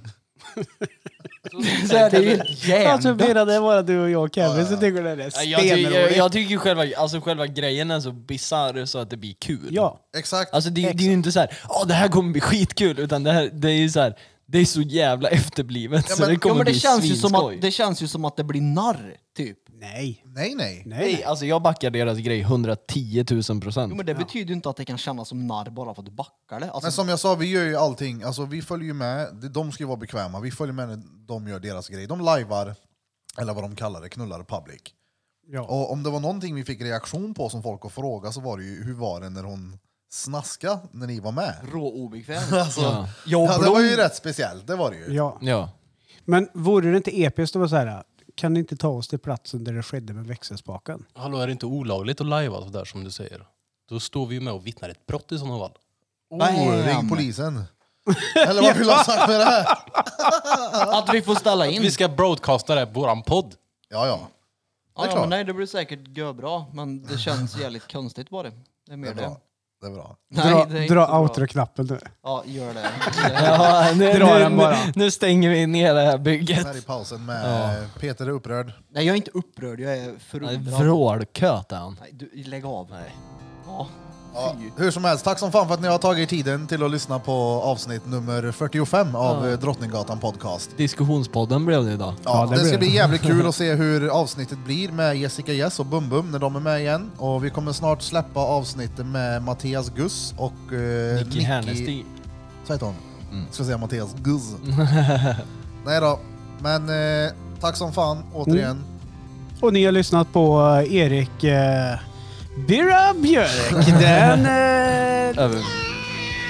så är det ju helt Alltså hjärndött. Bira, det är bara du och jag och Kevin så tycker det är stenroligt. Jag tycker själva grejen är så bizarr så att det blir kul. Ja. Exakt. Alltså det är ju inte så här, det här kommer bli skitkul, utan det är ju så här, det är så jävla efterblivet så det kommer det bli känns ju svinskoj. det känns ju som att det blir narr, typ. Nej. Nej, alltså jag backar deras grej 110 000%. Jo, men det betyder ju inte att det kan kännas som narr bara för att du backar det. Alltså, Men som jag sa, vi gör ju allting, alltså vi följer ju med, de ska ju vara bekväma, vi följer med när de gör deras grej. De lajvar, eller vad de kallar det, knullar public. Ja. Och om det var någonting vi fick reaktion på som folk att fråga så var det ju, hur var det när hon snaska när ni var med? Rå-obekväm. Alltså, Ja. det var ju rätt speciellt, det var det ju. Ja. Ja. Men vore det inte episkt att vara så här, kan ni inte ta oss till platsen där det skedde med växelspaken? Hallå, är det inte olagligt att lajva så där som du säger? Då står vi ju med och vittnar ett brott i sådana fall. Ring polisen. Eller vad vill du ha sagt med det här? Att vi får ställa in. Vi ska broadcasta det på våran podd. Ja. Ja, klart. men nej, det blir säkert bra, men det känns jävligt konstigt bara. Det är mer det. Det är bra. Nej, det är inte Dra bra. outro-knappen nu. Ja, gör det. Ja, Dra den bara. nu stänger vi ner det här bygget. Här i pausen med Peter är upprörd. Nej, jag är inte upprörd, jag är förundrad. Vrålköt är han. Nej, du, lägg av. Nej. Ja, Ja, fy. hur som helst, tack som fan för att ni har tagit er tiden till att lyssna på avsnitt nummer 45 av Drottninggatan podcast. Diskussionspodden blev det idag. Ja, det det blir ska det. bli jävligt kul att se hur avsnittet blir med Jessica Yes och Bum Bum när de är med igen. Och vi kommer snart släppa avsnittet med Mattias Guss och Nicky Härnestig. Så heter hon. Ska säga Mattias Guss. Nej då, men tack som fan återigen. Och ni har lyssnat på Erik Birra Björk. Den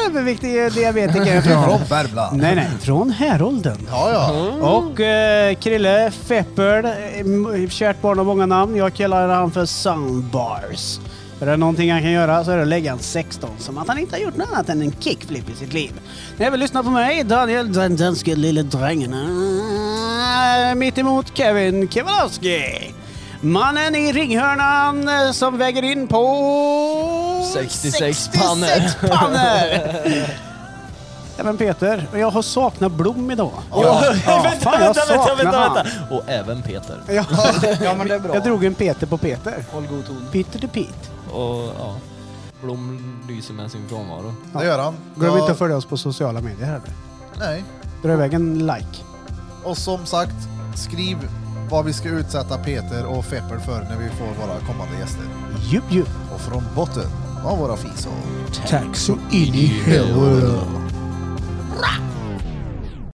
överviktig diabetiker Från Värmland. Nej, från Härolden. Ja. Och Krille Feppel, kärt barn av många namn. Jag kallar han för Soundbars. Är det någonting han kan göra så är det att lägga en 16 som att han inte har gjort något annat än en kickflip i sitt liv. Ni vill lyssna på mig, Daniel, den danska lille drängen. Mitt emot Kevin Kowalski. Mannen i ringhörnan som väger in på 66 pannor. Även Peter. Jag har saknat Blom idag. Vänta. Och även Peter. Ja, men det är bra. jag drog en Peter på Peter. Håll god ton. Peter to Pete. Och ja, Blom lyser med sin frånvaro. Det gör han. Glöm inte att följa oss på sociala medier här. Nej. Dra iväg en like. Och som sagt, skriv vad vi ska utsätta Peter och Feppel för när vi får våra kommande gäster. Jupp. Och från botten av våra fisor. Tack så in i helvete.